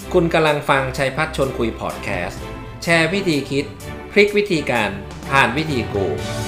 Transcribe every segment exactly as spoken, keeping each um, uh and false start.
คุณกำลังฟังชัยพัฒน์ชวนคุยพอดแคสต์แชร์วิธีคิดพลิกวิธีการผ่านวิธีกู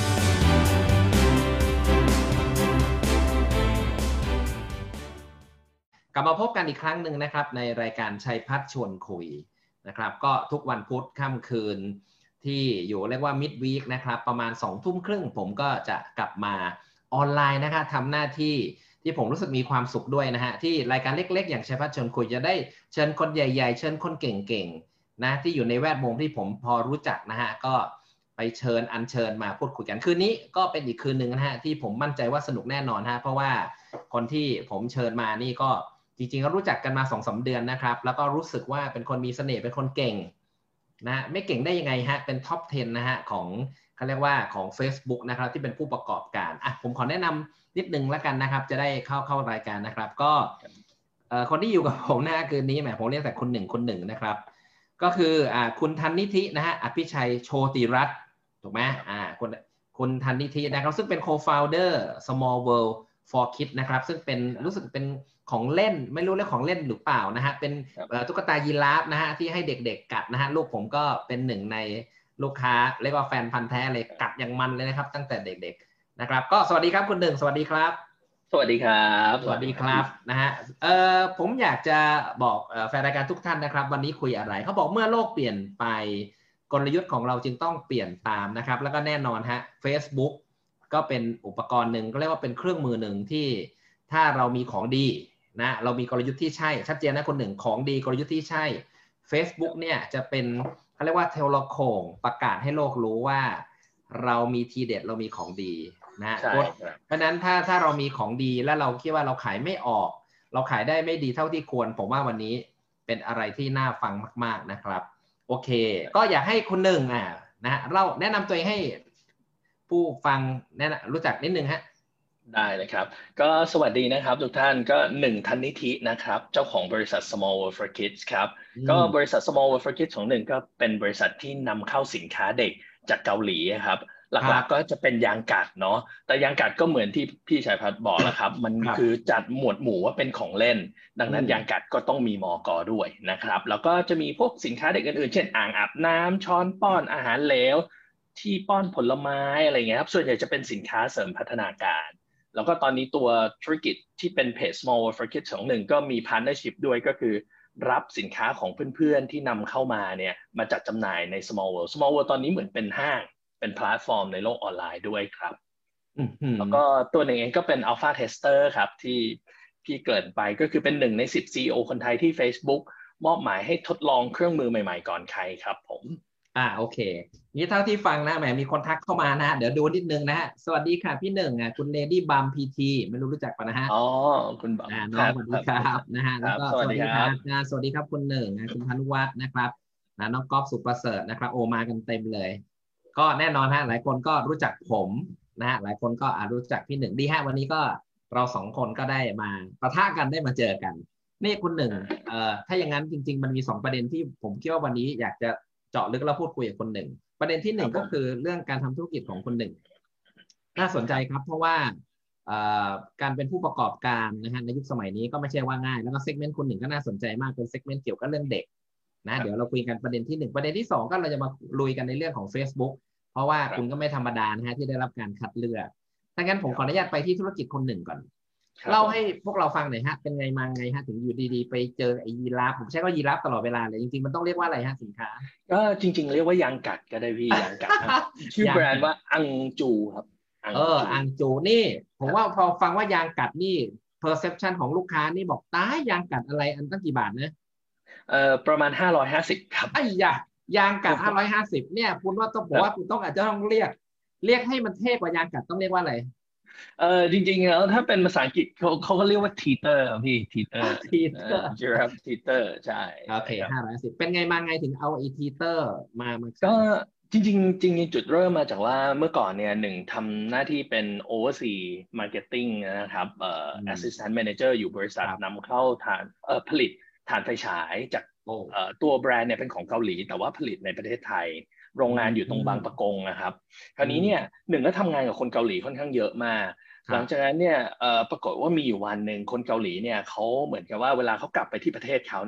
กลับมาพบกันอีกครั้งหนึ่งนะครับในรายการชัยพัฒน์ชวนคุยนะครับก็ทุกวันพุธค่ำคืนที่อยู่เรียกว่ามิดวีคนะครับประมาณสองทุ่มครึ่งผมก็จะกลับมาออนไลน์นะครับทำหน้าที่ที่ผมรู้สึกมีความสุขด้วยนะฮะที่รายการเล็กๆอย่างชัยพัฒน์ชวนคุยจะได้เชิญคนใหญ่ๆเชิญคนเก่งๆนะที่อยู่ในแวดวงที่ผมพอรู้จักนะฮะก็ไปเชิญอัญเชิญมาพูดคุยกันคืนนี้ก็เป็นอีกคืนนึงนะฮะที่ผมมั่นใจว่าสนุกแน่นอนฮะเพราะว่าคนที่ผมเชิญมานี่ก็จริงๆก็รู้จักกันมา สองสาม เดือนนะครับแล้วก็รู้สึกว่าเป็นคนมีเสน่ห์เป็นคนเก่งนะไม่เก่งได้ยังไงฮะเป็นท็อปสิบนะฮะของเขาเรียกว่าของ Facebook นะครับที่เป็นผู้ประกอบการอ่ะผมขอแนะนำนิดนึงแล้วกันนะครับจะได้เข้าเข้ารายการนะครับก็เอ่อคนที่อยู่กับผมนะคืนนี้แหมผมเรียกแต่คุณหนึ่งคุณหนึ่งนะครับก็คืออ่าคุณธันนิธินะฮะอภิชัยโชติรัตน์ถูกไหมอ่าคุณคุณธันนิธินะครับซึ่งเป็น co-founder Small World for Kids นะครับซึ่งเป็นรู้สึกเป็นของเล่นไม่รู้เรื่องของเล่นหรือเปล่านะฮะเป็นตุ๊กตายีราฟนะฮะที่ให้เด็กๆกัดนะฮะลูกผมก็เป็นหนึ่งในลูกค้าเรียกว่าแฟนพันธุ์แท้เลยกัดอย่างมันเลยนะครับตั้งแต่เด็กๆนะครับก็สวัสดีครับคุณหนึ่งสวัสดีครับสวัสดีครับสวัสดีครับนะฮะเอ่อผมอยากจะบอกแฟนรายการทุกท่านนะครับวันนี้คุยอะไรเขาบอกเมื่อโลกเปลี่ยนไปกลยุทธ์ของเราจึงต้องเปลี่ยนตามนะครับแล้วก็แน่นอนฮะ Facebook ก็เป็นอุปกรณ์หนึ่งก็เรียกว่าเป็นเครื่องมือหนึ่งที่ถ้าเรามีของดีนะเรามีกลยุทธ์ที่ใช่ชัดเจนนะคนหนึ่งของดีกลยุทธ์ที่ใช่ Facebook เนี่ยจะเป็นเขาเรียกว่าเทเลโคงประกาศให้โลกรู้ว่าเรามีทีเด็ดเรามีของดีนะเพราะนั้นถ้าถ้าเรามีของดีแล้วเราคิดว่าเราขายไม่ออกเราขายได้ไม่ดีเท่าที่ควรผมว่าวันนี้เป็นอะไรที่น่าฟังมากๆนะครับโอเคก็อยากให้คุณหนึ่งอ่ะนะเราแนะนำตัวเองให้ผู้ฟังแนะรู้จักนิดนึงฮะได้เลยครับก็สวัสดีนะครับทุกท่านก็หนึ่งธันนิธินะครับเจ้าของบริษัท Small World for Kids ครับก็บริษัท Small World for Kids ของหนึ่งก็เป็นบริษัทที่นำเข้าสินค้าเด็กจากเกาหลีครับหลักๆก็จะเป็นยางกัดเนาะแต่ยางกัดก็เหมือนที่พี่ชัยพัฒน์บอกแล้วครับมันคือจัดหมวดหมู่ว่าเป็นของเล่นดังนั้นยางกัดก็ต้องมีมก.ด้วยนะครับแล้วก็จะมีพวกสินค้าเด็กอื่นๆเช่นอ่างอาบน้ำช้อนป้อนอาหารเหลวที่ป้อนผลไม้อะไรเงี้ยครับส่วนใหญ่จะเป็นสินค้าเสริมพัฒนาการแล้วก็ตอนนี้ตัวธุรกิจที่เป็นเพจ Small World for Kids ของหนึ่งก็มี partnership ด้วยก็คือรับสินค้าของเพื่อนๆที่นำเข้ามาเนี่ยมาจัดจำหน่ายใน Small World Small World ตอนนี้เหมือนเป็นห้างเป็นแพลตฟอร์มในโลกออนไลน์ด้วยครับแล้วก็ตัวหนึ่งเองก็เป็น Alpha Tester ครับที่พี่เกริ่นไปก็คือเป็นหนึ่งในสิบ ซี อี โอ คนไทยที่ Facebook มอบหมายให้ทดลองเครื่องมือใหม่ๆก่อนใครครับผมอ่าโอเคนี่เท่าที่ฟังนะแหมมีคนทักเข้ามานะฮะเดี๋ยวดูนิดนึงนะฮะสวัสดีค่ะพี่หนึ่งอ่ะคุณเลดี้บัมพีทีไม่รู้รู้จักปะนะฮะอ๋อคุณบัมน้องสวัสดีครับนะฮะแล้วก็สวัสดีครับสวัสดีครับคุณหนึ่งนะคุณพันวัฒน์นะครับนะน้องก๊อฟสุประเสริฐนะครับโอมากันเต็มเลยก็แน่นอนฮะหลายคนก็รู้จักผมนะฮะหลายคนก็อาจรู้จักพี่หนึ่งดีฮะวันนี้ก็เราสองคนก็ได้มาปะทะกันได้มาเจอกันนี่คุณหนึ่งเอ่อถ้าอย่างนั้นจริงๆมันมีสองประเด็นที่ผมคิดว่าวันนี้อยากจะเจาะลึกแล้วพูดคุยกับคนหนึ่งประเด็นที่หนึ่งก็คือเรื่องการทำธุรกิจของคนหนึ่งน่าสนใจครับเพราะว่าการเป็นผู้ประกอบการนะฮะในยุคสมัยนี้ก็ไม่ใช่ว่าง่ายแล้วก็เซกเมนต์คนหนึ่งก็น่าสนใจมากเป็นเซกเมนต์เกี่ยวกับเรื่องเด็กนะเดี๋ยวเราคุยกันประเด็นที่หนึ่งประเด็นที่สองก็เราจะมาลุยกันในเรื่องของ Facebook เพราะว่าคุณก็ไม่ธรรมดานะฮะที่ได้รับการคัดเลือกถ้างั้นผมขออนุญาตไปที่ธุรกิจคนหนึ่งก่อนเล่าให้พวกเราฟังหน่อยฮะเป็นไงมาไงฮะถึงอยู่ดีๆไปเจอไอ้ยีราฟผมใช้ว่ายีราฟตลอดเวลาเลยจริงๆมันต้องเรียกว่าอะไรฮะสินค้าก็จริงๆเรียกว่ายางกัดก็ได้พี่ยางกัดชื่อแบรนด์ว่าอังจูครับเอออังจูนี่ผมว่าพอฟังว่ายางกัดนี่ perception ของลูกค้านี่บอกตายยางกัดอะไรอันตั้งกี่บาทนะเอ่อประมาณห้าร้อยห้าสิบครับไอ้ยายางกัดห้าร้อยห้าสิบเนี่ยคุณว่าต้องบอกว่าคุณต้องอาจจะต้องเรียกเรียกให้มันเท่กว่ายางกัดต้องเรียกว่าอะไรเออจริงๆแล้วถ้าเป็นภาษาอังกฤษเขาเขาก็เรียกว่าทีเตอร์พี่ทีเตอร์ทีเตอร์จีราฟทีเตอร์ใช่โอเคห้าร้อยสิบเป็นไงมาไงถึงเอาไอทีเตอร์มามาก็จริงๆจริงๆจุดเริ่มมาจากว่าเมื่อก่อนเนี่ยหนึ่งทำหน้าที่เป็น oversee marketing นะครับเอ่อ assistant manager อยู่บริษัทนำเข้าฐานเอ่อผลิตถ่านไฟฉายจากเอ่อตัวแบรนด์เนี่ยเป็นของเกาหลีแต่ว่าผลิตในประเทศไทยโรงงานอยู่ตรงบางปะกงนะครับคราวนี้เนี่ยหนึ่งก็ทำงานกับคนเกาหลีค่อนข้างเยอะมากหลังจากนั้นเนี่ยเอ่อปรากฏว่ามีอยู่วันหนึ่งคนเกาหลีเนี่ยเขาเหมือนกับว่าเวลาเขากลับไปที่ประเทศเขาเนี่ย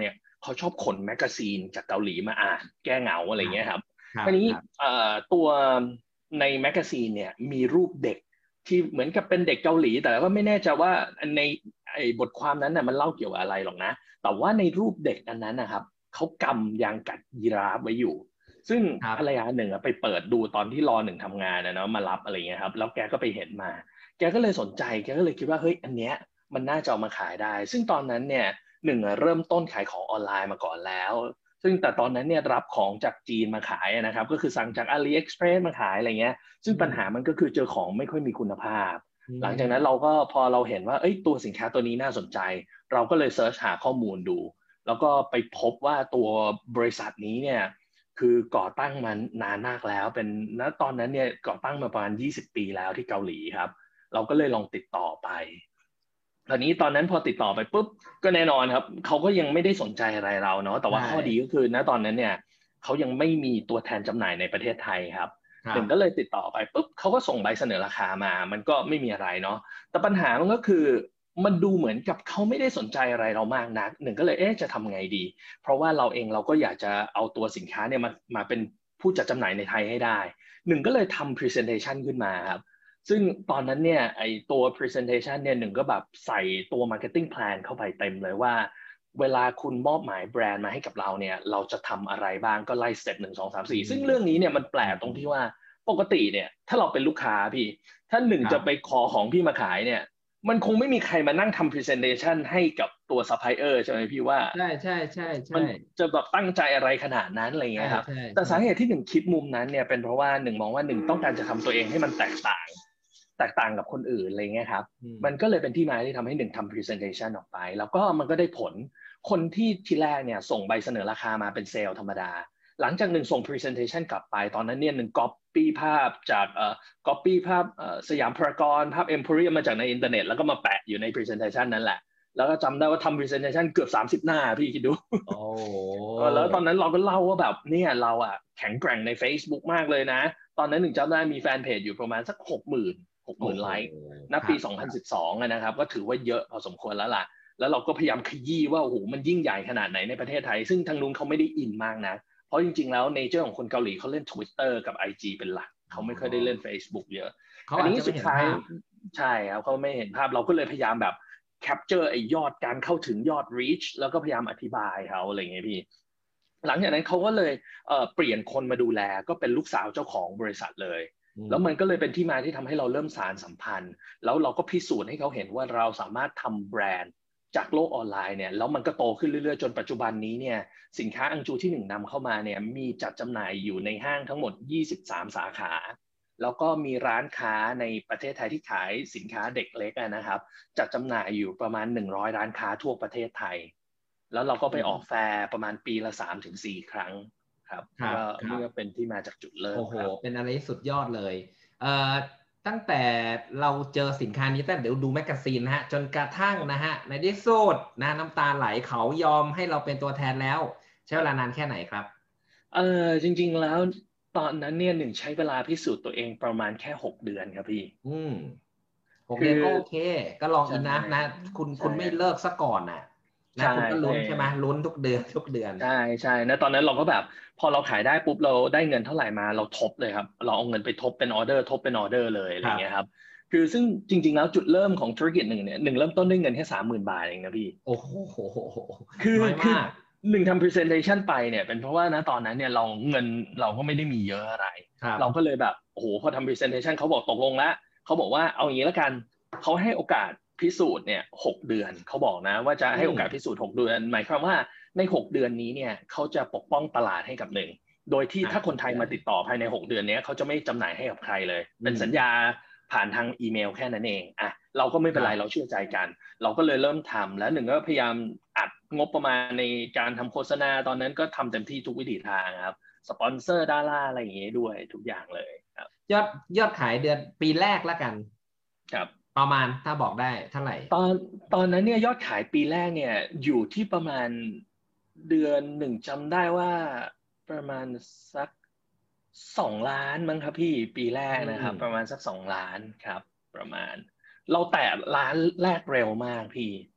เขาชอบขนแมกกาซีนจากเกาหลีมาอ่านแก้เหงาอะไรเงี้ยครับครับทีนี้ครับตัวในแมกกาซีนเนี่ยมีรูปเด็กที่เหมือนกับเป็นเด็กเกาหลีแต่ก็ไม่แน่ใจว่าในไอ้บทความนั้นน่ะมันเล่าเกี่ยวกับอะไรหรอกนะแต่ว่าในรูปเด็กอันนั้นนะครับเขากำยางกัดยีราฟไว้อยู่ซึ่งภรรยาหนึ่งไปเปิดดูตอนที่รอหนึ่งทำงานนะเนาะมารับอะไรเงี้ยครับแล้วแกก็ไปเห็นมาแกก็เลยสนใจแกก็เลยคิดว่าเฮ้ยอันเนี้ยมันน่าจะเอามาขายได้ซึ่งตอนนั้นเนี่ยหนึ่งเริ่มต้นขายของออนไลน์มาก่อนแล้วซึ่งแต่ตอนนั้นเนี่ยรับของจากจีนมาขายนะครับก็คือสั่งจาก AliExpress มาขายอะไรเงี้ยซึ่งปัญหามันก็คือเจอของไม่ค่อยมีคุณภาพหลังจากนั้นเราก็พอเราเห็นว่าเอ้ยตัวสินค้าตัวนี้น่าสนใจเราก็เลยเซิร์ชหาข้อมูลดูแล้วก็ไปพบว่าตัวบริษัทนี้เนี่ยคือก่อตั้งมานานมากแล้วเป็นณตอนนั้นเนี่ยก่อตั้งมาประมาณยี่สิบปีแล้วที่เกาหลีครับเราก็เลยลองติดต่อไปตอนนี้ตอนนั้นพอติดต่อไปปุ๊บก็แน่นอนครับเขาก็ยังไม่ได้สนใจอะไรเราเนาะแต่ว่าข้อดีก็คือณตอนนั้นเนี่ยเขายังไม่มีตัวแทนจำหน่ายในประเทศไทยครับหนึ่งก็เลยติดต่อไปปุ๊บเขาก็ส่งใบเสนอราคามามันก็ไม่มีอะไรเนาะแต่ปัญหามันก็คือมันดูเหมือนกับเขาไม่ได้สนใจอะไรเรามากนักหนึ่งก็เลยเอ๊ะจะทำไงดีเพราะว่าเราเองเราก็อยากจะเอาตัวสินค้าเนี่ยมามาเป็นผู้จัดจำหน่ายในไทยให้ได้หนึ่งก็เลยทำ presentation ขึ้นมาครับซึ่งตอนนั้นเนี่ยไอตัว presentation เนี่ยหนึ่งก็แบบใส่ตัว marketing plan เข้าไปเต็มเลยว่าเวลาคุณมอบหมายแบรนด์มาให้กับเราเนี่ยเราจะทำอะไรบ้างก็ไล่สเต็ปหนึ่งสองสามสี่ซึ่งเรื่องนี้เนี่ยมันแปลกตรงที่ว่าปกติเนี่ยถ้าเราเป็นลูกค้าพี่ถ้าหนึ่งจะไปขอของพี่มาขายเนี่ยมันคงไม่มีใครมานั่งทำ presentation ให้กับตัว supplier ใช่ไหมพี่ว่าใช่ใช่ใช่ใช่มันจะแบบตั้งใจอะไรขนาดนั้นอะไรเงี้ยครับใช่แต่สาเหตุที่หนึ่งคิดมุมนั้นเนี่ยเป็นเพราะว่าหนึ่งมองว่าหนึ่งต้องการจะทำตัวเองให้มันแตกต่างแตกต่างกับคนอื่นอะไรเงี้ยครับมันก็เลยเป็นที่มาที่ทำให้หนึ่งทำ presentation ออกไปแล้วก็มันก็ได้ผลคนที่ทีแรกเนี่ยส่งใบเสนอราคามาเป็นเซลล์ธรรมดาหลังจากหนึ่งส่ง presentation กลับไปตอนนั้นเนี่ยหนึ่ง copy ภาพจากเอ่อ copy ภาพเอ่อสยามพารากอนภาพ Emporium มาจากในอินเทอร์เน็ตแล้วก็มาแปะอยู่ใน presentation นั่นแหละแล้วก็จำได้ว่าทำ presentation เกือบสามสิบหน้าพี่คิดดูโอ้แล้วตอนนั้นเราก็เล่าว่าแบบเนี่ยเราอะแข็งแกร่งใน Facebook มากเลยนะตอนนั้นหนึ่งจำได้มีแฟนเพจอยู่ประมาณสักหกหมื่นหกหมื่นไลค์ณปีสองพันสิบสองนะครับก็ถือว่าเยอะพอสมควรแล้วล่ะแล้วเราก็พยายามขยี้ว่าโอ้โหมันยิ่งใหญ่ขนาดไหนในประเทศไทยซึ่งทางนู้นเขาไม่ได้อินมากนะเพราะจริงๆแล้วเนเจอร์ของคนเกาหลีเขาเล่น Twitter กับ ไอ จี เป็นหลักเขาไม่ค่อยได้เล่น Facebook เยอะอันนี้สุดท้ายใช่ครับเขาไม่เห็นภาพเราก็เลยพยายามแบบ capture ไอ้ยอดการเข้าถึงยอด reach แล้วก็พยายามอธิบายเขาอะไรเงี้ยพี่หลังจากนั้นเขาก็เลยเอ่อเปลี่ยนคนมาดูแลก็เป็นลูกสาวเจ้าของบริษัทเลยแล้วมันก็เลยเป็นที่มาที่ทำให้เราเริ่มสานสัมพันธ์แล้วเราก็พิสูจน์ให้เขาเห็นว่าเราสามารถทำแบรนด์จากโลกออนไลน์เนี่ยแล้วมันก็โตขึ้นเรื่อยๆจนปัจจุบันนี้เนี่ยสินค้าอังจูที่หนึ่งนำเข้ามาเนี่ยมีจัดจำหน่ายอยู่ในห้างทั้งหมดยี่สิบสามสาขาแล้วก็มีร้านค้าในประเทศไทยที่ขายสินค้าเด็กเล็กนะครับจัดจำหน่ายอยู่ประมาณหนึ่งร้อยร้านค้าทั่วประเทศไทยแล้วเราก็ไปออกแฟร์ประมาณปีละ สามถึงสี่ ครั้งครับก็นี่ก็เป็นที่มาจากจุดเริ่มโอ้โหเป็นอะไรสุดยอดเลยเอ่อตั้งแต่เราเจอสินค้านี้ตั้งแต่ดูแมกกาซีนนะฮะจนกระทั่งนะฮะในที่สุดนะน้ำตาไหลเขายอมให้เราเป็นตัวแทนแล้วใช้เวลานานแค่ไหนครับเออจริงๆแล้วตอนนั้นเนี่ยหนึ่งใช้เวลาพิสูจน์ตัวเองประมาณแค่หกเดือนครับพี่อืมหกเดือนก็โอเคก็ลองอินนะนะคุณคุณไม่เลิกซะก่อนน่ะนะคุณก็ลุ้นใช่ไหมลุ้นทุกเดือนทุกเดือนใช่ใช่นะตอนนั้นเราก็แบบพอเราขายได้ปุ๊บเราได้เงินเท่าไหร่มาเราทบเลยครับเราเอาเงินไปทบเป็นออเดอร์ทบเป็นออเดอร์เลยอะไรเงี้ยครับคือซึ่งจริงๆแล้วจุดเริ่มของธุรกิจหนึ่งเนี่ยหนึ่งเริ่มต้นด้วยเงินแค่สามหมื่นบาทเองนะพี่โอ้โหคือน้อยคือมากหนึ่งทำ presentation ไปเนี่ยเป็นเพราะว่านะตอนนั้นเนี่ยเราเงินเราก็ไม่ได้มีเยอะอะไรเราก็เลยแบบโอ้โหพอทำ presentation เขาบอกตกลงแล้วเขาบอกว่าเอาอย่างนี้แล้วกันเขาให้โอกาสพิสูจน์เนี่ยหกเดือนเขาบอกนะว่าจะให้โอกาสพิสูจน์หกเดือนหมายความว่าในหกเดือนนี้เนี่ยเขาจะปกป้องตลาดให้กับหนึ่งโดยที่ถ้าคนไทยมาติดต่อภายในหกเดือนนี้เขาจะไม่จำหน่ายให้กับใครเลยเป็นสัญญาผ่านทางอีเมลแค่นั้นเองอ่ะเราก็ไม่เป็นไรเราเชื่อใจกันเราก็เลยเริ่มทำแล้วหนึ่งก็พยายามอัดงบประมาณในการทำโฆษณาตอนนั้นก็ทำเต็มที่ทุกวิถีทางครับสปอนเซอร์ดาราอะไรอย่างเงี้ยด้วยทุกอย่างเลยครับยอดยอดขายเดือนปีแรกแล้วกันครับประมาณถ้าบอกได้เท่าไหร่ตอนตอนนั้นเนี่ยยอดขายปีแรกเนี่ยอยู่ที่ประมาณเดือนหนึ่งจำได้ว่าประมาณสักสองล้านมั้งครับพี่ปีแรกนะครับประมาณสักสองล้านครับประมาณเราแตะล้านแรกเร็วมากพี่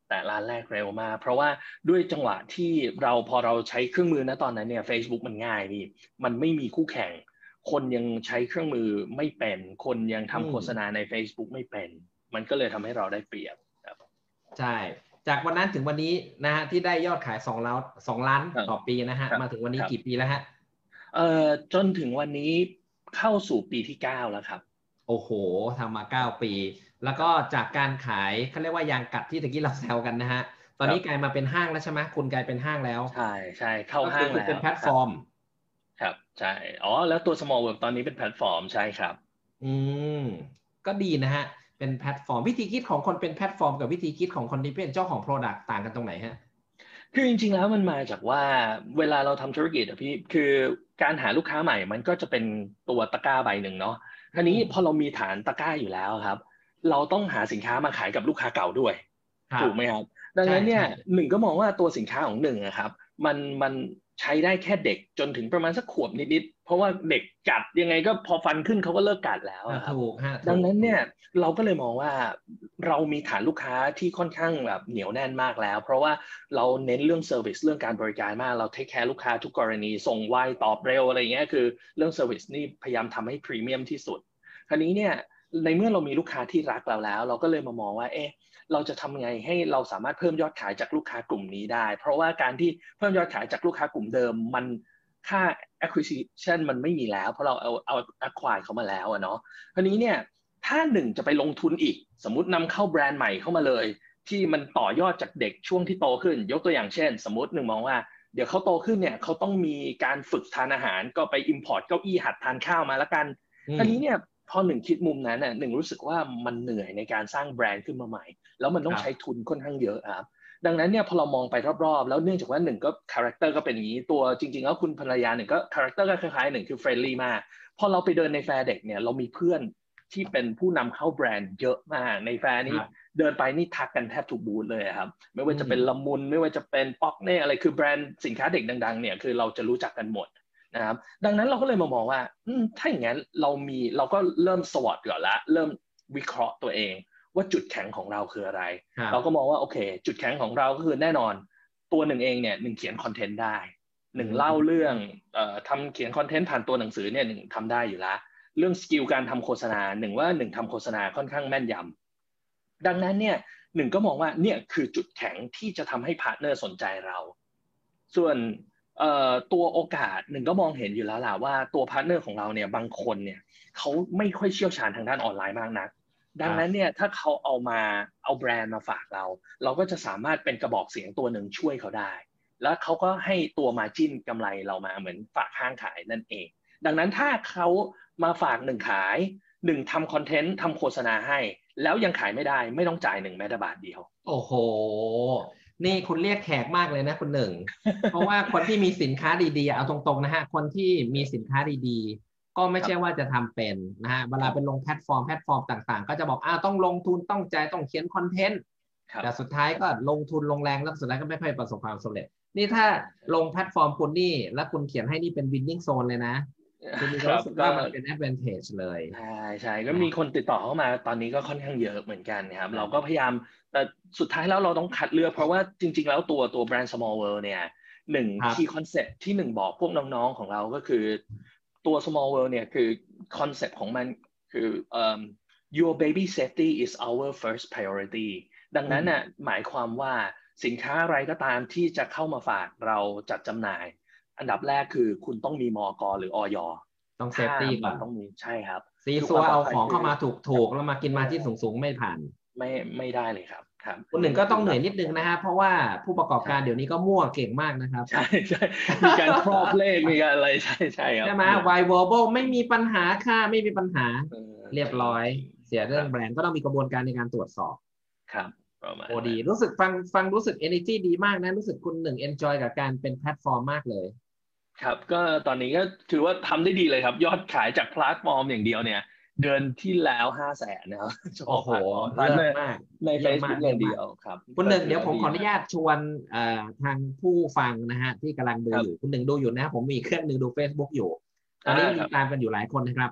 แต่ร้านแรกเร็วมากเพราะว่าด้วยจังหวะที่เราพอเราใช้เครื่องมือนะตอนนั้นเนี่ย Facebook มันง่ายพี่มันไม่มีคู่แข่งคนยังใช้เครื่องมือไม่เป็นคนยังทำโฆษณาใน Facebook ไม่เป็นมันก็เลยทำให้เราได้เปรียบครับใช่จากวันนั้นถึงวันนี้นะฮะที่ได้ยอดขายสองล้านสองล้านต่อปีนะฮะมาถึงวันนี้กี่ปีแล้วฮะเอ่อจนถึงวันนี้เข้าสู่ปีที่เก้าแล้วครับโอ้โหทำมาเก้าปีแล้วก็จากการขายเขาเรียกว่ายางกัดที่ตะกี้เราแซวกันนะฮะตอนนี้กลายมาเป็นห้างแล้วใช่ไหมคุณกลายเป็นห้างแล้วใช่ใช่เข้าห้างแล้วเป็นแพลตฟอร์มครับใช่อ๋อแล้วตัว Small World ตอนนี้เป็นแพลตฟอร์มใช่ครับอืมก็ดีนะฮะเป็นแพลตฟอร์มวิธีคิดของคนเป็นแพลตฟอร์มกับวิธีคิดของคนที่เป็นเจ้าของ Product ต่างกันตรงไหนฮะคือจริงๆแล้วมันมาจากว่าเวลาเราทำธุรกิจอะพี่คือการหาลูกค้าใหม่มันก็จะเป็นตัวตะกร้าใบหนึ่งเนาะคราวนี้พอเรามีฐานตะกร้าอยู่แล้วครับเราต้องหาสินค้ามาขายกับลูกค้าเก่าด้วยถูกไหมครับดังนั้นเนี่ยหนึ่งก็มองว่าตัวสินค้าของหนึ่งนะครับมันมันใช้ได้แค่เด็กจนถึงประมาณสักขวบนิดๆเพราะว่าเด็กกัดยังไงก็พอฟันขึ้นเขาก็เลิกกัดแล้วครับถูกฮะดังนั้นเนี่ยเราก็เลยมองว่าเรามีฐานลูกค้าที่ค่อนข้างแบบเหนียวแน่นมากแล้วเพราะว่าเราเน้นเรื่องเซอร์วิสเรื่องการบริการมากเราเทคแคร์ลูกค้าทุกกรณีส่งไวตอบเร็วอะไรเงี้ยคือเรื่องเซอร์วิสนี่พยายามทำให้พรีเมียมที่สุดคราวนี้เนี่ยในเมื่อเรามีลูกค้าที่รักเราแล้วเราก็เลยมามองว่าเอ๊ะเราจะทำไงให้เราสามารถเพิ่มยอดขายจากลูกค้ากลุ่มนี้ได้เพราะว่าการที่เพิ่มยอดขายจากลูกค้ากลุ่มเดิมมันค่า acquisition มันไม่มีแล้วเพราะเราเอาเอา acquire เขามาแล้วอะเนาะคราวนี้เนี่ยถ้าหนึ่งจะไปลงทุนอีกสมมุตินำเข้าแบรนด์ใหม่เข้ามาเลยที่มันต่อยอดจากเด็กช่วงที่โตขึ้นยกตัวอย่างเช่นสมมติหนึ่งมองว่าเดี๋ยวเขาโตขึ้นเนี่ยเขาต้องมีการฝึกทานอาหารก็ไป import เก้าอี้หัดทานข้าวมาแล้วกันคราวนี้เนี่ยพอหนึ่งคิดมุมนั้นน่ะหนึ่งรู้สึกว่ามันเหนื่อยในการสร้างแบรนด์ขึ้นมาใหม่แล้วมันต้องใช้ทุนค่อนข้างเยอะครับดังนั้นเนี่ยพอเรามองไปรอบๆแล้วเนื่องจากว่าหนึ่งก็คาแรคเตอร์ก็เป็นอย่างนี้ตัวจริงๆแล้วคุณภรรยาหนึ่งก็คาแรคเตอร์ก็คล้ายๆหนึ่งคือเฟรนลี่มากพอเราไปเดินในแฟร์เด็กเนี่ยเรามีเพื่อนที่เป็นผู้นำเข้าแบรนด์เยอะมากในแฟร์นี้เดินไปนี่ทักกันแทบทุกบูธเลยครับไม่ว่าจะเป็นละมุนไม่ว่าจะเป็นป๊อกเน่อะไรคือแบรนด์สินค้าเด็กดังๆเนี่ยคือเราจะรู้จักกันหมดนะครับดังนั้นเราก็เลยมามองว่าถ้าอย่างนั้นเรามีเราก็เริ่มสวอตก่อนละเริ่มวิเคราะห์ตัวเองว่าจุดแข็งของเราคืออะไรเราก็มองว่าโอเคจุดแข็งของเราก็คือแน่นอนตัวหนึ่งเองเนี่ยหนึ่งเขียนคอนเทนต์ได้หนึ่งเล่าเรื่องเอ่อทำเขียนคอนเทนต์ผ่านตัวหนังสือเนี่ยหนึ่งทำได้อยู่แล้วเรื่องสกิลการทำโฆษณาหนึ่งว่าหนึ่งทำโฆษณาค่อนข้างแม่นยำดังนั้นเนี่ยหนึ่งก็มองว่าเนี่ยคือจุดแข็งที่จะทำให้พาร์ทเนอร์สนใจเราส่วนเอ่อตัวโอกาสหนึ่งก็มองเห็นอยู่แล้วล่ะว่าตัวพาร์ทเนอร์ของเราเนี่ยบางคนเนี่ยเขาไม่ค่อยเชี่ยวชาญทางด้านออนไลน์มากนักดังนั้นเนี่ยถ้าเขาเอามาเอาแบรนด์มาฝากเราเราก็จะสามารถเป็นกระบอกเสียงตัวหนึ่งช่วยเขาได้แล้วเขาก็ให้ตัวมาจิ้นกำไรเรามาเหมือนฝากห้างขายนั่นเองดังนั้นถ้าเขามาฝากหนึ่งขายหนึ่งทำคอนเทนต์ทำโฆษณาให้แล้วยังขายไม่ได้ไม่ต้องจ่ายหนึ่งแม้แต่บาทเดียวโอ้โหนี่คุณเรียกแขกมากเลยนะคุณหนึ่ง เพราะว่าคนที่มีสินค้าดีๆเอาตรงๆนะฮะคนที่มีสินค้าดีๆก็ไม่ใช่ว่าจะทำเป็นนะฮะเวลาเป็นลงแพลตฟอร์มแพลตฟอร์มต่างๆก็จะบอกอ้าวต้องลงทุนต้องใจต้องเขียนคอนเทนต์แต่สุดท้ายก็ลงทุนลงแรงแล้วสุดท้ายก็ไม่ค่อยประสบความสำเร็จนี่ถ้าลงแพลตฟอร์มคุณนี่แล้วคุณเขียนให้นี่เป็น winning zone เลยนะคุณมีความรู้สึกว่ามันเป็น advantage เลยใช่ใช่ก็มีคนติดต่อเข้ามาตอนนี้ก็ค่อนข้างเยอะเหมือนกันครับเราก็พยายามแต่สุดท้ายแล้วเราต้องคัดเลือกเพราะว่าจริงๆแล้วตัวตัวแบรนด์ Small World เนี่ยหนึ่ง key concept ที่หนึ่งบอกพวกน้องๆของเราก็คือตัว Small World เนี่ยคือคอนเซ็ปต์ของมันคือ um, your baby safety is our first priority ดังนั้นน่ะหมายความว่าสินค้าอะไรก็ตามที่จะเข้ามาฝากเราจัดจำหน่ายอันดับแรกคือคุณต้องมีมก.หรืออย. ต้องเซฟตี้ก่อนต้องมีใช่ครับซีซัวเอาของเข้ามาถูกๆแล้วมากินมาที่สูงๆไม่ผ่านไม่ไม่ได้เลยครับครับคนหนึ่งก็ต้องเหนื่อยนิดนึงนะฮะเพราะว่าผู้ประกอบการเดี๋ยวนี้ก็มั่วเก่งมากนะครับใช่ใช่มีการครอบเลขมีการอะไรใช่ใช่ครับใช่ไหม Y Verbal ไม่มีปัญหาค่ะไม่มีปัญหาเรียบร้อยเสียเรื่องแบรนด์ก็ต้องมีกระบวนการในการตรวจสอบครับประมาณโอ้ดีรู้สึกฟังฟังรู้สึก energy ดีมากนะรู้สึกคุณหนึ่ง enjoy กับการเป็นแพลตฟอร์มมากเลยครับก็ตอนนี้ก็ถือว่าทำได้ดีเลยครับยอดขายจากแพลตฟอร์มอย่างเดียวเนี่ยเดือนที่แล้วห้าแสนนะครับโอ้โหเยอะมากใน Facebook อย่างเดียวครับคุณหนึ่งเดี๋ยวผมขออนุญาตชวนทางผู้ฟังนะฮะที่กำลังดูอยู่คุณหนึ่งดูอยู่นะผมมีเครื่องหนึ่งดู Facebook อยู่ตอนนี้มีตามกันอยู่หลายคนนะครับ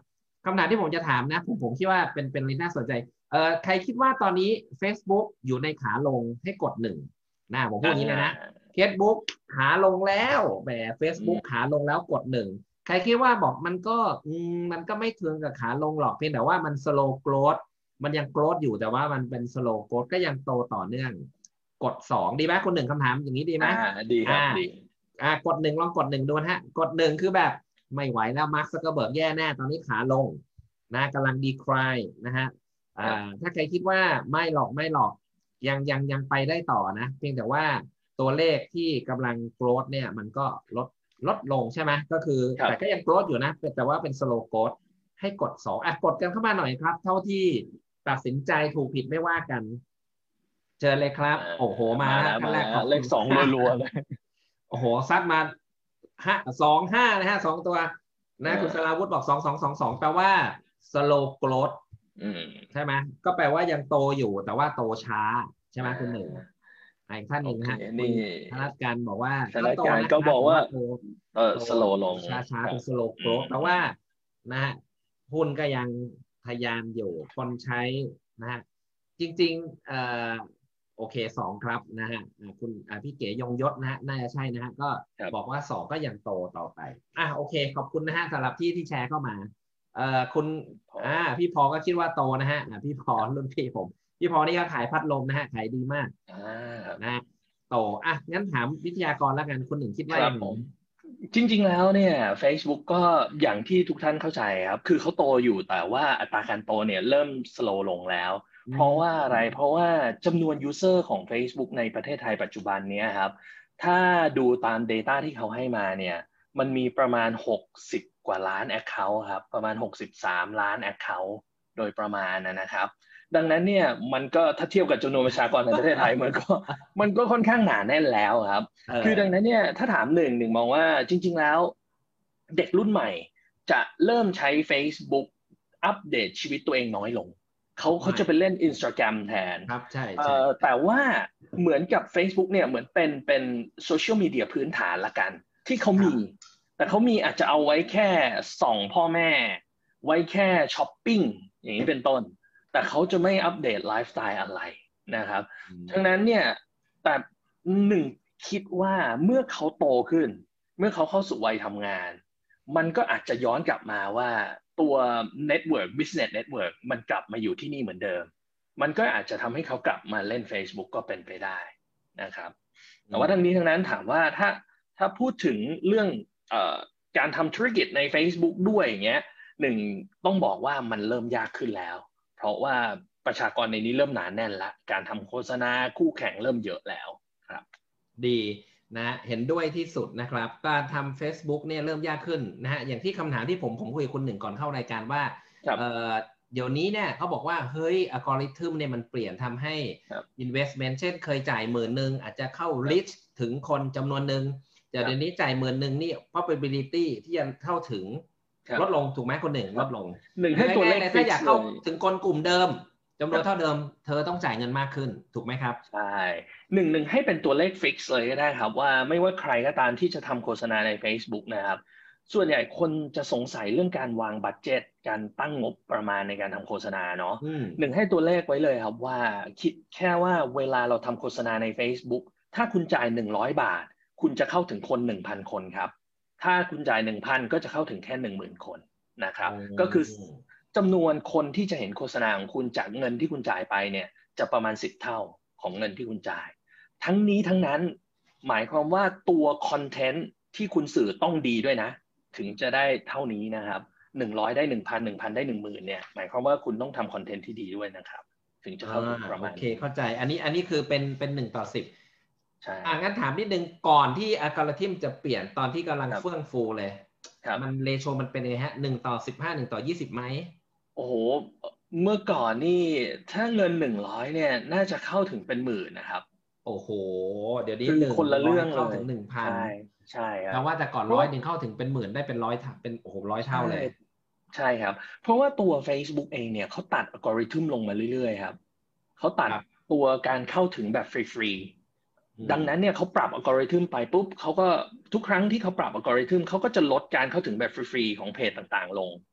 คำถามที่ผมจะถามนะผมผมคิดว่าเป็นเป็นเรื่องน่าสนใจเอ่อใครคิดว่าตอนนี้ Facebook อยู่ในขาลงให้กดหนึ่งนะผมพูดอย่างนี้เลยนะ Facebook ขาลงแล้วแหม Facebook ขาลงแล้วกดหนึ่งใครคิดว่าบอกมันก็อืมมันก็ไม่ถึงกับขาลงหรอกเพียงแต่ว่ามัน slow growth มันยัง growth อยู่แต่ว่ามันเป็น slow growth ก็ยังโตต่อเนื่องกดสองดีไหมคนหนึ่งคำถามอย่างนี้ดีไหมอ่าดีครับดีอ่ากดหนึ่งลองกดหนึ่งดูนะฮะกดหนึ่งคือแบบไม่ไหวแล้วมาร์คซักเคอร์เบิร์กแย่แน่ตอนนี้ขาลงนะกำลังดีคลายนะฮะอ่าถ้าใครคิดว่าไม่หรอกไม่หรอกยังยังยังไปได้ต่อนะเพียงแต่ว่าตัวเลขที่กำลังโกรธเนี่ยมันก็ลดลดลงใช่ไหมก็คือแต่ก็ยังโกรธอยู่นะแต่ว่าเป็นสโลว์โกรธให้กดสองอ่ะกดกันเข้ามาหน่อยครับเท่าที่ตัดสินใจถูกผิดไม่ว่ากันเจอเลยครับโอ้โหมาแล้วขั้นแรกเลขสองรัวๆเลยโอ้โหซัดมาห้าสองห้านะฮะสองตัวนะคุณสราวุธบอกสองสองสองสองแปลว่า slow growth ใช่ไหมก็แปลว่ายังโตอยู่แต่ว่าโตช้าใช่ไหมคุณหนึ่งอีกท่านหนึ่งนะฮะคุณธนการบอกว่าธนการก็บอกว่าเออ slow ลงช้าช้าเป็น slow growth แปลว่านะฮะหุ้นก็ยังทะยานอยู่คนใช้นะฮะจริงๆเอ่อโอเคสองครับนะฮะคุณพี่เก๋ยงยศนะฮะน่าจะใช่นะฮะก็บอกว่าสองก็ยังโตต่อไปอ่ะโอเคขอบคุณนะฮะสำหรับที่ที่แชร์เข้ามาเอ่อคุณอ่าพี่พอก็คิดว่าโตนะฮะพี่พอรุ่นพี่ผมพี่พอนี่ก็ขายพัดลมนะฮะขายดีมากนะโตอ่ะงั้นถามวิทยากรแล้วกันคุณหนึ่งคิดว่ายังไงจริงๆแล้วเนี่ย Facebook ก็อย่างที่ทุกท่านเข้าใจครับคือเขาโตอยู่แต่ว่าอัตราการโตเนี่ยเริ่ม slow ลงแล้วเพราะว่าอะไรเพราะว่าจำนวน user ของ Facebook ในประเทศไทยปัจจุบันนี้ครับถ้าดูตาม data ที่เขาให้มาเนี่ยมันมีประมาณหกสิบกว่าล้าน account ครับประมาณหกสิบสามล้าน account โดยประมาณนะครับดังนั้นเนี่ยมันก็ถ้าเทียบกับจำนวนประชากรในประเทศไทยมันก็มันก็ค่อนข้างหนาแน่นแล้วครับคือดังนั้นเนี่ยถ้าถามหนึ่งหนึ่งมองว่าจริงๆแล้วเด็กรุ่นใหม่จะเริ่มใช้ Facebook อัปเดตชีวิตตัวเองน้อยลงเขาเขาจะไปเล่น Instagram แทนครับใช่แต่ว่าเหมือนกับ Facebook เนี่ยเหมือนเป็นเป็นโซเชียลมีเดียพื้นฐานละกันที่เขามีแต่เขามีอาจจะเอาไว้แค่ส่องพ่อแม่ไว้แค่ช้อปปิ้งอย่างนี้เป็นต้นแต่เขาจะไม่อัปเดตไลฟ์สไตล์อะไรนะครับทั้งนั้นเนี่ยแต่หนึ่งคิดว่าเมื่อเขาโตขึ้นเมื่อเขาเข้าสู่วัยทำงานมันก็อาจจะย้อนกลับมาว่าตัว network business network มันกลับมาอยู่ที่นี่เหมือนเดิมมันก็อาจจะทำให้เขากลับมาเล่น Facebook ก็เป็นไปได้นะครับแต่ว่าทั้งนี้ทั้งนั้นถามว่าถ้าถ้าพูดถึงเรื่องเอ่อการทำธุรกิจใน Facebook ด้วยอย่างเงี้ยหนึ่งต้องบอกว่ามันเริ่มยากขึ้นแล้วเพราะว่าประชากรในนี้เริ่มหนาแน่นละการทำโฆษณาคู่แข่งเริ่มเยอะแล้วครับดีนะเห็นด้วยที่สุดนะครับการทำ Facebook เนี่ยเริ่มยากขึ้นนะฮะอย่างที่คำถามที่ผมผมคุยกับคุณหนึ่งก่อนเข้ารายการว่าเอ่อเดี๋ยวนี้เนี่ยเขาบอกว่าเฮ้ยอัลกอริทึมเนี่ยมันเปลี่ยนทำให้ investment เช่นเคยจ่ายหมื่นหนึ่งอาจจะเข้า reach ถึงคนจำนวนหนึ่งแต่เดี๋ยวนี้จ่ายหมื่นหนึ่งนี่ probability ที่จะเข้าถึงลดลงถูกไหมคนหนึ่งลดลงหนึ่งให้ตัวเลขถ้าอยากเข้าถึงคนกลุ่มเดิมจำนวนเท่าเดิมเธอต้องจ่ายเงินมากขึ้นถูกไหมครับใช่หนึ่งหนึ่งให้เป็นตัวเลขฟิกซ์เลยก็ได้ครับว่าไม่ว่าใครก็ตามที่จะทำโฆษณาใน Facebook นะครับส่วนใหญ่คนจะสงสัยเรื่องการวางบัดเจ็ตการตั้งงบประมาณในการทำโฆษณาเนาะหนึ่งให้ตัวเลขไว้เลยครับว่าคิดแค่ว่าเวลาเราทำโฆษณาใน Facebook ถ้าคุณจ่ายหนึ่งร้อยบาทคุณจะเข้าถึงคน หนึ่งพัน คนครับถ้าคุณจ่าย หนึ่งพัน ก็จะเข้าถึงแค่ หนึ่งหมื่น คนนะครับก็คือจำนวนคนที่จะเห็นโฆษณาของคุณจากเงินที่คุณจ่ายไปเนี่ยจะประมาณสิบเท่าของเงินที่คุณจ่ายทั้งนี้ทั้งนั้นหมายความว่าตัวคอนเทนต์ที่คุณสื่อต้องดีด้วยนะถึงจะได้เท่านี้นะครับหนึ่งร้อยได้ หนึ่งพัน หนึ่งพัน ได้ หนึ่งหมื่น เนี่ยหมายความว่าคุณต้องทำคอนเทนต์ที่ดีด้วยนะครับถึงจะเข้าถึงประมาณโอเคเข้าใจอันนี้อันนี้คือเป็นเป็นหนึ่งต่อสิบใช่อ่ะงั้นถามนิดนึงก่อนที่อัลกอริทึมจะเปลี่ยนตอนที่กำลังเฟื่องฟูเลยมันเรโชมันเป็นยังไงฮะหนึ่งต่อสิบห้า หนึ่งต่อยี่สิบไหมโอ้โหเมื่อก่อนนี่ถ้าเงินหนึ่งร้อยเนี่ยน่าจะเข้าถึงเป็นหมื่นนะครับโอ้โหเดี๋ยวนี้หนึ่งคนละเรื่องเข้าถึงหนึ่งพันใช่ใช่ครับแต่ว่าแต่ก่อนร้อยหนึ่งเข้าถึงเป็นหมื่นได้เป็นร้อยเป็นโอ้โหร้อยเท่าเลยใช่ครับเพราะว่าตัว Facebook เองเนี่ยเขาตัดอัลกอริทึมลงมาเรื่อยๆครับเขาตัดตัวการเข้าถึงแบบฟรีๆดังนั้นเนี่ยเขาปรับอัลกอริทึมไปปุ๊บเขาก็ทุกครั้งที่เขาปรับอัลกอริทึมเขาก็จะลดการเข้าถึงแบบฟรีๆของเพจต่างๆลง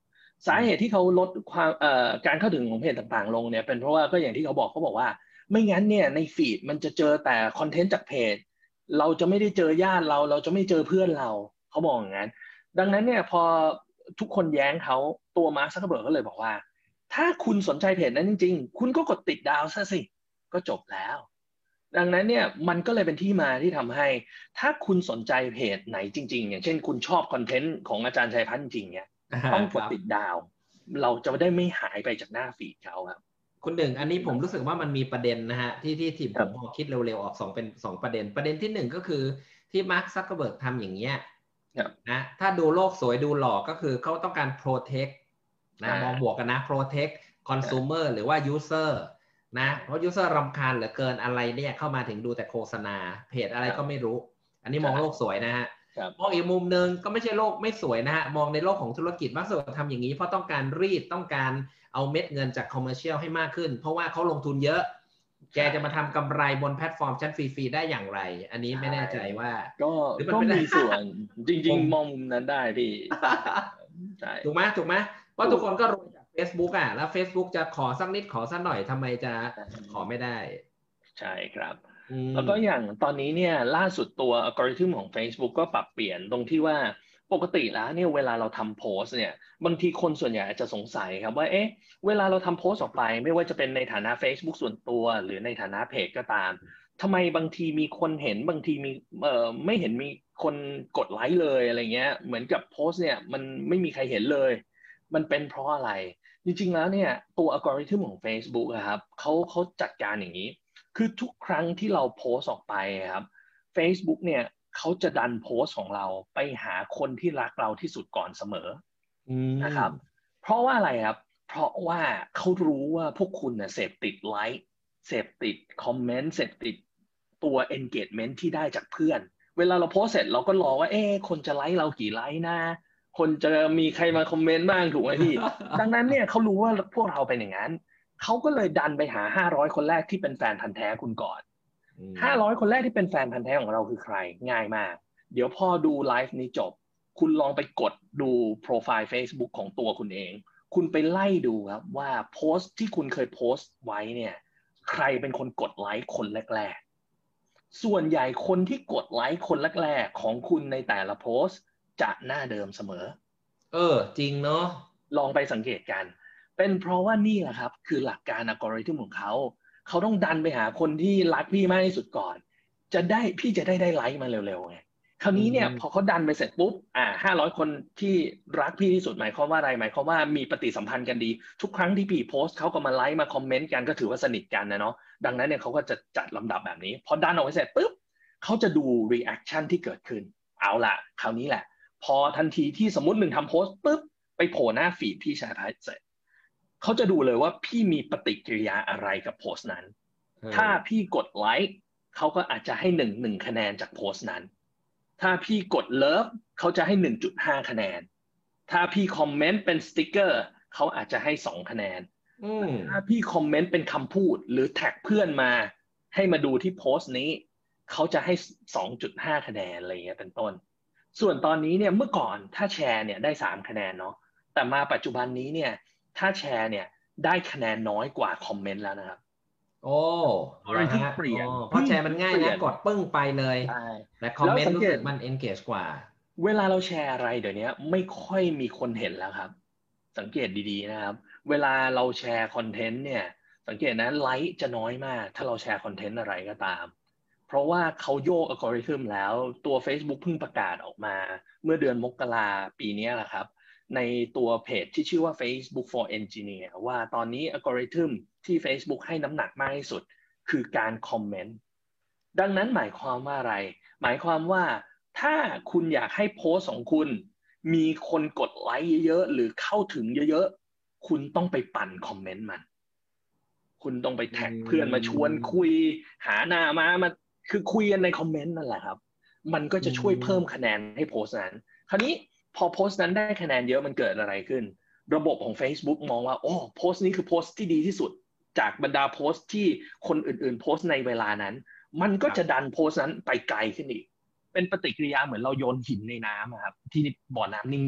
สาเหตุที่เขาลดความเอ่อการเข้าถึงของเพจต่างๆลงเนี่ยเป็นเพราะว่าก็อย่างที่เขาบอกเขาบอกว่าไม่งั้นเนี่ยในฟีดมันจะเจอแต่คอนเทนต์จากเพจเราจะไม่ได้เจอญาติเราเราจะไม่เจอเพื่อนเราเขาบอกอย่างนั้นดังนั้นเนี่ยพอทุกคนแย้งเขาตัวมาร์ค ซักเคอร์เบิร์กก็เลยบอกว่าถ้าคุณสนใจเพจนั้นจริงๆคุณก็กดติดดาวซะสิก็จบแล้วดังนั้นเนี่ยมันก็เลยเป็นที่มาที่ทำให้ถ้าคุณสนใจเพจไหนจริงๆอย่างเช่นคุณชอบคอนเทนต์ของอาจารย์ชัยพัฒน์จริงๆเนี่ยต้องกดติดดาวเราจะได้ไม่หายไปจากหน้าฟีดเขาครับคุณหนึ่งอันนี้ผมรู้สึกว่ามันมีประเด็นนะฮะที่ที่ทีมผมพอคิดเร็วๆออกสองเป็นสองประเด็นประเด็นที่หนึ่งก็คือที่มาร์ค ซักเคอร์เบิร์กทำอย่างเงี้ยนะถ้าดูโลกสวยดูหล่อก็คือเขาต้องการ protect นะมองบวกกันนะ protect consumer หรือว่า user นะเพราะ user รำคาญเหลือเกินอะไรเนี่ยเข้ามาถึงดูแต่โฆษณาเพจอะไรก็ไม่รู้อันนี้มองโลกสวยนะฮะมองอีกมุมหนึ่งก็ไม่ใช่โลกไม่สวยนะฮะมองในโลกของธุรกิจมักจะทำอย่างนี้เพราะต้องการรีดต้องการเอาเม็ดเงินจากคอมเมอร์เชียลให้มากขึ้นเพราะว่าเขาลงทุนเยอะแกจะมาทำกำไรบนแพลตฟอร์มชั้นฟรีๆได้อย่างไรอันนี้ไม่แน่ใจว่าก็ก็มีส่วนจริงๆมองมุมนั้นได้พี่ถูกไหมถูกไหมเพราะทุกคนก็รวยจาก Facebook อ่ะแล้ว Facebook จะขอสักนิดขอสักหน่อยทำไมจะขอไม่ได้ใช่ครับแล้วก็อย่างตอนนี้เนี่ยล่าสุดตัวอัลกอริทึมของ Facebook ก็ปรับเปลี่ยนตรงที่ว่าปกติแล้วเนี่ยเวลาเราทำโพสเนี่ยบางทีคนส่วนใหญ่อาจจะสงสัยครับว่าเอ๊ะเวลาเราทำโพสออกไปไม่ว่าจะเป็นในฐานะ Facebook ส่วนตัวหรือในฐานะเพจก็ตามทำไมบางทีมีคนเห็นบางทีมีเอ่อไม่เห็นมีคนกดไลค์เลยอะไรเงี้ยเหมือนกับโพสเนี่ยมันไม่มีใครเห็นเลยมันเป็นเพราะอะไรจริงๆแล้วเนี่ยตัวอัลกอริทึมของ Facebook นะครับเขาเขาจัดการอย่างนี้คือทุกครั้งที่เราโพสต์ออกไปครับ Facebook เนี่ยเขาจะดันโพสต์ของเราไปหาคนที่รักเราที่สุดก่อนเสมอนะครับเพราะว่าอะไรครับเพราะว่าเขารู้ว่าพวกคุณเนี่ยเสพติดไลค์เสพติดคอมเมนต์เสพติดตัว engagement ที่ได้จากเพื่อนเวลาเราโพสเสร็จเราก็รอว่าเอ๊ะคนจะไลค์เรากี่ไลค์นะคนจะมีใครมาคอมเมนต์บ้างถูกไหมพี่ดังนั้นเนี่ยเขารู้ว่าพวกเราเป็นอย่างนั้นเขาก็เลยดันไปหาห้าร้อยคนแรกที่เป็นแฟนพันธุ์แท้คุณก่อนห้าร้อยคนแรกที่เป็นแฟนพันธุ์แท้ของเราคือใครง่ายมากเดี๋ยวพอดูไลฟ์นี้จบคุณลองไปกดดูโปรไฟล์ Facebook ของตัวคุณเองคุณไปไล่ดูครับว่าโพสต์ที่คุณเคยโพสต์ไว้เนี่ยใครเป็นคนกดไลค์คนแรกๆส่วนใหญ่คนที่กดไลค์คนแรกๆของคุณในแต่ละโพสต์จะหน้าเดิมเสมอเออจริงเนาะลองไปสังเกตกันเป็นเพราะว่านี่แหละครับคือหลักการอัลกอริทึมของเขาเขาต้องดันไปหาคนที่รักพี่มากที่สุดก่อนจะได้พี่จะได้ได้ไลค์มาเร็วๆไงคราวนี้เนี่ยพอเขาดันไปเสร็จปุ๊บอ่าห้าร้อยคนที่รักพี่ที่สุดหมายความว่าอะไรหมายความว่ามีปฏิสัมพันธ์กันดีทุกครั้งที่พี่โพสต์เขาก็มาไลค์มาคอมเมนต์กันก็ถือว่าสนิทกันนะเนาะดังนั้นเนี่ยเขาก็จะจัดลำดับแบบนี้พอดันออกไปเสร็จปุ๊บเขาจะดู reaction ที่เกิดขึ้นเอาล่ะคราวนี้แหละพอทันทีที่สมมติหนึ่งทำโพสต์ปุ๊บไปโผล่หน้าฟีดพี่ชายพัฒน์เสร็จเขาจะดูเลยว่าพี่มีปฏิกิริยาอะไรกับโพสต์นั้นถ้าพี่กดไลค์เขาก็อาจจะให้หนึ่งหนึ่งคะแนนจากโพสต์นั้นถ้าพี่กดเลิฟเขาจะให้ หนึ่งจุดห้า คะแนนถ้าพี่คอมเมนต์เป็นสติ๊กเกอร์เขาอาจจะให้สองคะแนนถ้าพี่คอมเมนต์เป็นคำพูดหรือแท็กเพื่อนมาให้มาดูที่โพสต์นี้เขาจะให้ สองจุดห้า คะแนนอะไรอย่างเงี้ยเป็นต้นส่วนตอนนี้เนี่ยเมื่อก่อนถ้าแชร์เนี่ยได้สามคะแนนเนาะแต่มาปัจจุบันนี้เนี่ยถ้าแชร์เนี่ยได้คะแนนน้อยกว่าคอมเมนต์แล้วนะครับโอ้อะไรที่เปลี่ยนเพราะแชร์มันง่ายนะกดปึ้งไปเลยแต่คอมเมนต์รู้สึกมัน engage กว่าเวลาเราแชร์อะไรเดี๋ยวนี้ไม่ค่อยมีคนเห็นแล้วครับสังเกตดีๆนะครับเวลาเราแชร์คอนเทนต์เนี่ยสังเกตนะไลค์จะน้อยมากถ้าเราแชร์คอนเทนต์อะไรก็ตามเพราะว่าเขาโยกอัลกอริทึมแล้วตัว Facebook เพิ่งประกาศออกมาเมื่อเดือนมกราปีนี้แหละครับในตัวเพจที่ชื่อว่า Facebook for Engineer ว่าตอนนี้อัลกอริทึมที่ Facebook ให้น้ำหนักมากที่สุดคือการคอมเมนต์ดังนั้นหมายความว่าอะไรหมายความว่าถ้าคุณอยากให้โพสต์ของคุณมีคนกดไลค์เยอะๆหรือเข้าถึงเยอะๆคุณต้องไปปั่นคอมเมนต์มันคุณต้องไปแท็กเพื่อนมาชวนคุยหาหน้ามามาคือคุยกันในคอมเมนต์นั่นแหละครับมันก็จะช่วยเพิ่มคะแนนให้โพสต์นั้นคราวนี้พอโพสต์นั้นได้คะแนนเยอะมันเกิดอะไรขึ้นระบบของ Facebook มองว่าโอ้โพสต์นี้คือโพสต์ที่ดีที่สุดจากบรรดาโพสต์ที่คนอื่นๆโพสต์ในเวลานั้นมันก็จะดันโพสต์นั้นไปไกลขึ้นอีกเป็นปฏิกิริยาเหมือนเราโยนหินในน้ำครับที่บ่อน้ำนิ่ง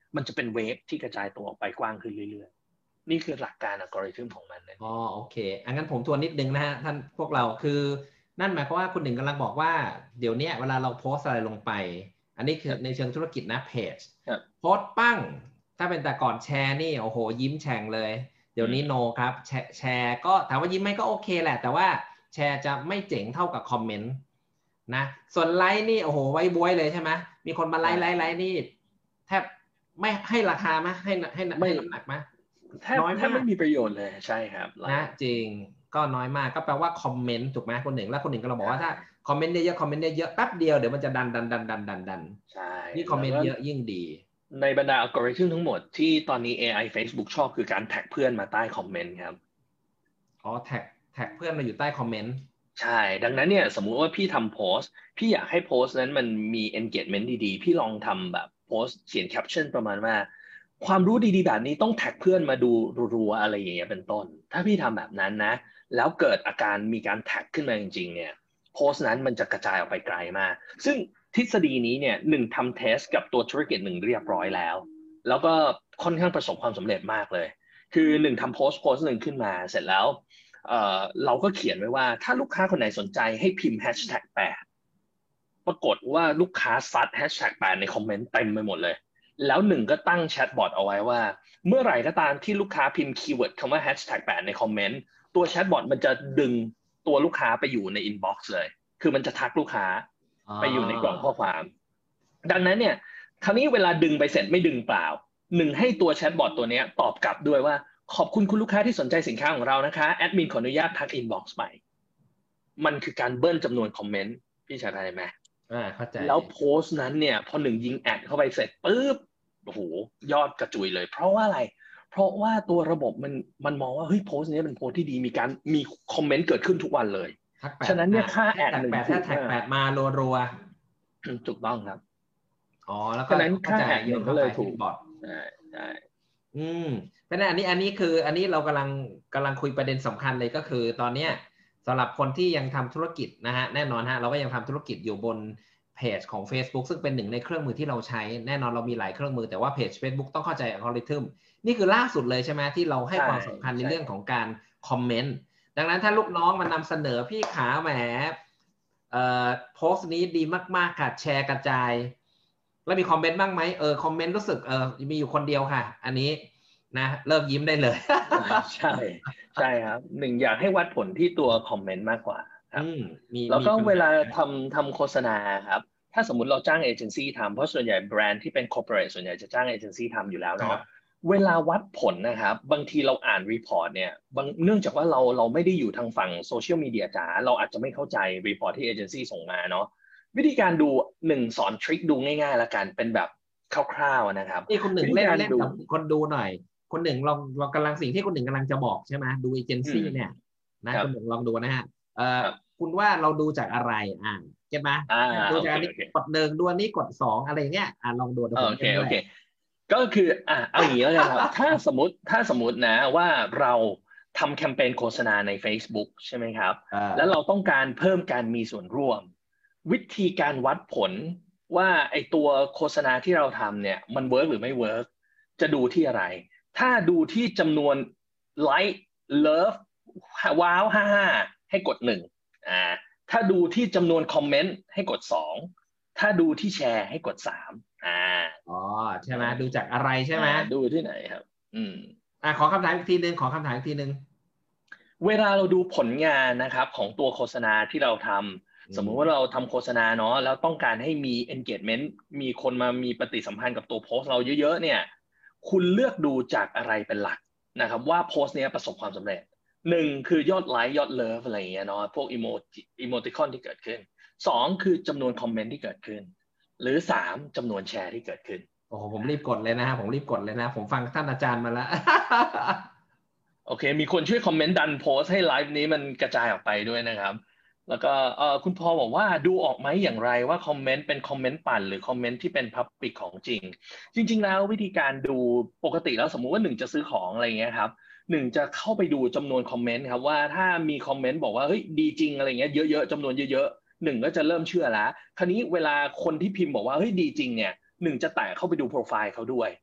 มันจะเป็นเวฟที่กระจายตัวออกไปกว้างขึ้นเรื่อยๆนี่คือหลักการอัลกอริทึมของมันนะอ๋อโอเคอันนั้นผมทวนนิดนึงนะฮะท่านพวกเราคือนั่นหมายความว่าคุณหนึ่งกำลังบอกว่าเดี๋ยวนี้เวลาเราโพสอะไรลงไปอันนี้คือในเชิงธุรกิจนะเพจโพสปั้งถ้าเป็นแต่ก่อนแชร์นี่โอ้โหยิ้มแฉ่งเลยเดี๋ยวนี้โนครับแชร์แชร์ก็ถามว่ายิ้มไหมก็โอเคแหละแต่ว่าแชร์จะไม่เจ๋งเท่ากับคอมเมนต์นะส่วนไลค์นี่โอ้โหไว้บวยเลยใช่ไหมมีคนมาไลค์ไลค์ไลค์นี่แทบไม่ให้ราคาไหมให้ให้ให้น้ำหนักไหมแทบแทบไม่มีประโยชน์เลยใช่ครับนะจริงก็น้อยมากก็แปลว่าคอมเมนต์ถูกไหมคนหนึ่งแล้วคนหนึ่งก็เราบอกว่าถ้าคอมเมนต์เยอะๆคอมเมนต์เยอะๆแป๊บเดียวเดี๋ยวมันจะดันดันดันดันดันดันใช่นี่คอมเมนต์เยอะยิ่งดีในบรรดาอัลกอริทึมทั้งหมดที่ตอนนี้ เอ ไอ Facebook ชอบคือการแท็กเพื่อนมาใต้คอมเมนต์ครับอ๋อแท็กแท็กเพื่อนมาอยู่ใต้คอมเมนต์ใช่ดังนั้นเนี่ยสมมุติว่าพี่ทำโพสต์พี่อยากให้โพสต์นั้นมันมี engagement ดีๆพี่ลองทำแบบโพสต์เขียนแคปชั่นประมาณว่าความรู้ดีๆแบบนี้ต้องแท็กเพื่อนมาดูรัวๆอะไรอย่างเงี้ยเป็นต้นถ้าพี่ทำแบบนั้นนะแล้วเกิดอาการมีการแท็กขึ้นมาจริงๆเนี่ยโพสต์นั้นมันจะกระจายออกไปไกลมากซึ่งทฤษฎีนี้เนี่ยหนึ่งทำเทสกับตัวธุรกิจหนึ่งเรียบร้อยแล้วแล้วก็ค่อนข้างประสบความสำเร็จมากเลยคือหนึ่งทำโพสต์โพสต์หนึ่งขึ้นมาเสร็จแล้วเอ่อเราก็เขียนไว้ว่าถ้าลูกค้าคนไหนสนใจให้พิมพ์แฮชแท็กแปดปรากฏว่าลูกค้าซัดแฮชแท็กแปดในคอมเมนต์เต็มไปหมดเลยแล้วหนึ่งก็ตั้งแชทบอทเอาไว้ว่าเมื่อไหร่ก็ตามที่ลูกค้าพิมพ์คีย์เวิร์ดคำว่าแฮชแท็กแปดในคอมเมนต์ตัวแชทบอทมันจะดึงตัวลูกค้าไปอยู่ในอินบ็อกซ์เลยคือมันจะทักลูกค้าไปอยู่ในกล่องข้อความดังนั้นเนี่ยคราวนี้เวลาดึงไปเสร็จไม่ดึงเปล่าหนึ่งให้ตัวแชทบอทตัวนี้ตอบกลับด้วยว่าขอบคุณคุณลูกค้าที่สนใจสินค้าของเรานะคะแอดมินขออนุญาตทักอินบ็อกซ์ไปมันคือการเบิ้ลจำนวนคอมเมนต์พี่ชาไทยไหมอ่าเข้าใจแล้วโพสต์นั้นเนี่ยพอหนึ่งยิงแอดเข้าไปเสร็จปุ๊บโอ้โหยอดกระจุยเลยเพราะว่าอะไรเพราะว่าตัวระบบมันมันมองว่าเฮ้ยโพสต์นี้เป็นโพสต์ที่ดีมีการมีคอมเมนต์เกิดขึ้นทุกวันเลยฉะนั้นเนี่ยค่าแอดหนึ่งถ้าแท็กแปดมารัวๆถูกต้องครับอ๋อแล้วก็ฉะนั้นค่าแอดหนึ่งก็เลยถูกบอทใช่ใช่อืมเพราะนั้นอันนี้อันนี้คืออันนี้เรากำลังกำลังคุยประเด็นสำคัญเลยก็คือตอนเนี้ยสำหรับคนที่ยังทำธุรกิจนะฮะแน่นอนฮะเราก็ยังทำธุรกิจอยู่บนเพจของ Facebook ซึ่งเป็นหนึ่งในเครื่องมือที่เราใช้แน่นอนเรามีหลายเครื่องมือแต่ว่าเพจ Facebook ต้องเข้าใจอัลกอริทึมนี่คือล่าสุดเลยใช่ไหมที่เราให้ความสำคัญในเรื่องของการคอมเมนต์ดังนั้นถ้าลูกน้องมานำเสนอพี่ขาแหมเอ่อโพสต์นี้ดีมากๆค่ะแชร์กระจายแล้วมีคอมเมนต์บ้างไหมเออคอมเมนต์รู้สึกเออมีอยู่คนเดียวค่ะอันนี้นะเลิกยิ้มได้เลยใช่ใช่ครับหนึ่งอยากให้วัดผลที่ตัวคอมเมนต์มากกว่าครับแล้วก็เวลาทำทำโฆษณาครับถ้าสมมุติเราจ้างเอเจนซี่ทำเพราะส่วนใหญ่แบรนด์ที่เป็นคอร์ปอเรทส่วนใหญ่จะจ้างเอเจนซี่ทำอยู่แล้วเนาะเวลาวัดผลนะครับบางทีเราอ่านรีพอร์ตเนี่ยบางเนื่องจากว่าเราเราไม่ได้อยู่ทางฝั่งโซเชียลมีเดียจ๋าเราอาจจะไม่เข้าใจรีพอร์ตที่เอเจนซี่ส่งมาเนาะวิธีการดูหนึ่งสอนทริคดูง่ายๆละกันเป็นแบบคร่าวๆนะครับนี่คุณหนึ่งเล่นเล่นกับคนดูหน่อยคนหนึ่งลองเรากำลังสิ่งที่คนหนึ่งกำลังจะบอกใช่ไหมดูเอเจนซี่เนี่ยนะคนหนึ่งลองดูนะฮะเอ่อคุณว่าเราดูจากอะไรอ่าเก็ตไหมดูจากอันนี้กดหนึ่งดูอันนี้กดสองอะไรเงี้ยอ่าลองดูโอเคโอเคก็คืออ่ะเอาอย่างนี้แล้วกันครับถ้าสมมติถ้าสมมตินะว่าเราทำแคมเปญโฆษณาใน Facebook ใช่ไหมครับแล้วเราต้องการเพิ่มการมีส่วนร่วมวิธีการวัดผลว่าไอตัวโฆษณาที่เราทำเนี่ยมันเวิร์กหรือไม่เวิร์กจะดูที่อะไรถ้าดูที่จำนวนไลค์เลิฟว้าวห้าห้าให้กดหนึ่งอ่าถ้าดูที่จำนวนคอมเมนต์ให้กดสองถ้าดูที่แชร์ให้กดสามอ่าอ๋อใช่ไหมดูจากอะไรใช่ไหมดูที่ไหนครับอืมอ่าขอคำถามอีกทีนึงขอคำถามอีกทีนึงเวลาเราดูผลงานนะครับของตัวโฆษณาที่เราทำสมมุติว่าเราทำโฆษณาเนาะแล้วต้องการให้มี engagement มีคนมามีปฏิสัมพันธ์กับตัวโพสต์เราเยอะๆเนี่ยคุณเลือกดูจากอะไรเป็นหลักนะครับว่าโพสต์นี้ประสบความสำเร็จหนึ่งคือยอดไลค์ยอดเลิฟอะไรอย่างเงี้ยเนาะพวกอีโมจิอีโมติคอนที่เกิดขึ้นสองคือจำนวนคอมเมนต์ที่เกิดขึ้นหรือสามจำนวนแชร์ที่เกิดขึ้นโอ้โหผมรีบกดเลยนะผมรีบกดเลยนะผมฟังท่านอาจารย์มาแล้วโอเคมีคนช่วยคอมเมนต์ดันโพสต์ให้ไลฟ์นี้มันกระจายออกไปด้วยนะครับแล้วก็เออคุณพอบอกว่าดูออกไหมอย่างไรว่าคอมเมนต์เป็นคอมเมนต์ปั่นหรือคอมเมนต์ที่เป็นพับปิกของจริงจริงๆแล้ววิธีการดูปกติแล้วสมมุติว่าหนึ่งจะซื้อของอะไรเงี้ยครับหนึ่งจะเข้าไปดูจำนวนคอมเมนต์ครับว่าถ้ามีคอมเมนต์บอกว่าเฮ้ยดีจริงอะไรเงี้ยเยอะๆจำนวนเยอะๆหนึ่งก็จะเริ่มเชื่อแล้วคราวนี้เวลาคนที่พิมพ์บอกว่าเฮ้ยดีจริงเนี่ยหนึ่งจะแตะเข้าไปดูโปรไฟล์เขาด้วย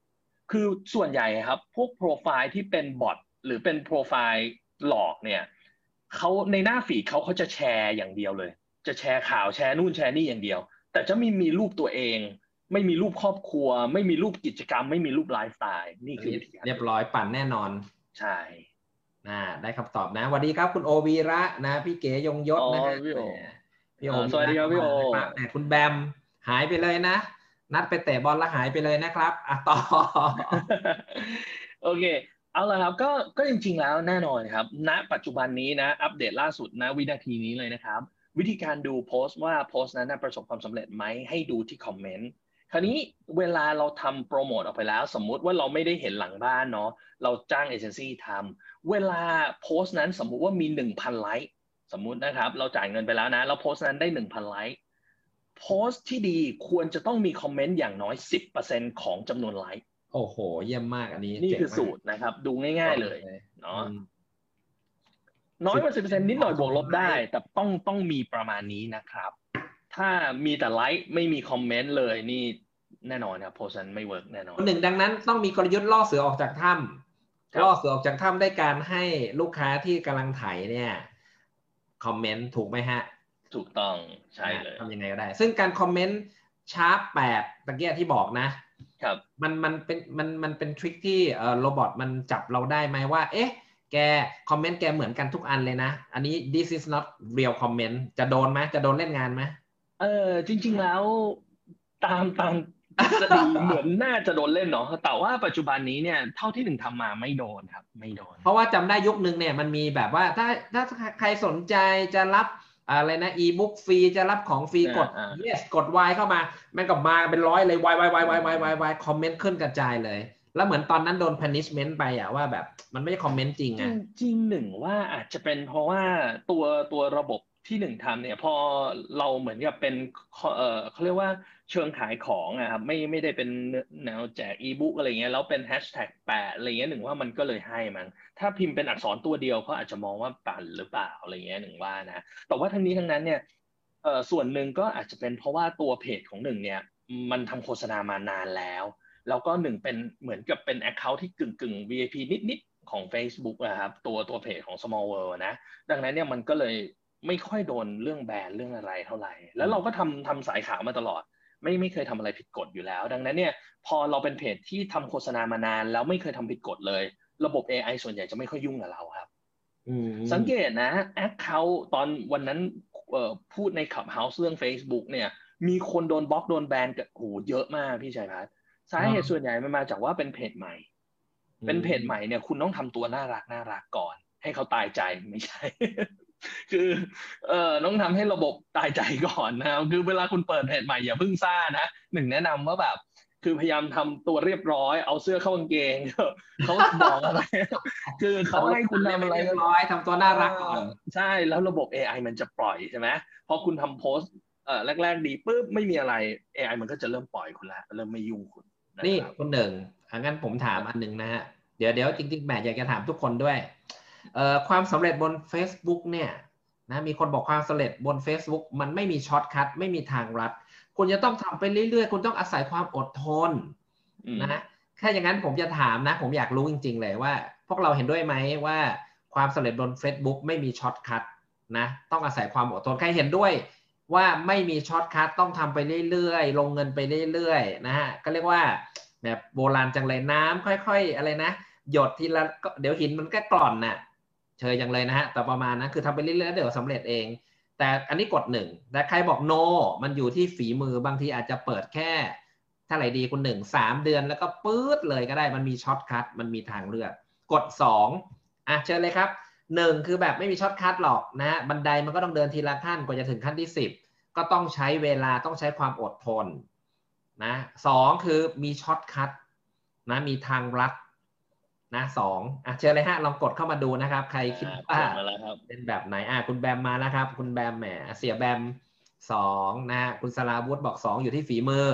คือส่วนใหญ่ครับพวกโปรไฟล์ที่เป็นบอทหรือเป็นโปรไฟล์หลอกเนี่ยเขาในหน้าฟีดเขาเขาจะแชร์อย่างเดียวเลยจะแชร์ข่าวแชร์นู่นแชร์นี่อย่างเดียวแต่จะไม่มีรูปตัวเองไม่มีรูปครอบครัวไม่มีรูปกิจกรรมไม่มีรูปไลฟ์สไตล์นี่คือวิธีการเรียบร้อยปั่นแน่นอนใช่นะได้คำตอบนะสวัสดีครับคุณโอวีระนะพี่เก๋ยงยศนะฮะพี่โอพี่โอสวัสดีครับพี่โอแต่คุณแบมหายไปเลยนะนัดไปเตะบอลแล้วหายไปเลยนะครับอ่ะต่อโอเคเอาละครับก็ก็จริงๆแล้วแน่นอนครับณปัจจุบันนี้นะอัปเดตล่าสุดนะวินาทีนี้เลยนะครับวิธีการดูโพสต์ว่าโพสต์นั้นประสบความสำเร็จไหมให้ดูที่คอมเมนต์คราวนี้เวลาเราทำโปรโมทออกไปแล้วสมมุติว่าเราไม่ได้เห็นหลังบ้านเนาะเราจ้างเอเจนซี่ทำเวลาโพสต์นั้นสมมุติว่ามี หนึ่งพัน ไลค์สมมุตินะครับเราจ่ายเงินไปแล้วนะแล้วโพสต์นั้นได้ หนึ่งพัน ไลค์โพสต์ที่ดีควรจะต้องมีคอมเมนต์อย่างน้อย สิบเปอร์เซ็นต์ ของจำนวนไลค์โอ้โหเยี่ยมมากอันนี้นี่คือสูตรนะครับดูง่ายๆเลยเนาะน้อยกว่า สิบเปอร์เซ็นต์ นิดหน่อยบวกลบได้แต่ต้องต้องมีประมาณนี้นะครับถ้ามีแต่ไลค์ไม่มีคอมเมนต์เลยนี่แน่นอนครับโพสต์นั้นไม่เวิร์กแน่นอนหนึ่งดังนั้นต้องมีกลยุทธ์ล่อเสือออกจากถ้ำล่อเสือออกจากถ้ำได้การให้ลูกค้าที่กำลังไถเนี่ยคอมเมนต์ถูกไหมฮะถูกต้องใช่เลยทำยังไงก็ได้ซึ่งการคอมเมนต์ชาร์ปแปดตะเกียที่บอกนะครับมันมันเป็นมันมันเป็นทริคที่เอ่อโรบอทมันจับเราได้ไหมว่าเอ๊ะแกคอมเมนต์แกเหมือนกันทุกอันเลยนะอันนี้ this is not real comment จะโดนไหมจะโดนเล่นงานไหมเออจริงๆแล้วตามตามทฤษฎีเหมือนน่าจะโดนเล่นเนาะแต่ว่าปัจจุบันนี้เนี่ยเท่าที่หนึ่งทำมาไม่โดนครับไม่โดนเพราะว่าจำได้ยุคนึงเนี่ยมันมีแบบว่าถ้าถ้าใครสนใจจะรับอะไรนะอีบุ๊กฟรีจะรับของฟรีกด yes กด Y เข้ามาแม่งก็มาเป็นร้อยเลย Y Y Y Y Y Y Y คอมเมนต์ขึ้นกระจายเลยแล้วเหมือนตอนนั้นโดน punishment ไปอะว่าแบบมันไม่ใช่คอมเมนต์จริงอะจริงหนึ่งว่าอาจจะเป็นเพราะว่าตัวตัวระบบที่หนึ่งทำเนี่ยพอเราเหมือนกับเป็นเออเขาเรียกว่าเชิงขายของอะครับไม่ไม่ได้เป็นแนวแจกอีบุ๊กอะไรเงี้ยแล้วเป็นแฮชแท็กแปะอะไรเงี้ยหนึ่งว่ามันก็เลยให้มันถ้าพิมพ์เป็นอักษรตัวเดียวเขาอาจจะมองว่าปั่นหรือเปล่าอะไรเงี้ยหนึ่งว่านะแต่ว่าทั้งนี้ทั้งนั้นเนี่ยเออส่วนหนึ่งก็อาจจะเป็นเพราะว่าตัวเพจของหนึ่งเนี่ยมันทำโฆษณามานานแล้วแล้วก็หนึ่งเป็นเหมือนกับเป็น account ที่กึ่งกึ่ง วี ไอ พี นิดๆของ Facebook นะครับตัวตัวเพจของ Small World นะดังนั้นเนี่ยมันก็เลยไม่ค่อยโดนเรื่องแบนเรื่องอะไรเท่าไหร่แล้วเราก็ทำทำสายขาวมาตลอดไม่ไม่เคยทำอะไรผิดกฎอยู่แล้วดังนั้นเนี่ยพอเราเป็นเพจที่ทำโฆษณามานานแล้วไม่เคยทำผิดกฎเลยระบบ เอ ไอ ส่วนใหญ่จะไม่ค่อยยุ่งกับเราครับสังเกตนะแอคเคาท์ตอนวันนั้นพูดใน Clubhouse เรื่อง Facebook เนี่ยมีคนโดนบล็อกโดนแบนกันโหเยอะมากพี่ชัยพัฒน์สาเหตุส่วนใหญ่มันมาจากว่าเป็นเพจใหม่เป็นเพจใหม่เนี่ยคุณต้องทำตัวน่ารักน่ารักก่อนให้เขาตายใจไม่ใช่ คือเอ่อต้องทำให้ระบบตายใจก่อนนะครับคือเวลาคุณเปิดเพจใหม่อย่าเพิ่งซ่านะหนึ่งแนะนำว่าแบบคือพยายามทำตัวเรียบร้อยเอาเสื้อเข้ากางเกงเขาบอกอะไรคือเขาให้คุณทำอะไรเรียบร้อยทำตัวน่ารักก่อนใช่แล้วระบบ เอ ไอ มันจะปล่อยใช่ไหมพอคุณทำโพสต์เอ่อแรกๆดีปุ๊บไม่มีอะไร เอ ไอ มันก็จะเริ่มปล่อยคุณแล้วเริ่มไม่ยุ่งคุณนี่คุณหนึ่งงั้นผมถามอันหนึ่งนะฮะเดี๋ยวเดี๋ยวจริงๆแหมอยากจะถามทุกคนด้วยเอ่อความสำเร็จบน Facebook เนี่ยนะมีคนบอกความสำเร็จบน Facebook มันไม่มีช็อตคัทไม่มีทางลัดคุณจะต้องทำไปเรื่อยๆคุณต้องอาศัยความอดทนนะแค่อย่างนั้นผมจะถามนะผมอยากรู้จริงๆเลยว่าพวกเราเห็นด้วยไหมว่าความสำเร็จบน Facebook ไม่มีช็อตคัทนะต้องอาศัยความอดทนใครเห็นด้วยว่าไม่มีช็อตคัทต้องทำไปเรื่อยๆลงเงินไปเรื่อยๆนะฮะก็เรียกว่าแบบโบราณจังเลยน้ำค่อยๆอะไรนะหยดทีละเดี๋ยวหินมันก็กร่อนน่ะเชยจังเลยนะฮะแต่ประมาณนั้นคือทำไปเรื่อยๆเดี๋ยวสำเร็จเองแต่อันนี้กดหนึ่งแต่ใครบอก no มันอยู่ที่ฝีมือบางทีอาจจะเปิดแค่เท่าไหร่ดีคุณหนึ่งสามเดือนแล้วก็ปื๊ดเลยก็ได้มันมีช็อตคัทมันมีทางเลือกกดสองอ่ะเชิญเลยครับหนึ่งคือแบบไม่มีช็อตคัทหรอกนะฮะบันไดมันก็ต้องเดินทีละขั้นกว่าจะถึงขั้นที่สิบก็ต้องใช้เวลาต้องใช้ความอดทนนะสองคือมีช็อตคัทนะมีทางลัดนะสองอ่ะเชิญเลยฮะลองกดเข้ามาดูนะครับใครคิดว่าเป็นแบบไหนอ่ะคุณแบมมาแล้วครับคุณแบมแหมเสียแบมสองนะคุณสราวุธบอกสองอยู่ที่ฝีมือ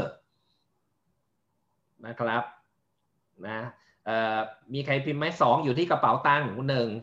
นะครับนะเอ่อมีใครพิมพ์ไหมสองอยู่ที่กระเป๋าตังค์คุณหนึ่ง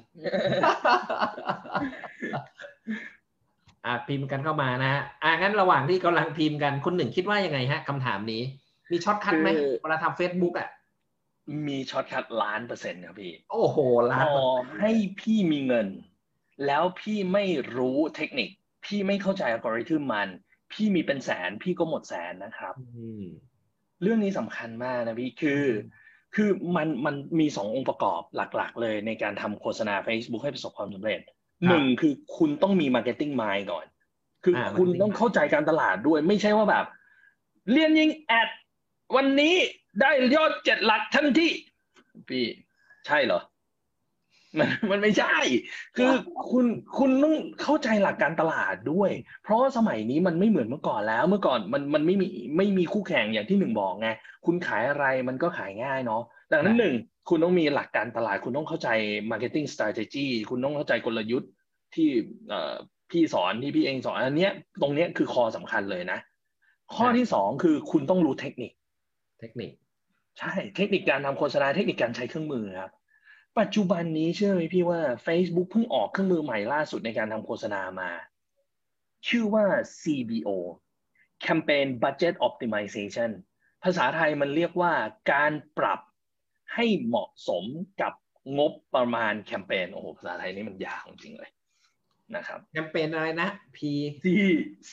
อ่ะพิมพ์กันเข้ามานะฮะอ่ะงั้นระหว่างที่กำลังพิมพ์กันคุณหนึ่งคิดว่ายังไงฮะคำถามนี้มีช็อตคัทไหมเวลาทำ Facebook อ่ะมีช็อตคัทล้านเปอร์เซ็นต์ครับพี่โอ้โหล้านต่อเปอร์เซ็นต์ให้พี่มีเงินแล้วพี่ไม่รู้เทคนิคพี่ไม่เข้าใจอัลกอริทึมมันพี่มีเป็นแสนพี่ก็หมดแสนนะครับเรื่องนี้สำคัญมากนะพี่คือคือมันมันมีสององค์ประกอบหลักๆเลยในการทำโฆษณา Facebook ให้ประสบความสำเร็จหนึ่งคือคุณต้องมี marketing mind ก่อนคือคุณต้องเข้าใจการตลาดด้วยไม่ใช่ว่าแบบเรียนยิงแอดวันนี้ได้ยอดเจ็ดหลักทันทีพี่ใช่เหรอมันมันไม่ใช่คือคุณคุณต้องเข้าใจหลักการตลาดด้วยเพราะว่าสมัยนี้มันไม่เหมือนเมื่อก่อนแล้วเมื่อก่อนมันมันไม่มีไม่มีคู่แข่งอย่างที่หนึ่งบอกไงคุณขายอะไรมันก็ขายง่ายเนาะดังนั้นหนึ่งคุณต้องมีหลักการตลาดคุณต้องเข้าใจ marketing strategy คุณต้องเข้าใจกลยุทธ์ที่เอ่อพี่สอนที่พี่เองสอนอันเนี้ยตรงเนี้ยคือคอสำคัญเลยนะข้อที่สองคือคุณต้องรู้เทคนิคเทคนิคใช่เทคนิคการทำโฆษณาเทคนิคการใช้เครื่องมือครับปัจจุบันนี้เชื่อไหมพี่ว่า Facebook เพิ่งออกเครื่องมือใหม่ล่าสุดในการทำโฆษณามาชื่อว่า ซี บี โอ Campaign Budget Optimization ภาษาไทยมันเรียกว่าการปรับให้เหมาะสมกับงบประมาณแคมเปญโอ้โหภาษาไทยนี่มันยากจริงเลยนะครับแคมเปญอะไรนะ P C C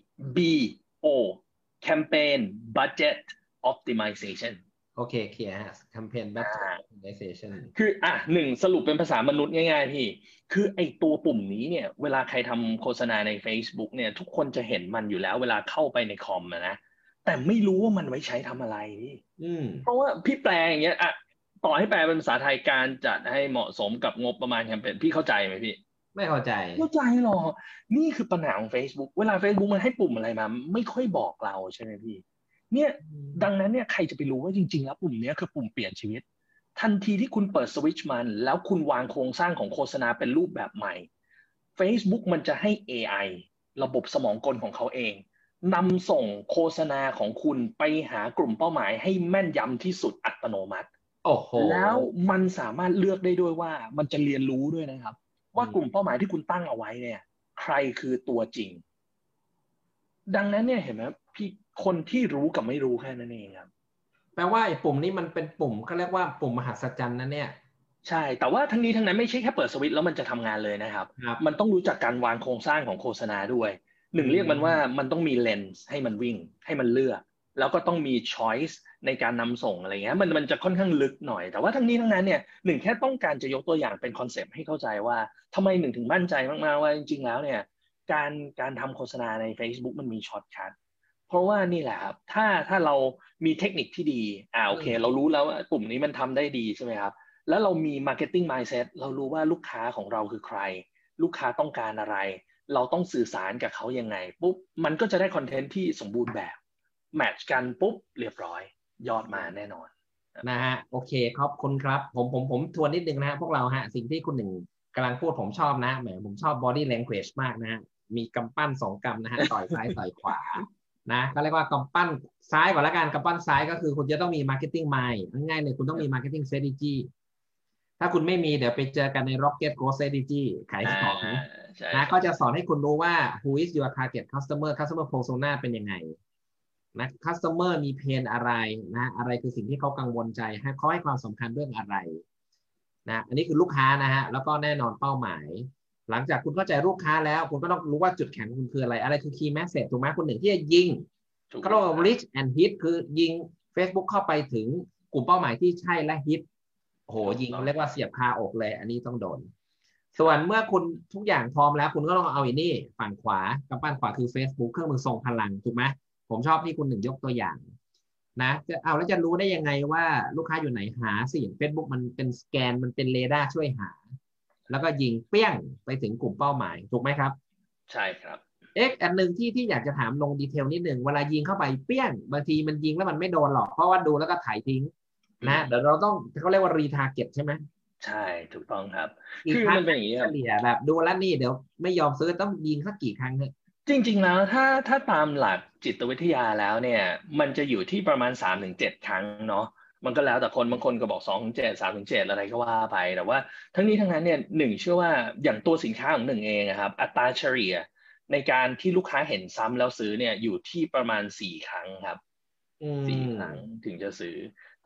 B O Campaign Budget Optimization โอเคเคลียร์ฮะ Campaign Budget Optimization คืออ่ะหนึ่งสรุปเป็นภาษามนุษย์ง่ายๆพี่คือไอตัวปุ่มนี้เนี่ยเวลาใครทำโฆษณาใน Facebook เนี่ยทุกคนจะเห็นมันอยู่แล้วเวลาเข้าไปในคอมนะแต่ไม่รู้ว่ามันไว้ใช้ทำอะไรพี่เพราะว่าพี่แปลอย่างเงี้ยอ่ะต่อให้แปลเป็นภาษาไทยการจัดให้เหมาะสมกับงบประมาณแคมเปญพี่เข้าใจไหมพี่ไม่เข้าใจเข้าใจหรอนี่คือปัญหาของ Facebook เวลา Facebook มันให้ปุ่มอะไรมาไม่ค่อยบอกเราใช่ไหมพี่เนี่ยดังนั้นเนี่ยใครจะไปรู้ว่าจริงๆแล้วปุ่มนี้คือปุ่มเปลี่ยนชีวิตทันทีที่คุณเปิดสวิตช์มันแล้วคุณวางโครงสร้างของโฆษณาเป็นรูปแบบใหม่ Facebook มันจะให้ เอ ไอ ระบบสมองกลของเขาเองนำส่งโฆษณาของคุณไปหากลุ่มเป้าหมายให้แม่นยำที่สุดอัตโนมัติโอ้โหแล้วมันสามารถเลือกได้ด้วยว่ามันจะเรียนรู้ด้วยนะครับว่ากลุ่มเป้าหมายที่คุณตั้งเอาไว้เนี่ยใครคือตัวจริงดังนั้นเนี่ยเห็นไหมพี่คนที่รู้กับไม่รู้แค่นั้นเองครับแปลว่าไอ้ปุ่มนี้มันเป็นปุ่มเขาเรียกว่าปุ่มมหัศจรรย์นะเนี่ยใช่แต่ว่าทั้งนี้ทั้งนั้นไม่ใช่แค่เปิดสวิตช์แล้วมันจะทำงานเลยนะครับมันต้องรู้จักการวางโครงสร้างของโฆษณาด้วยหนึ่งเรียกมันว่ามันต้องมีเลนส์ให้มันวิ่งให้มันเลือกแล้วก็ต้องมีช้อยส์ในการนำส่งอะไรเงี้ยมันมันจะค่อนข้างลึกหน่อยแต่ว่าทั้งนี้ทั้งนั้นเนี่ยหนึ่งแค่ต้องการจะยกตัวอย่างเป็นคอนเซปต์ให้เข้าใจว่าทำไมหนึ่งถึงมั่นใจมากๆว่าจริงๆแล้วเนี่ยการการทำโฆษณาใน Facebook มันมีช็อตคัทเพราะว่านี่แหละครับถ้าถ้าเรามีเทคนิคที่ดีอ่าโอเคเรารู้แล้วว่าปุ่มนี้มันทำได้ดีใช่ไหมครับแล้วเรามี marketing mindset เรารู้ว่าลูกค้าของเราคือใครลูกค้าต้องการอะไรเราต้องสื่อสารกับเขายังไงปุ๊บมันก็จะได้คอนเทนต์ที่สมบูรณ์แบบแมทช์กันปุ๊บเรียบร้อยยอดมาแน่นอนนะฮะโอเคขอบคุณครับผมผมผมทวนนิดนึงนะฮะพวกเราฮะสิ่งที่คุณหนึ่งกำลังพูดผมชอบนะแหมผมชอบ body language มากนะฮะมีกำปั้นสองกำนะฮะต่อยซ้ายต่อยขวานะก็เรียกว่ากำปั้นซ้ายก่อนละกันกำปั้นซ้ายก็คือคุณจะต้องมี marketing mind ง่ายๆเลยคุณต้องมี marketing strategy ถ้าคุณไม่มีเดี๋ยวไปเจอกันใน Rocket Growth Strategy ขายของนะก็จะสอนให้คุณรู้ว่า who is your target customer customer persona เป็นยังไงนะ customer มีเพนอะไรนะอะไรคือสิ่งที่เขากังวลใจให้เขาให้ความสำคัญเรื่องอะไรนะอันนี้คือลูกค้านะฮะแล้วก็แน่นอนเป้าหมายหลังจากคุณเข้าใจลูกค้าแล้วคุณก็ต้องรู้ว่าจุดแข็งคุณคืออะไรอะไรคือ key message ถูกไหมคนหนึ่งที่จะยิงเขาเรียกว่า reach and hit คือยิง Facebook เข้าไปถึงกลุ่มเป้าหมายที่ใช่และ hit โอ้โหยิงเรียกว่าเสียบคาอกเลยอันนี้ต้องโดนส่วนเมื่อคุณทุกอย่างพร้อมแล้วคุณก็ต้องเอาอีนี่ฝั่งขวากำปั้นขวาคือ Facebook เครื่องมือทรงพลังถูกไหมผมชอบที่คุณหนึ่งยกตัวอย่างนะจะเอาแล้วจะรู้ได้ยังไงว่าลูกค้าอยู่ไหนหาสิ Facebook มันเป็นสแกนมันเป็นเรดาร์ช่วยหาแล้วก็ยิงเปี้ยงไปถึงกลุ่มเป้าหมายถูกไหมครับใช่ครับเอ๊ะอันหนึ่งที่ที่อยากจะถามลงดีเทลนิดหนึ่งเวลายิงเข้าไปเปี้ยงบางทีมันยิงแล้วมันไม่โดนหรอกเพราะว่าดูแล้วก็ถ่ายทิ้งนะเดี๋ยวเราต้องเขาเรียกว่ารีทาร์เก็ตใช่ไหมใช่ถูกต้องครับคือมันเป็นอย่างนี้ครับเฉลี่ยแบบดูแล้วนี่เดี๋ยวไม่ยอมซื้อต้องยิงสักกี่ครั้งเนี่ยจริงๆแล้วถ้าถ้าตามหลักจิตวิทยาแล้วเนี่ยมันจะอยู่ที่ประมาณ สามถึงเจ็ด ครั้งเนาะมันก็แล้วแต่คนบางคนก็บอก สองถึงเจ็ด สามถึงเจ็ด อะไรก็ว่าไปแต่ว่าทั้งนี้ทั้งนั้นเนี่ยหนึ่งเชื่อว่าอย่างตัวสินค้าของหนึ่งเองนะครับอัตราเฉลี่ยในการที่ลูกค้าเห็นซ้ำแล้วซื้อเนี่ยอยู่ที่ประมาณสี่ครั้งครับสี่ครั้งถึงจะซื้อ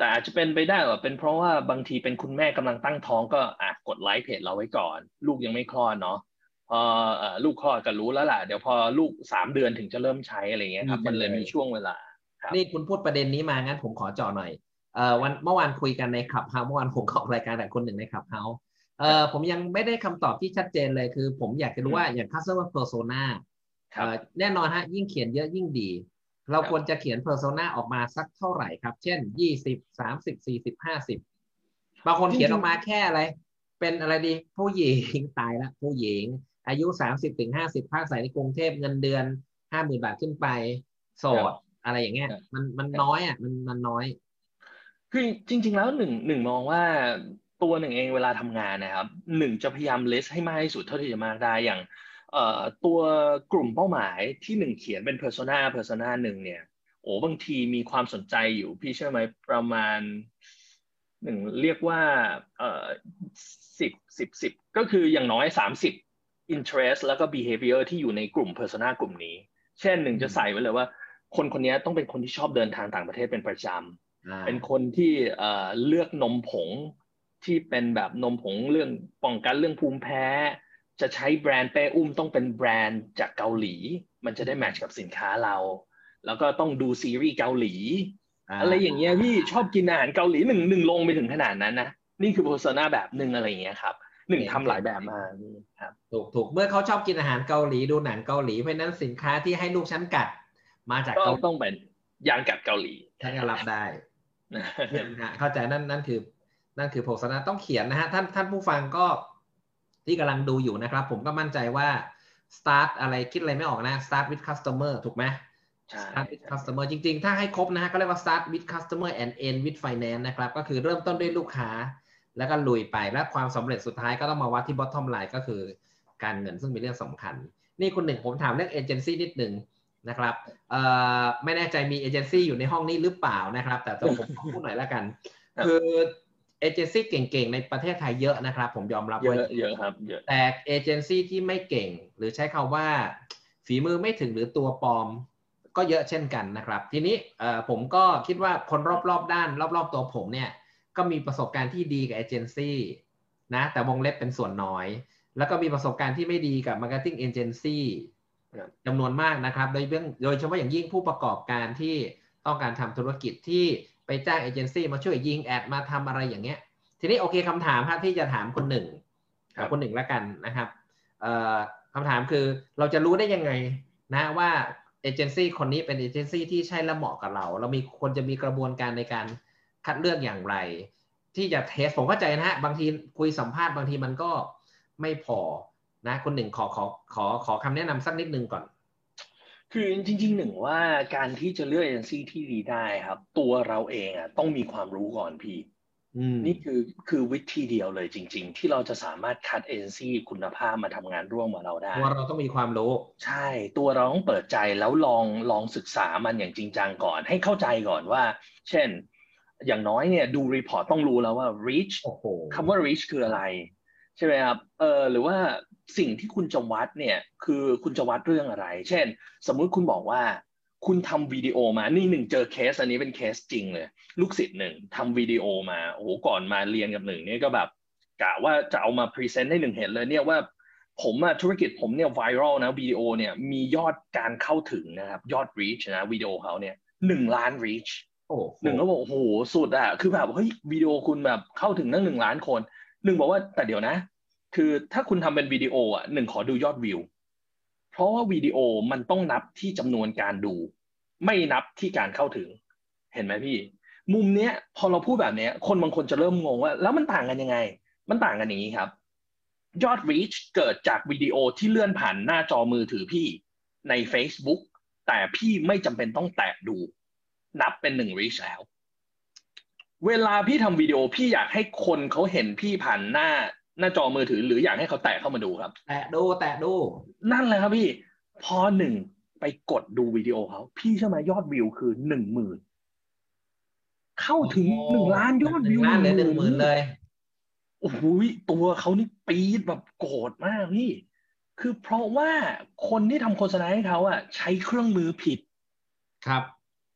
แต่อาจจะเป็นไปได้ว่าเป็นเพราะว่าบางทีเป็นคุณแม่กำลังตั้งท้องก็อ่ะกดไลค์เพจเราไว้ก่อนลูกยังไม่คลอดเนาะพอเอ่อลูกคลอดก็รู้แล้วล่ะเดี๋ยวพอลูกสามเดือนถึงจะเริ่มใช้อะไรเงี้ยดีครับมันเลยจังเลยมีช่วงเวลาครับนี่คุณพูดประเด็นนี้มางั้นผมขอเจาะหน่อยเอ่อวันเมื่อวานคุยกันในขับเฮาเมื่อวานผมออกรายการกับคนหนึ่งในขับเฮาเอ่อผมยังไม่ได้คำตอบที่ชัดเจนเลยคือผมอยากจะรู้ว่าอย่าง customer persona เอ่อแน่นอนฮะยิ่งเขียนเยอะยิ่งดีเราควรจะเขียน persona ออกมาสักเท่าไหร่ครับเช่นยี่สิบ สามสิบ สี่สิบ ห้าสิบบางคนเขียนออกมาแค่อะไรเป็นอะไรดีผู้หญิงตายละผู้หญิงอายุสามสิบถึงห้าสิบพักอาศัยในกรุงเทพเงินเดือนห้าหมื่นบาทขึ้นไปโสดอะไรอย่างเงี้ยมันมันน้อยอ่ะมันมันน้อยคือจริงๆแล้วหนึ่งหนึ่งมองว่าตัวหนึ่งเองเวลาทำงานนะครับหนึ่งจะพยายาม list ให้มากที่สุดเท่าที่จะมากได้อย่างเอ่อตัวกลุ่มเป้าหมายที่หนึ่งเขียนเป็น persona persona หนึ่งเนี่ยโอ้บางทีมีความสนใจอยู่พี่เชื่อไหมประมาณหนึ่งเรียกว่าเอ่อสิบสิบสิบก็คืออย่างน้อยสามสิบ interest แล้วก็ behavior ที่อยู่ในกลุ่ม persona กลุ่มนี้เช่นหนึ่งจะใส่ไว้เลยว่าคนคนนี้ต้องเป็นคนที่ชอบเดินทางต่างประเทศเป็นประจำเป็นคนที่เอ่อเลือกนมผงที่เป็นแบบนมผงเรื่องป้องกันเรื่องภูมิแพ้จะใช้แบรนด์เป้อุ้มต้องเป็นแบรนด์จากเกาหลีมันจะได้แมทช์กับสินค้าเราแล้วก็ต้องดูซีรีส์เกาหลีอะไรอย่างเงี้ยพี่ชอบกินอาหารเกาหลีหนึ่งหนึ่งลงไปถึงขนาดนั้นนะนี่คือ persona แบบหนึ่งอะไรอย่างเงี้ยครับหนึ่งทำหลายแบบมาครับถูกถูกเมื่อเขาชอบกินอาหารเกาหลีดูหนังเกาหลีเพราะนั้นสินค้าที่ให้ลูกฉันกัดมาจากก็เกาหลีต้องเป็นยางกัดเกาหลีฉันก็รับได้เข้าใจนั่นนั่นคือนั่นคือโฆษณาต้องเขียนนะฮะท่านท่านผู้ฟังก็ที่กำลังดูอยู่นะครับผมก็มั่นใจว่า start อะไรคิดอะไรไม่ออกนะ start with customer ถูกไหม start with customer จริงๆถ้าให้ครบนะฮะก็เรียกว่า start with customer and end with finance นะครับก็คือเริ่มต้นด้วยลูกค้าแล้วก็ลุยไปและความสำเร็จสุดท้ายก็ต้องมาวัดที่ bottom line ก็คือการเงินซึ่งเป็นเรื่องสำคัญนี่คุณหนึ่งผมถามเรื่องเอเจนซี่นิดหนึ่งนะครับไม่แน่ใจมีเอเจนซี่อยู่ในห้องนี้หรือเปล่านะครับแต่ตัวผมพูดหน่อยแล้วกันคือเอเจนซี่เก่งๆในประเทศไทยเยอะนะครับผมยอมรับว่าเยอะครับเยอะแต่เอเจนซี่ที่ไม่เก่งหรือใช้คำว่าฝีมือไม่ถึงหรือตัวปลอมก็เยอะเช่นกันนะครับทีนี้ผมก็คิดว่าคนรอบๆด้านรอบๆตัวผมเนี่ยก็มีประสบการณ์ที่ดีกับเอเจนซี่นะแต่วงเล็บเป็นส่วนน้อยแล้วก็มีประสบการณ์ที่ไม่ดีกับ Marketing Agency จำนวนมากนะครับโดยเรื่องโดยเฉพาะอย่างยิ่งผู้ประกอบการที่ต้องการทำธุรกิจที่ไปจ้างเอเจนซี่มาช่วยยิงแอดมาทำอะไรอย่างเงี้ยทีนี้โอเคคำถามครับที่จะถามคนหนึ่งคนหนึ่งแล้วกันนะครับคำถามคือเราจะรู้ได้ยังไงนะว่าเอเจนซี่คนนี้เป็นเอเจนซี่ที่ใช่และเหมาะกับเราเรามีควรจะมีกระบวนการในการคัดเลือกอย่างไรที่จะเทสผมเข้าใจนะฮะบางทีคุยสัมภาษณ์บางทีมันก็ไม่พอนะคนหนึ่งขอขอขอขอคำแนะนำสักนิดนึงก่อนคือจริงๆหนึ่งว่าการที่จะเลือกเอเจนซี่ที่ดีได้ครับตัวเราเองอ่ะต้องมีความรู้ก่อนพี่นี่คือคือวิธีเดียวเลยจริงๆที่เราจะสามารถคัดเอเจนซี่คุณภาพมาทำงานร่วมกับเราได้ตัวเราต้องมีความรู้ใช่ตัวเราต้องเปิดใจแล้วลองลองศึกษามันอย่างจริงจังก่อนให้เข้าใจก่อนว่าเช่นอย่างน้อยเนี่ยดูรีพอร์ตต้องรู้แล้วว่า reach คำว่า reach คืออะไรใช่ไหมครับเออหรือว่าสิ่งที่คุณจะวัดเนี่ยคือคุณจะวัดเรื่องอะไรเช่นสมมุติคุณบอกว่าคุณทำวิดีโอมานี่หนึ่งเจอเคสอันนี้เป็นเคสจริงเลยลูกศิษย์หนึ่งทำวิดีโอมาโอ้โหก่อนมาเรียนกับหนึ่งเนี่ยก็แบบกะว่าจะเอามาพรีเซนต์ให้หนึ่งเห็นเลยเนี่ยว่าผมอะธุรกิจผมเนี่ยไวรัลนะวิดีโอเนี่ยมียอดการเข้าถึงนะครับยอด reach นะวิดีโอเขาเนี่ยหนึ่งล้าน reach หนึ่งก็บอกโอ้โหสุดอะคือแบบเฮ้ยวิดีโอคุณแบบเข้าถึงตั้งหนึ่งล้านคนหนึ่งบอกว่าแต่เดี๋ยวนะคือถ้าคุณทำเป็นวิดีโออ่ะหนึ่งขอดูยอดวิวเพราะว่าวิดีโอมันต้องนับที่จำนวนการดูไม่นับที่การเข้าถึงเห็นไหมพี่มุมเนี้ยพอเราพูดแบบเนี้ยคนบางคนจะเริ่มงงว่าแล้วมันต่างกันยังไงมันต่างกันอย่างนี้ครับยอด reach เกิดจากวิดีโอที่เลื่อนผ่านหน้าจอมือถือพี่ใน Facebook แต่พี่ไม่จำเป็นต้องแตะดูนับเป็นหนึ่ง reach แล้วเวลาพี่ทำวิดีโอพี่อยากให้คนเขาเห็นพี่ผ่านหน้าหน้าจอมือถือหรืออยากให้เขาแตะเข้ามาดูครับแตะดูแตะดูนั่นแหละครับพี่พอหนึ่งไปกดดูวิดีโอเขาพี่เชื่อไหมยอดวิวคือหนึ่งหมื่นเข้าถึงหนึ่งล้านยอดวิวหนึ่งล้านเลยหนึ่งหมื่นเลยโอ้โหตัวเขานี่ปี๊ดแบบโกรธมากพี่คือเพราะว่าคนที่ทำโฆษณาให้เขาอ่ะใช้เครื่องมือผิดครับ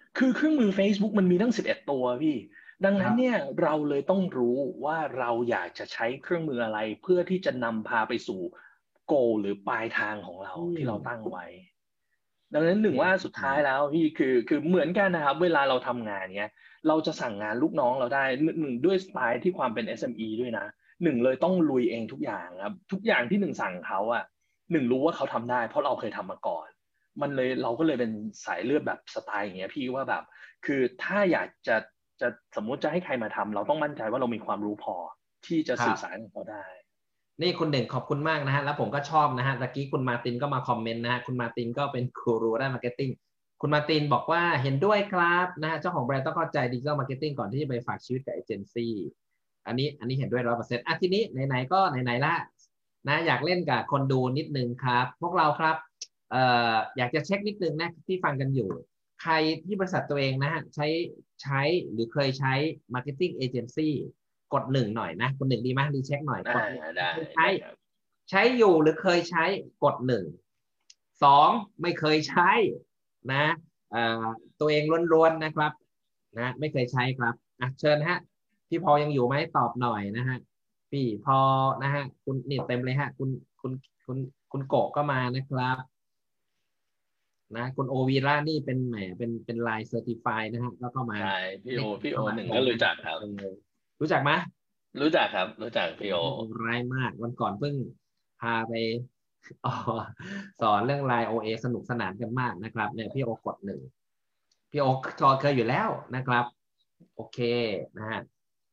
คือเครื่องมือ Facebook มันมีตั้งสิบเอ็ดตัวพี่ดังนั้นเนี่ยเราเลยต้องรู้ว่าเราอยากจะใช้เครื่องมืออะไรเพื่อที่จะนำพาไปสู่ goal หรือปลายทางของเราที่เราตั้งไว้ดังนั้นหนึ่งว่าสุดท้ายแล้วพี่คือคือเหมือนกันนะครับเวลาเราทำงานเนี้ยเราจะสั่งงานลูกน้องเราได้หนึ่งด้วยสไตล์ที่ความเป็น เอส เอ็ม อี ด้วยนะหนึ่งเลยต้องลุยเองทุกอย่างครับทุกอย่างที่หนึ่งสั่งเขาอะหนึ่งรู้ว่าเขาทำได้เพราะเราเคยทำมาก่อนมันเลยเราก็เลยเป็นสายเลือดแบบสไตล์อย่างเงี้ยพี่ว่าแบบคือถ้าอยากจะจะสมมุติจะให้ใครมาทำเราต้องมั่นใจว่าเรามีความรู้พอที่จะสื่อสารกับเขาได้นี่คุณหนึ่งขอบคุณมากนะฮะแล้วผมก็ชอบนะฮะตะกี้คุณมาตินก็มาคอมเมนต์นะฮะคุณมาตินก็เป็นกูรูด้านมาร์เก็ตติ้งคุณมาตินบอกว่าเห็นด้วยครับนะฮะเจ้าของแบรนด์ต้องเข้าใจดิจิทัลมาร์เก็ตติ้งก่อนที่จะไปฝากชีวิตกับเอเจนซี่อันนี้อันนี้เห็นด้วยร้อยเปอร์เซ็นต์อ่ะทีนี้ไหนๆก็ไหนๆละนะอยากเล่นกับคนดูนิดนึงครับพวกเราครับเอ่ออยากจะเช็คนิดนึงนะที่ฟังกันอยู่ใครที่บริษัทตัวเองนะฮะใช้ใช้หรือเคยใช้ Marketing Agency กดหนึ่งหน่อยนะกดหนึ่งดีไหมรีเช็คหน่อยกดได้ใช้ใช้อยู่หรือเคยใช้กดหนึ่งสองไม่เคยใช้นะตัวเองล้วนๆนะครับนะไม่เคยใช้ครับอ่ะเชิญฮะพี่พอยังอยู่ไหมตอบหน่อยนะฮะพี่พอนะฮะคุณนี่เต็มเลยฮะคุณคุณคุณคุณโกะก็มานะครับนะคุณโอวีรานี่เป็นแหมเป็นเป็นไลน์เซอร์ติฟายนะฮะแล้วก็มาใช่พี่โอพี่โอหนึ่งก็รู้จักครับรู้จักไหมรู้จักครับรู้จักพี่โอร้ายมากวันก่อนเพิ่งพาไปอ๋อสอนเรื่องไลน์โอเอสนุกสนานกันมากนะครับเนี่ยพี่โอกดหนึ่งพี่โอทอเคยอยู่แล้วนะครับโอเคนะฮะ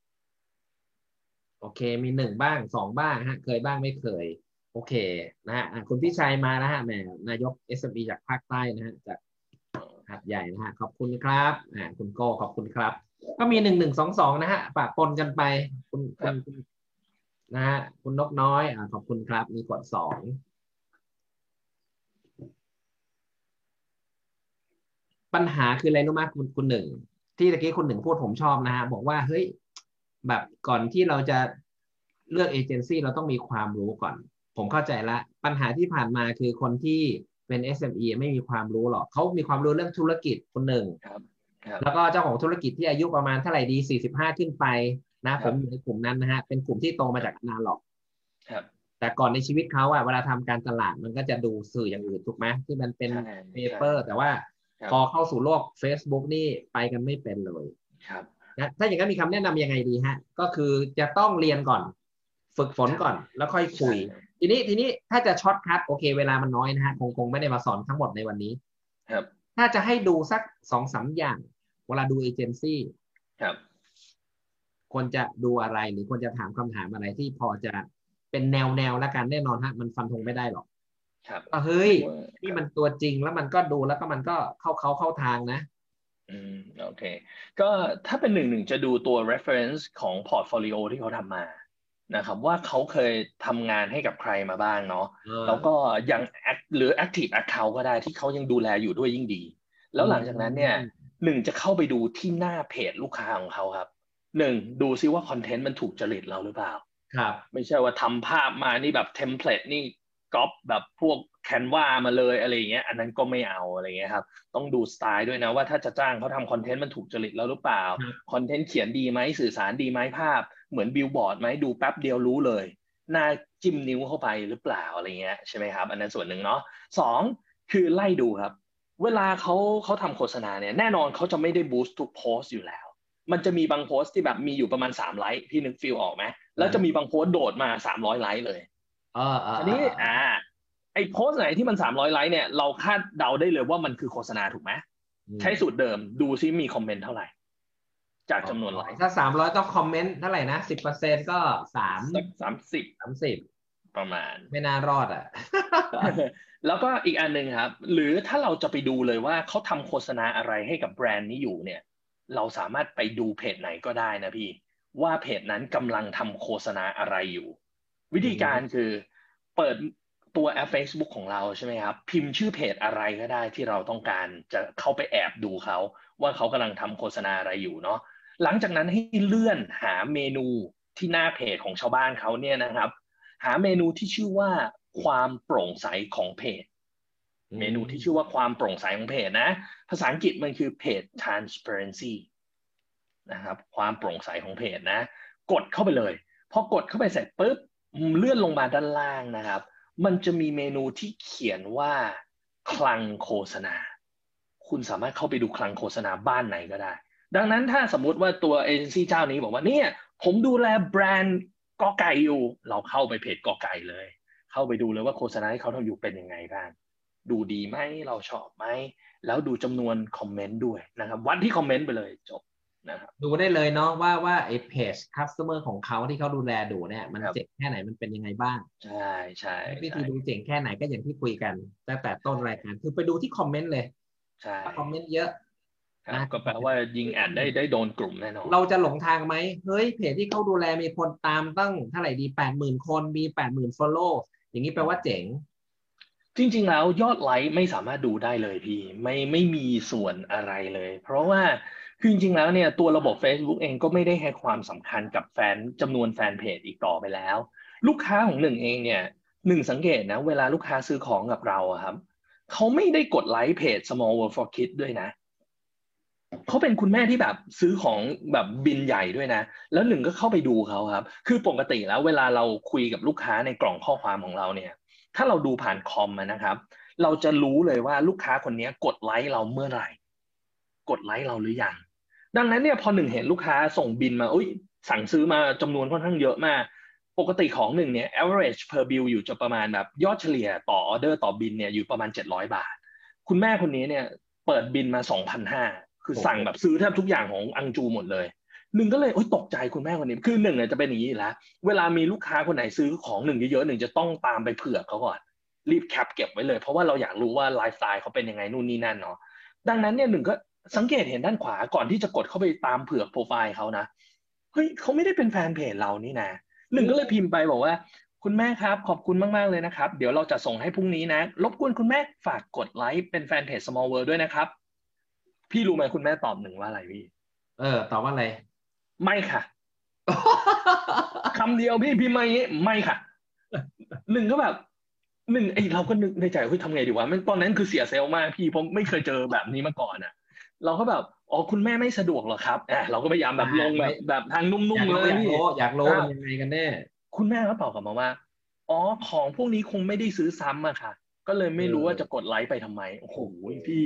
โอเคมีหนึ่งบ้างสองบ้างฮะเคยบ้างไม่เคยโอเคนะฮะคุณพี่ชัยมาแล้วฮะแหมนายก เอส เอ็ม อี จากภาคใต้นะฮะจากหัดใหญ่นะฮะขอบคุณครับอ่าคุณโก้ขอบคุณครับก็มีหนึ่งหนึ่งสองสองนะฮะปะปนกันไปคุณคุณนะฮะคุณนกน้อยอ่าขอบคุณครับมีกดสองปัญหาคืออะไรรู้ไหมคุณคุณหนึ่งที่ตะกี้คุณหนึ่งพูดผมชอบนะฮะบอกว่าเฮ้ยแบบก่อนที่เราจะเลือกเอเจนซี่เราต้องมีความรู้ก่อนผมเข้าใจละปัญหาที่ผ่านมาคือคนที่เป็น เอส เอ็ม อี ไม่มีความรู้หรอกเขามีความรู้เรื่องธุรกิจคนหนึ่งแล้วก็เจ้าของธุรกิจที่อายุประมาณเท่าไหร่ดีสี่สิบห้าขึ้นไปนะผมอยู่ในกลุ่มนั้นนะฮะเป็นกลุ่มที่โตมาจากอนาล็อกแต่ก่อนในชีวิตเขาอะเวลาทำการตลาดมันก็จะดูสื่ออย่างอื่นถูกไหมที่มันเป็นเปเปอร์แต่ว่าพอเข้าสู่โลก Facebook นี่ไปกันไม่เป็นเลยนะถ้าอย่างนั้นมีคำแนะนำยังไงดีฮะก็คือจะต้องเรียนก่อนฝึกฝนก่อนแล้วค่อยคุยทีนี้ทีนี้ถ้าจะช็อตคัทโอเคเวลามันน้อยนะฮะคงคงไม่ได้มาสอนทั้งหมดในวันนี้ครับถ้าจะให้ดูสักสองสามอย่างเวลาดูเอเจนซี่ครับควรจะดูอะไรหรือควรจะถามคำถามอะไรที่พอจะเป็นแนวแนวและกันแน่นอนฮะมันฟันธงไม่ได้หรอกครับเฮ้ยนี่มันตัวจริงแล้วมันก็ดูแล้วก็มันก็เข้าเขาเข้าทางนะอืมโอเคก็ถ้าเป็นหนึ่งหนึ่งจะดูตัว reference ของ portfolio ที่เขาทำมานะครับว่าเขาเคยทำงานให้กับใครมาบ้างเนาะแล้วก็ยัง หรือ active account ก็ได้ที่เขายังดูแลอยู่ด้วยยิ่งดีแล้วหลังจากนั้นเนี่ยหนึ่งจะเข้าไปดูที่หน้าเพจลูกค้าของเขาครับหนึ่งดูซิว่าคอนเทนต์มันถูกจริตเราหรือเปล่าครับไม่ใช่ว่าทำภาพมานี่แบบเทมเพลตนี่ก๊อปแบบพวกแคนวามาเลยอะไรเงี้ยอันนั้นก็ไม่เอาอะไรเงี้ยครับต้องดูสไตล์ด้วยนะว่าถ้าจะจ้างเขาทำคอนเทนต์มันถูกจริตแล้วหรือเปล่าคอนเทนต์เขียนดีไหมสื่อสารดีไหมภาพเหมือนบิลบอร์ดไหมดูแป๊บเดียวรู้เลยหน้าจิ้มนิ้วเข้าไปหรือเปล่าอะไรเงี้ยใช่ไหมครับอันนั้นส่วนหนึ่งเนาะสองคือไล่ดูครับเวลาเขาเขาทำโฆษณาเนี่ยแน่นอนเขาจะไม่ได้บูสต์ทุกโพสต์อยู่แล้วมันจะมีบางโพสต์ที่แบบมีอยู่ประมาณสามไลค์พี่นึกฟีลออกไหมแล้วจะมีบางโพสต์โดดมาสามร้อยไลค์เลยอ่าอ่าอันนี้อ่าไอ้โพสต์ไหนที่มันสามร้อยไลค์เนี่ยเราคาดเดาได้เลยว่ามันคือโฆษณาถูกไหมใช้สูตรเดิมดูซิมีคอมเมนต์เท่าไหร่จากจำนวนไลค์ถ้าสามร้อยต้องคอมเมนต์เท่าไหร่นะสิบเปอร์เซ็นต์ก็สามสามสิบสามสิบประมาณไม่น่ารอดอ่ะแล้วก็อีกอันหนึ่งครับหรือถ้าเราจะไปดูเลยว่าเขาทำโฆษณาอะไรให้กับแบรนด์นี้อยู่เนี่ยเราสามารถไปดูเพจไหนก็ได้นะพี่ว่าเพจนั้นกำลังทำโฆษณาอะไรอยู่วิธีการคือเปิดตัวแอป Facebook ของเราใช่ไหมครับพิมพ์ชื่อเพจอะไรก็ได้ที่เราต้องการจะเข้าไปแอบดูเขาว่าเขากำลังทำโฆษณาอะไรอยู่เนาะหลังจากนั้นให้เลื่อนหาเมนูที่หน้าเพจของชาวบ้านเขาเนี่ยนะครับหาเมนูที่ชื่อว่าความโปร่งใสของเพจเมนูที่ชื่อว่าความโปร่งใสของเพจนะภาษาอังกฤษมันคือ page transparency นะครับความโปร่งใสของเพจนะกดเข้าไปเลยพอกดเข้าไปเสร็จปุ๊บเลื่อนลงมาด้านล่างนะครับมันจะมีเมนูที่เขียนว่าคลังโฆษณาคุณสามารถเข้าไปดูคลังโฆษณาบ้านไหนก็ได้ดังนั้นถ้าสมมุติว่าตัวเอเจนซี่เจ้านี้บอกว่าเนี่ยผมดูแลแบรนด์กอไก่อยู่เราเข้าไปเพจกอไก่เลยเข้าไปดูเลยว่าโฆษณาที่เขาทำอยู่เป็นยังไงบ้างดูดีไหมเราชอบไหมแล้วดูจำนวนคอมเมนต์ด้วยนะครับวัดที่คอมเมนต์ไปเลยจบนะครับดูได้เลยเนาะว่าว่าไอ้เพจ customer ของเขาที่เขาดูแลดูเนี่ยมันเจ๋งแค่ไหนมันเป็นยังไงบ้างใช่ใช่วิธีดูเจ๋งแค่ไหนก็อย่างที่คุยกันตั้งแต่ต้นรายการคือไปดูที่คอมเมนต์เลยใช่ถ้าคอมเมนต์เยอะนะก็แปลว่ายิงแอดได้ได้โดนกลุ่มแน่นอนเราจะหลงทางไหมเฮ้ยเพจที่เขาดูแลมีคนตามตั้งเท่าไหร่ดีแปดหมื่นคนมีแปดหมื่น follow อย่างนี้แปลว่าเจ๋งจริงๆแล้วยอดไลค์ไม่สามารถดูได้เลยพี่ไม่ไม่มีส่วนอะไรเลยเพราะว่าคือจริงๆแล้วเนี่ยตัวระบบ Facebook เองก็ไม่ได้ให้ความสำคัญกับแฟนจำนวนแฟนเพจอีกต่อไปแล้วลูกค้าของหนึ่งเองเนี่ยหนึ่งสังเกตนะเวลาลูกค้าซื้อของกับเราอะครับเขาไม่ได้กดไลค์เพจ Small World for Kids ด้วยนะเขาเป็นคุณแม่ที่แบบซื้อของแบบบินใหญ่ด้วยนะแล้วหนึ่งก็เข้าไปดูเขาครับคือปกติแล้วเวลาเราคุยกับลูกค้าในกล่องข้อความของเราเนี่ยถ้าเราดูผ่านคอมนะครับเราจะรู้เลยว่าลูกค้าคนนี้กดไลค์เราเมื่อไหร่กดไลค์เราหรือยังดังนั้นเนี่ยพอหนึ่งเห็นลูกค้าส่งบินมาอุ้ยสั่งซื้อมาจำนวนค่อนข้างเยอะมากปกติของหนึ่งเนี่ย average per bill อยู่จะประมาณแบบยอดเฉลี่ยต่อออเดอร์ต่อบินเนี่ยอยู่ประมาณเจ็ดร้อยบาทคุณแม่คนนี้เนี่ยเปิดบินมา สองพันห้าร้อย คือสั่งแบบซื้อแทบทุกอย่างของอังจูหมดเลยหนึ่งก็เลยโอ๊ยตกใจคุณแม่คนนี้คือหนึ่งเนี่ยจะเป็นอย่างนี้แล้วเวลามีลูกค้าคนไหนซื้อของหนึ่งเยอะๆหนึ่งจะต้องตามไปเผื่อเขาก่อนรีบแคปเก็บไว้เลยเพราะว่าเราอยากรู้ว่าไลฟ์สไตล์เขาเป็นยังไงนู่นนี่นั่นเนาะดังนั้นเนี่ยหนึ่งก็สังเกตเห็นด้านขวาก่อนที่จะกดเข้าไปตามเผื่อโปรไฟล์เขานะเฮ้ยเขาไม่ได้เป็นแฟนเพจเรานี่นะหนึ่งก็เลยพิมพ์ไปบอกว่าคุณแม่ครับขอบคุณมากๆเลยนะครับเดี๋ยวเราจะส่งให้พรุ่งนี้นะรบกวนคุณแม่ฝากกดไลค์เป็นแฟนเพจ Small World ด้วยนะครับพี่รู้ไหมคุณแม่ตอบหนึ่งว่าอะไรพี่เออตอบว่าอะไรไม่ค่ะคำเดียวพี่พิมพ์มาอย่างนี้ไม่ค่ะหนึ่งก็แบบหนึ่งไอเราก็นึกในใจเฮ้ยทำไงดีวะมันตอนนั้นคือเสียเซลล์มากพี่ผมไม่เคยเจอแบบนี้มาก่อนอ่ะเราก็แบบอ๋อคุณแม่ไม่สะดวกหรอครับอ่ะเราก็พยายามแบบลงแบบแบบทางนุ่มๆเลยพี่อยากรู้มันยังไงกันแน่คุณแม่ก็ตอบกลับมาว่าอ๋อของพวกนี้คงไม่ได้ซื้อซ้ำอะค่ะก็เลยไม่รู้ว่าจะกดไลค์ไปทำไมโอ้โหพี่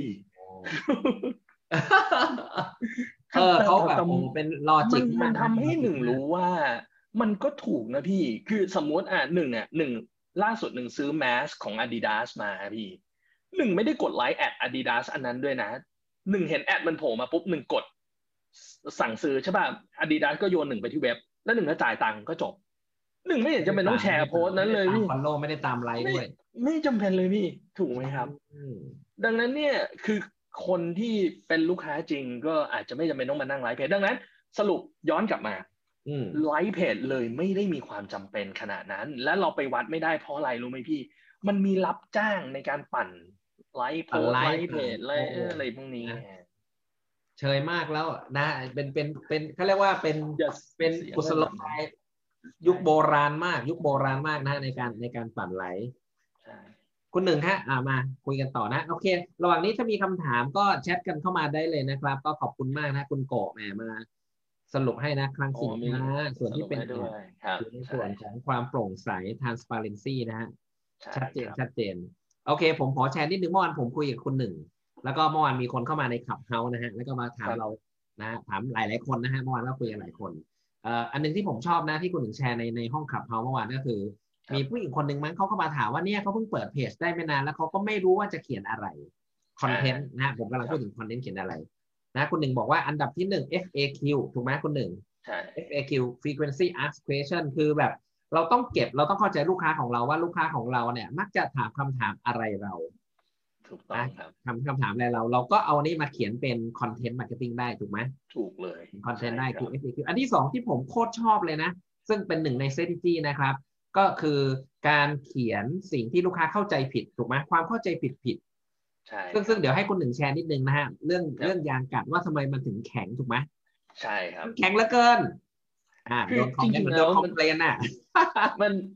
เออเขาแบบเป็นลอจิกมันทำให้หนึ่งรู้ว่ามันก็ถูกนะพี่คือสมมติอ่ะหนึ่งอ่ะหนึ่งล่าสุดหนึ่งซื้อแมสของ Adidas มาพี่หนึ่งไม่ได้กดไลค์แอด Adidas อันนั้นด้วยนะหนึ่งเห็นแอดมันโผล่มาปุ๊บหนึ่งกดสั่งซื้อใช่ป่ะ Adidas ก็โยนหนึ่งไปที่เว็บแล้วหนึ่งก็จ่ายตังค์ก็จบหนึ่งไม่เห็นจะเป็นต้องแชร์โพสต์นั้นเลยพี่ฟอลโล่ไม่ได้ตามไลค์ด้วยไม่จำเป็นเลยพี่ถูกไหมครับดังนั้นเนี่ยคือคนที่เป็นลูกค้าจริงก็อาจจะไม่จำเป็นต้องมานั่งไลฟ์เพจดังนั้นสรุปย้อนกลับมาไลฟ์เพจเลยไม่ได้มีความจำเป็นขนาดนั้นและเราไปวัดไม่ได้เพราะอะไรรู้ไหมพี่มันมีรับจ้างในการปั่นไลฟ์โพสไลฟ์เพจอะไรอะไรพวกนี้เชยมากแล้วนะเป็นเป็นเป็นเขาเรียกว่าเป็นเป็นกุศโลบายยุคโบราณมากยุคโบราณมากนะในการในการปั่นไลฟ์คุณหนึ่งฮะอ่ามาคุยกันต่อนะโอเคระหว่างนี้ถ้ามีคำถามก็แชทกันเข้ามาได้เลยนะครับก็ขอบคุณมากนะคุณโกะแหมมาสรุปให้นะคลังสินค้าส่วนที่เป็นในส่วนของความโปร่งใส transparency นะฮะชัดเจนชัดเจนโอเคผมขอแชร์นิดนึงเมื่อวานผมคุยกับคุณหนึ่งแล้วก็เมื่อวานมีคนเข้ามาในขับเฮาส์นะฮะแล้วก็มาถามเรานะถามหลายหลายคนนะฮะเมื่อวานเราคุยกันหลายคนเอ่ออันนึงที่ผมชอบนะที่คุณหนึ่งแชร์ในในห้องขับเฮาส์เมื่อวานก็คือมีผู้หญิงคนหนึ่งมั้งเขาก็มาถามว่าเนี่ยเขาเพิ่งเปิดเพจได้ไม่นานแล้วเขาก็ไม่รู้ว่าจะเขียนอะไรคอนเทนต์นะผมกำลังพูดถึงคอนเทนต์เขียนอะไรนะคุณหนึ่งบอกว่าอันดับที่หนึ่ง เอฟ เอ คิว ถูกไหมคุณหนึ่ง เอฟ เอ คิวfrequency asked question คือแบบเราต้องเก็บเราต้องเข้าใจลูกค้าของเราว่าลูกค้าของเราเนี่ยมักจะถามคำถามอะไรเราถูกต้องครับคำคำถามอะไรเราเราก็เอานี้มาเขียนเป็นคอนเทนต์มาร์เก็ตติ้งได้ถูกไหมถูกเลยคอนเทนต์ได้คือ เอฟ เอ คิว อันที่สองที่ผมโคตรชอบเลยนะซึ่งเป็นหนึ่งใน strategy นะครับก็คือการเขียนสิ่งที่ลูกค้าเข้าใจผิดถูกไหมความเข้าใจผิดผิดใช่ซึ่งซึ่งเดี๋ยวให้คุณหนึ่งแชร์นิดนึงนะฮะเรื่องเรื่องยางกัดว่าทำไมมันถึงแข็งถูกไหมใช่ครับแข็งเหลือเกินอ่าโดนคอมเมนต์โดนคอมเพลนอ่ะมัน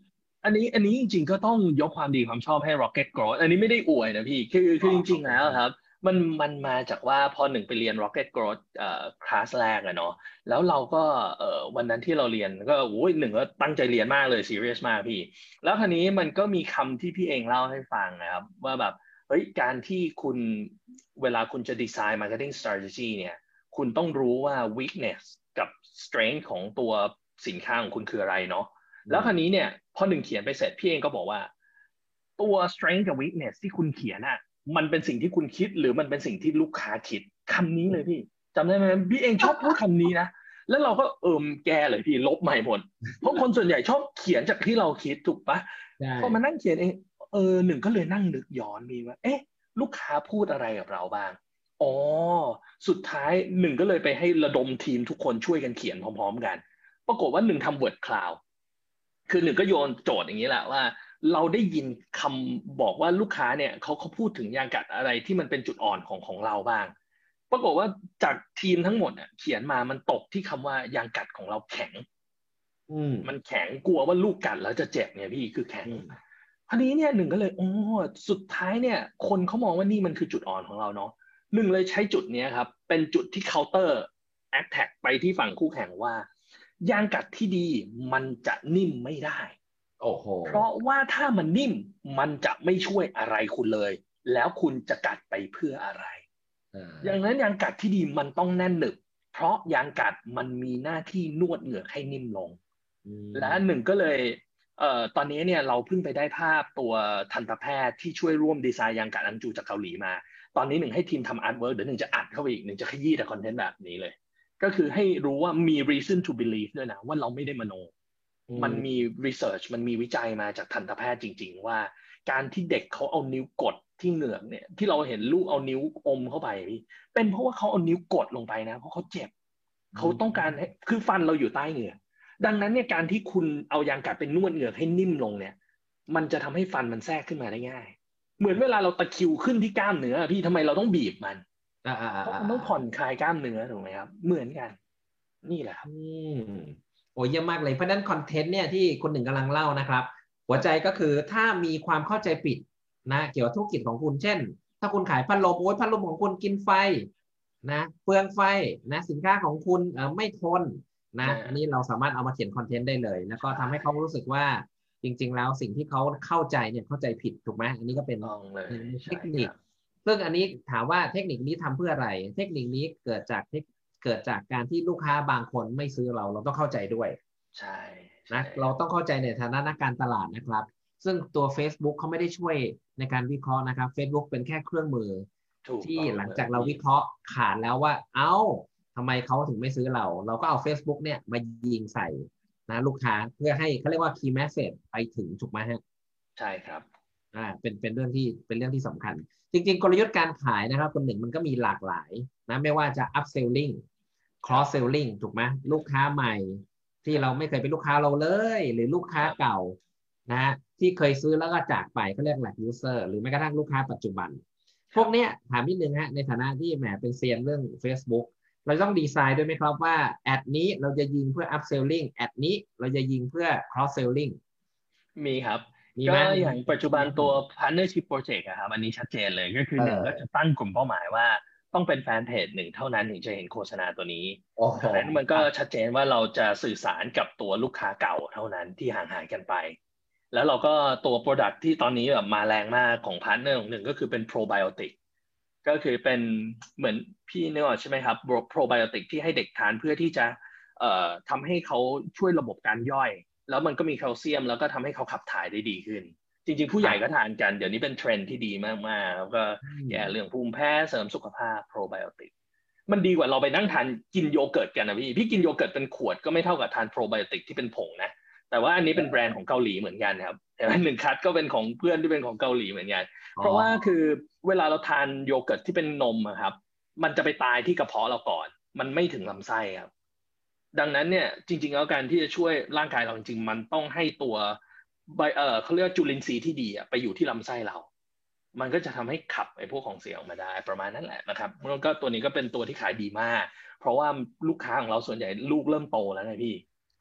อันนี้อันนี้จริงๆก็ต้องยกความดีความชอบให้ Rocket Growth อันนี้ไม่ได้อวยนะพี่คือคือจริงๆแล้วครับมันมันมาจากว่าพอหนึ่งไปเรียน Rocket Growth เอ่อคลาสแรกอะเนาะแล้วเราก็เอ่อวันนั้นที่เราเรียนก็โอ้ยหนึ่งก็ตั้งใจเรียนมากเลย serious มากพี่แล้วคราวนี้มันก็มีคำที่พี่เองเล่าให้ฟังนะครับว่าแบบเฮ้ยการที่คุณเวลาคุณจะ design marketing strategy เนี่ยคุณต้องรู้ว่า weakness กับ strength ของตัวสินค้าของคุณคืออะไรเนาะแล้วคราวนี้เนี่ยพอหนึ่งเขียนไปเสร็จพี่เองก็บอกว่าตัว strength กับ weakness ที่คุณเขียนอ่ะมันเป็นสิ่งที่คุณคิดหรือมันเป็นสิ่งที่ลูกค้าคิดคำนี้เลยพี่จำได้ไหมพี่เองชอบพูดคำนี้นะแล้วเราก็เอิมแก้เลยพี่ลบใหม่หมดเพราะคนส่วนใหญ่ชอบเขียนจากที่เราคิดถูกปะพอมานั่งเขียนเองเออหนึ่งก็เลยนั่งนึกย้อนมีว่าเอ๊ะลูกค้าพูดอะไรกับเราบ้างอ๋อสุดท้ายหนึ่งก็เลยไปให้ระดมทีมทุกคนช่วยกันเขียนพร้อมๆกันปรากฏว่าหนึ่งทำ word cloud คือหนึ่งก็โยนโจทย์อย่างนี้แหละว่าเราได้ยินคำบอกว่าลูกค้าเนี่ยเขาเขาพูดถึงยางกัดอะไรที่มันเป็นจุดอ่อนของของเราบ้างปรากฏว่าจากทีมทั้งหมดอ่ะเขียนมามันตกที่คำว่ายางกัดของเราแข็งมันแข็งกลัวว่าลูกกัดแล้วจะเจ็บเนี่ยพี่คือแข็งคราวนี้เนี่ยหนึ่งก็เลยโอ้สุดท้ายเนี่ยคนเขามองว่านี่มันคือจุดอ่อนของเราเนาะหนึ่งเลยใช้จุดนี้ครับเป็นจุดที่เคาน์เตอร์แอคแท็กไปที่ฝั่งคู่แข่งว่ายางกัดที่ดีมันจะนิ่มไม่ได้โอ้โหเพราะว่าถ้ามันนิ่มมันจะไม่ช่วยอะไรคุณเลยแล้วคุณจะกัดไปเพื่ออะไรอย่างนั้นยางกัดที่ดีมันต้องแน่นหนึบเพราะยางกัดมันมีหน้าที่นวดเหงือกให้นิ่มลงและหนึ่งก็เลยเอ่อตอนนี้เนี่ยเราเพิ่งไปได้ภาพตัวทันตแพทย์ที่ช่วยร่วมดีไซน์ยางกัดอันจูจากเกาหลีมาตอนนี้หนึ่งให้ทีมทำอาร์ตเวิร์กเดี๋ยวหนึ่งจะอัดเข้าไปอีกหนึ่งจะขยี้แต่คอนเทนต์แบบนี้เลยก็คือให้รู้ว่ามี reason to believe ด้วยนะว่าเราไม่ได้มโนมันมี research มันมีวิจัยมาจากทันตแพทย์จริงๆว่าการที่เด็กเขาเอานิ้วกดที่เหงือกเนี่ยที่เราเห็นลูกเอานิ้วอมเข้าไปเป็นเพราะว่าเขาเอานิ้วกดลงไปนะเพราะเขาเจ็บเขาต้องการให้คือฟันเราอยู่ใต้เหงือกดังนั้นเนี่ยการที่คุณเอายางกัดเป็นนวดเหงือกให้นิ่มลงเนี่ยมันจะทำให้ฟันมันแทรกขึ้นมาได้ง่ายเหมือนเวลาเราตะคริวขึ้นที่กล้ามเนื้อพี่ทำไมเราต้องบีบมันเพราะมันต้องผ่อนคลายกล้ามเนื้อถูกไหมครับเหมือนกันนี่แหละครับโอ้ยเยี่ยมมากเลยเพราะนั้นคอนเทนต์เนี่ยที่คนหนึ่งกำลังเล่านะครับหัวใจก็คือถ้ามีความเข้าใจผิดนะเกี่ยวกับธุรกิจของคุณเช่นถ้าคุณขายพัดลมโอ้ยพัดลมของคุณกินไฟนะเปลืองไฟนะสินค้าของคุณเออไม่ทนนะอันนี้เราสามารถเอามาเขียนคอนเทนต์ได้เลยแล้วก็ทำให้เขารู้สึกว่าจริงๆแล้วสิ่งที่เขาเข้าใจเนี่ยเข้าใจผิดถูกไหมอันนี้ก็เป็นเทคนิคซึ่งอันนี้ถามว่าเทคนิคนี้ทำเพื่ออะไรเทคนิคนี้เกิดจากเกิดจากการที่ลูกค้าบางคนไม่ซื้อเราเราต้องเข้าใจด้วยใช่นะเราต้องเข้าใจในฐานะนักการตลาดนะครับซึ่งตัว Facebook เขาไม่ได้ช่วยในการวิเคราะห์นะครับ Facebook เป็นแค่เครื่องมือที่หลังจากเราวิเคราะห์ขาดแล้วว่าเอ้าทำไมเขาถึงไม่ซื้อเราเราก็เอา Facebook เนี่ยมายิงใส่นะลูกค้าเพื่อให้เขาเรียกว่า key message ไปถึงถูกไหมฮะใช่ครับอ่าเป็นเป็นเรื่องที่เป็นเรื่องที่สำคัญจริงๆกลยุทธ์การขายนะครับคนหนึ่งมันก็มีหลากหลายนะไม่ว่าจะ upselling cross selling ถูกไหมลูกค้าใหม่ที่เราไม่เคยเป็นลูกค้าเราเลยหรือลูกค้าเก่านะที่เคยซื้อแล้วก็จากไปเขาเรียก lapsed user หรือแม้กระทั่งลูกค้าปัจจุบันพวกเนี้ยถามนิดนึงฮะในฐานะที่แหมเป็นเซียนเรื่อง Facebook เราต้องดีไซน์ด้วยไหมครับว่าแอดนี้เราจะยิงเพื่อ upselling แอดนี้เราจะยิงเพื่อ cross selling มีครับก็อย่างปัจจุบันตัว partnership project อะครับอันนี้ชัดเจนเลยก็คือหนึ่งก็จะตั้งกลุ่มเป้าหมายว่าต้องเป็นแฟนเพจหนึ่งเท่านั้นถึงจะเห็นโฆษณาตัวนี้ดังนั้นมันก็ชัดเจนว่าเราจะสื่อสารกับตัวลูกค้าเก่าเท่านั้นที่ห่างหายกันไปแล้วเราก็ตัว product ที่ตอนนี้แบบมาแรงมากของพาร์ทเนอร์ของหนึ่งก็คือเป็น probiotic ก็คือเป็นเหมือนพี่นึกออกใช่ไหมครับ probiotic ที่ให้เด็กทานเพื่อที่จะเอ่อทำให้เขาช่วยระบบการย่อยแล้วมันก็มีแคลเซียมแล้วก็ทำให้เขาขับถ่ายได้ดีขึ้นจริงๆผู้ใหญ่ก็ทานกันเดี๋ยวนี้เป็นเทรนด์ที่ดีมากๆแล้วก็แก้เรื่องภูมิแพ้เสริมสุขภาพโปรไบโอติกมันดีกว่าเราไปนั่งทานกินโยเกิร์ตกันนะพี่พี่กินโยเกิร์ตเป็นขวดก็ไม่เท่ากับทานโปรไบโอติกที่เป็นผงนะแต่ว่าอันนี้เป็นแบรนด์ของเกาหลีเหมือนกันครับแต่ว่าหนึ่งคัทก็เป็นของเพื่อนที่เป็นของเกาหลีเหมือนกันเพราะว่าคือเวลาเราทานโยเกิร์ตที่เป็นนมครับมันจะไปตายที่กระเพาะเราก่อนมันไม่ถึงลำไส้ครับดังนั้นเนี่ยจริงๆแล้วการที่จะช่วยร่างกายเราจริงๆมันต้องให้ตัวใบเออเขาเรียกจุลินทรีย์ที่ดีอะไปอยู่ที่ลำไส้เรามันก็จะทำให้ขับไอ้พวกของเสียออกมาได้ประมาณนั้นแหละนะครับแล้วก็ตัวนี้ก็เป็นตัวที่ขายดีมากเพราะว่าลูกค้าของเราส่วนใหญ่ลูกเริ่มโตแล้วไงพี่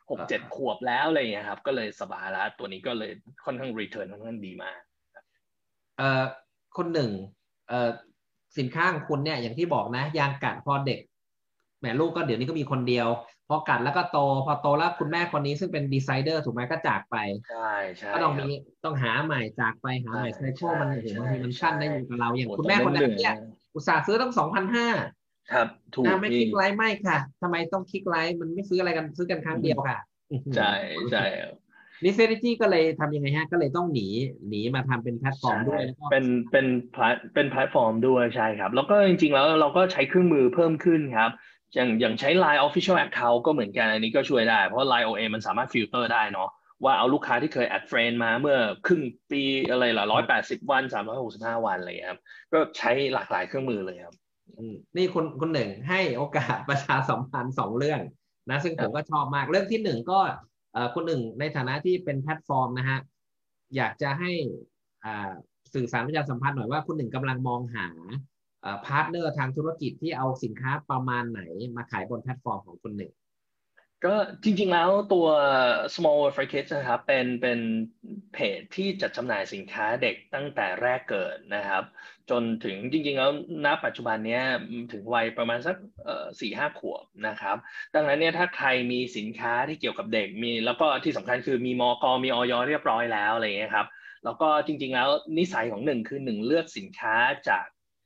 หกเจ็ดขวบแล้วอะไรอย่างเงี้ยครับก็เลยสบายแล้วตัวนี้ก็เลยค่อนข้างรีเทิร์นค่อนข้างดีมากเอ่อคนหนึ่งเอ่อสินค้าของคุณเนี่ยอย่างที่บอกนะยางกัดพอเด็กแหมลูกก็เดี๋ยวนี้ก็มีคนเดียวพอกัดแล้วก็โตพอโตแล้วคุณแม่คนนี้ซึ่งเป็นดีไซเนอร์ถูกไหมก็จากไปใช่ใช่ก็ต้องมีครับต้องหาใหม่จากไปหาใช่ใหม่ไซเคิลใช่มันโอ้โหใช่บางทีมันสั้ใช่นได้อยู่กับเราอย่างโอ้คุณแม่ตอนนั้นหนึ่งคนนั้นเนี่ยอุตส่าห์ซื้อตั้งสองพันห้าครับถูนะไม่คกพี่ลิกไลค์ไม่ค่ะทำไมต้องคลิกไลค์มันไม่ซื้ออะไรกันซื้อกันครั้งเดียวค่ะใช่ใช่นิเซนิตี้ก็เลยทำยังไงฮะก็เลยต้องหนีหนีมาทำเป็นแพลตฟอร์ใช่มด้วยแล้วก็เป็นเป็นแพลตเป็นแพลตฟอร์มด้วยใช่ครับแล้วก็จริงๆแล้วเราก็ใช้เครื่องมือเพิ่มขึ้นครับอย่างอย่างใช้ ไลน์ Official Account ก็เหมือนกันอันนี้ก็ช่วยได้เพราะ ไลน์ โอ เอ มันสามารถฟิลเตอร์ได้เนาะว่าเอาลูกค้าที่เคยแอดเฟรนด์มาเมื่อครึ่งปีอะไรล่ะร้อยแปดสิบวันสามร้อยหกสิบห้าวันอะไรอย่างเงี้ยครับก็ใช้หลากหลายเครื่องมือเลยครับอืมนี่คุณคุณหนึ่งให้โอกาสประชาสัมพันธ์สองเรื่องนะซึ่งผมก็ชอบมากเรื่องที่หนึ่งก็เอ่อคุณหนึ่งในฐานะที่เป็นแพลตฟอร์มนะฮะอยากจะให้อ่าสื่อสารประชาสัมพันธ์หน่อยว่าคุณหนึ่งกำลังมองหาพาร์ทเนอร์ทางธุรกิจที่เอาสินค้าประมาณไหนมาขายบนแพลตฟอร์มของคุณหนึ่งก็จริงๆแล้วตัว Small World for Kids นะครับเป็นเป็นเพจที่จัดจำหน่ายสินค้าเด็กตั้งแต่แรกเกิดนะครับจนถึงจริงๆแล้วณปัจจุบันเนี้ยถึงวัยประมาณสักเอ่อสี่ห้าขวบนะครับดังนั้นเนี่ยถ้าใครมีสินค้าที่เกี่ยวกับเด็กมีแล้วก็ที่สำคัญคือมีมกมีอยเรียบร้อยแล้วอะไรอย่างเงี้ยครับแล้วก็จริงๆแล้วนิสัยของหนึ่งคือหนึ่งเลือกสินค้าจาก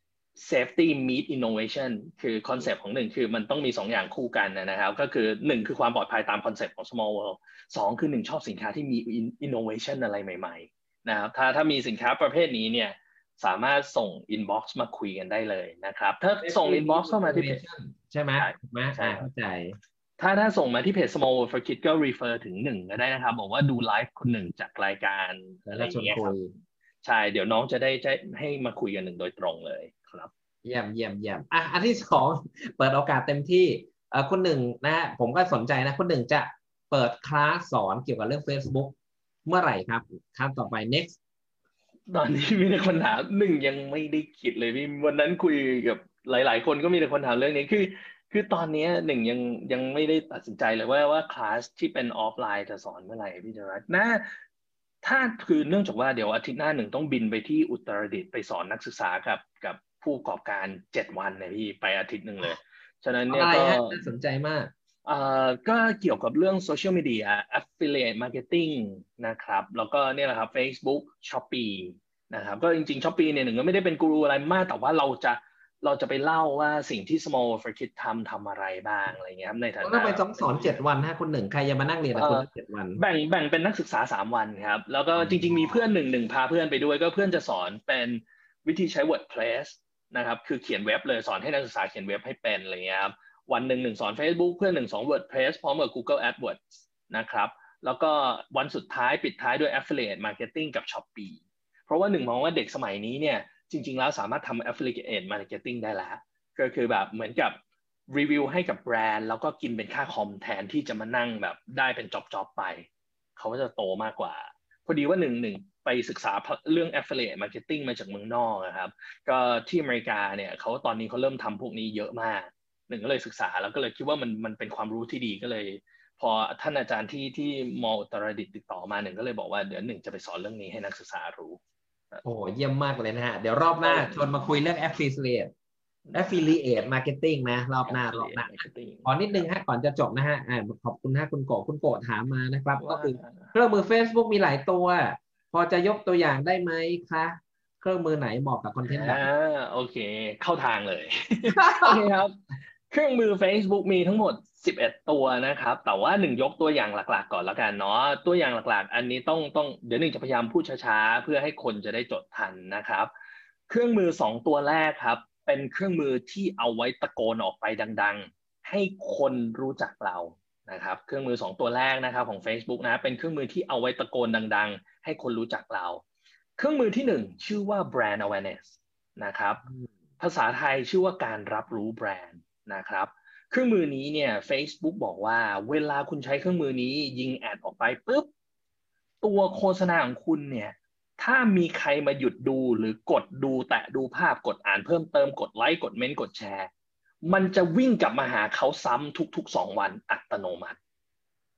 safety meet innovation คือคอนเซปต์ของหนึ่งคือมันต้องมีสองอย่างคู่กันนะครับก็คือหนึ่งคือความปลอดภัยตามคอนเซปต์ของ small world สองคือหนึ่งชอบสินค้าที่มี innovation อะไรใหม่ๆนะครับถ้าถ้ามีสินค้าประเภทนี้เนี่ยสามารถส่ง inbox มาคุยกันได้เลยนะครับถ้าส่ง inbox เข้ามาที่เพจใช่ไหมใช่ถูกไหมใช่อ่าเข้าใจถ้าถ้าส่งมาที่เพจ small world for kids ก็ refer ถึงหนึ่งก็ได้นะครับบอกว่าดูไลฟ์คนหนึ่งจากรายการอะไรแล้วอย่างเงี้ยครับชวนคุยใช่เดี๋ยวน้องจะได้จะให้มาคุยกันหนึ่งโดยตรงเลยครับเยี่ยมเยี่ยมเยี่ยมอ่ะอันที่สองเปิดโอกาสเต็มที่เอ่อคนหนึ่งนะฮะผมก็สนใจนะคนหนึ่งจะเปิดคลาสสอนเกี่ยวกับเรื่อง Facebook เมื่อไหร่ครับครั้งต่อไป next ตอนนี้มีแต่คนถามหนึ่งยังไม่ได้คิดเลยพี่วันนั้นคุยกับหลาย ๆ คนก็มีแต่คนถามเรื่องนี้คือคือตอนนี้หนึ่งยังยังไม่ได้ตัดสินใจเลยว่าว่าคลาสที่เป็นออฟไลน์จะสอนเมื่อไหร่พี่จรัสน่าถ้าคือเนื่องจากว่าเดี๋ยวอาทิตย์หน้าหนึ่งต้องบินไปที่อุตรดิตถ์ไปสอนนักศึกษากับกับผู้ประกอบการเจ็ดวันเนี่ยพี่ไปอาทิตย์หนึ่งเลยฉะนั้นเนี่ยอะไรก็ฮะน่าสนใจมากเอ่อก็เกี่ยวกับเรื่องโซเชียลมีเดีย affiliate marketing นะครับแล้วก็เนี่ยแหละครับ Facebook Shopee นะครับก็จริงๆ Shopee เนี่ยหนึ่งก็ไม่ได้เป็นกูรูอะไรมากแต่ว่าเราจะเราจะไปเล่าว่าสิ่งที่ Small for Kids ทำทำอะไรบ้างอะไรเงี้ยครับในฐานะแล้วทำไมต้องสอนเจ็ดวันฮะคนหนึ่งใครจะมานั่งเรียนกับเอ่อคุณเจ็ดวันแบ่งแบ่งเป็นนักศึกษาสามวันครับแล้วก็อ๋จริงๆมีเพื่อนอหนึ่งหนึ่งพาเพื่อนไปด้วยก็เพื่อนจะสอนเป็นวิธีใช้ WordPress นะครับคือเขียนเว็บเลยสอนให้นักศึกษาเขียนเว็บให้เป็นอะไรเงี้ยครับ วันหนึ่งหนึ่งสอน Facebook เพื่อนหนึ่งสอน WordPress พร้อมกับ Google AdWords นะครับแล้วก็วันสุดท้ายปิดท้ายด้วย Affiliate Marketing กับ Shopee เพราะว่าหนึ่งมองว่าเด็กสมัยนี้เนี่ยจริงๆแล้วสามารถทำ Affiliate Marketing ได้แล้วก็คือแบบเหมือนกับรีวิวให้กับแบรนด์แล้วก็กินเป็นค่าคอมแทนที่จะมานั่งแบบได้เป็นจ็อบๆไปเขาก็จะโตมากกว่าพอดีว่าหนึ่งหนึ่งไปศึกษาเรื่อง Affiliate Marketing มาจากเมืองนอกนะครับก็ที่อเมริกาเนี่ยเขาตอนนี้เขาเริ่มทำพวกนี้เยอะมากหนึ่งก็เลยศึกษาแล้วก็เลยคิดว่ามันมันเป็นความรู้ที่ดีก็เลยพอท่านอาจารย์ที่ที่มออุตรดิตถ์ติดต่อมาหนึ่งก็เลยบอกว่าเดี๋ยวหนึ่งจะไปสอนเรื่องนี้ให้นักศึกษารู้โอ้เยี่ยมมากเลยนะฮะเดี๋ยวรอบหน้าชวนมาคุยเรื่อง affiliate affiliate marketing นะรอบหน้ารอบหน้าขอนิดนึงฮะก่อนจะจบนะฮะอ่าขอบคุณฮะคุณโกคุณโกถามมานะครับก็คือเครื่องมือ Facebook มีหลายตัวพอจะยกตัวอย่างได้ไหมคะเครื่องมือไหนเหมาะกับคอนเทนต์แบบอ่าโอเคเข้าทางเลย โอเคครับเครื่องมือ Facebook มีทั้งหมดสิบเอ็ดตัวนะครับแต่ว่าหนึ่งยกตัวอย่างหลักๆก่อนแล้วกันเนาะตัวอย่างหลักๆอันนี้ต้องต้องเดี๋ยวหนึ่งจะพยายามพูดช้าๆเพื่อให้คนจะได้จดทันนะครับเครื่องมือสองตัวแรกครับเป็นเครื่องมือที่เอาไว้ตะโกนออกไปดังๆให้คนรู้จักเรานะครับเครื่องมือสองตัวแรกนะครับของ Facebook นะเป็นเครื่องมือที่เอาไว้ตะโกนดังๆให้คนรู้จักเราเครื่องมือที่หนึ่งชื่อว่า brand awareness นะครับภาษาไทยชื่อว่าการรับรู้แบรนด์นะครับเครื่องมือนี้เนี่ย Facebook บอกว่าเวลาคุณใช้เครื่องมือนี้ยิงแอดออกไปปุ๊บตัวโฆษณาของคุณเนี่ยถ้ามีใครมาหยุดดูหรือกดดูแตะดูภาพกดอ่านเพิ่มเติมกดไลค์กดเมนต์กดแชร์มันจะวิ่งกลับมาหาเขาซ้ำทุกๆสองวันอัตโนมัติ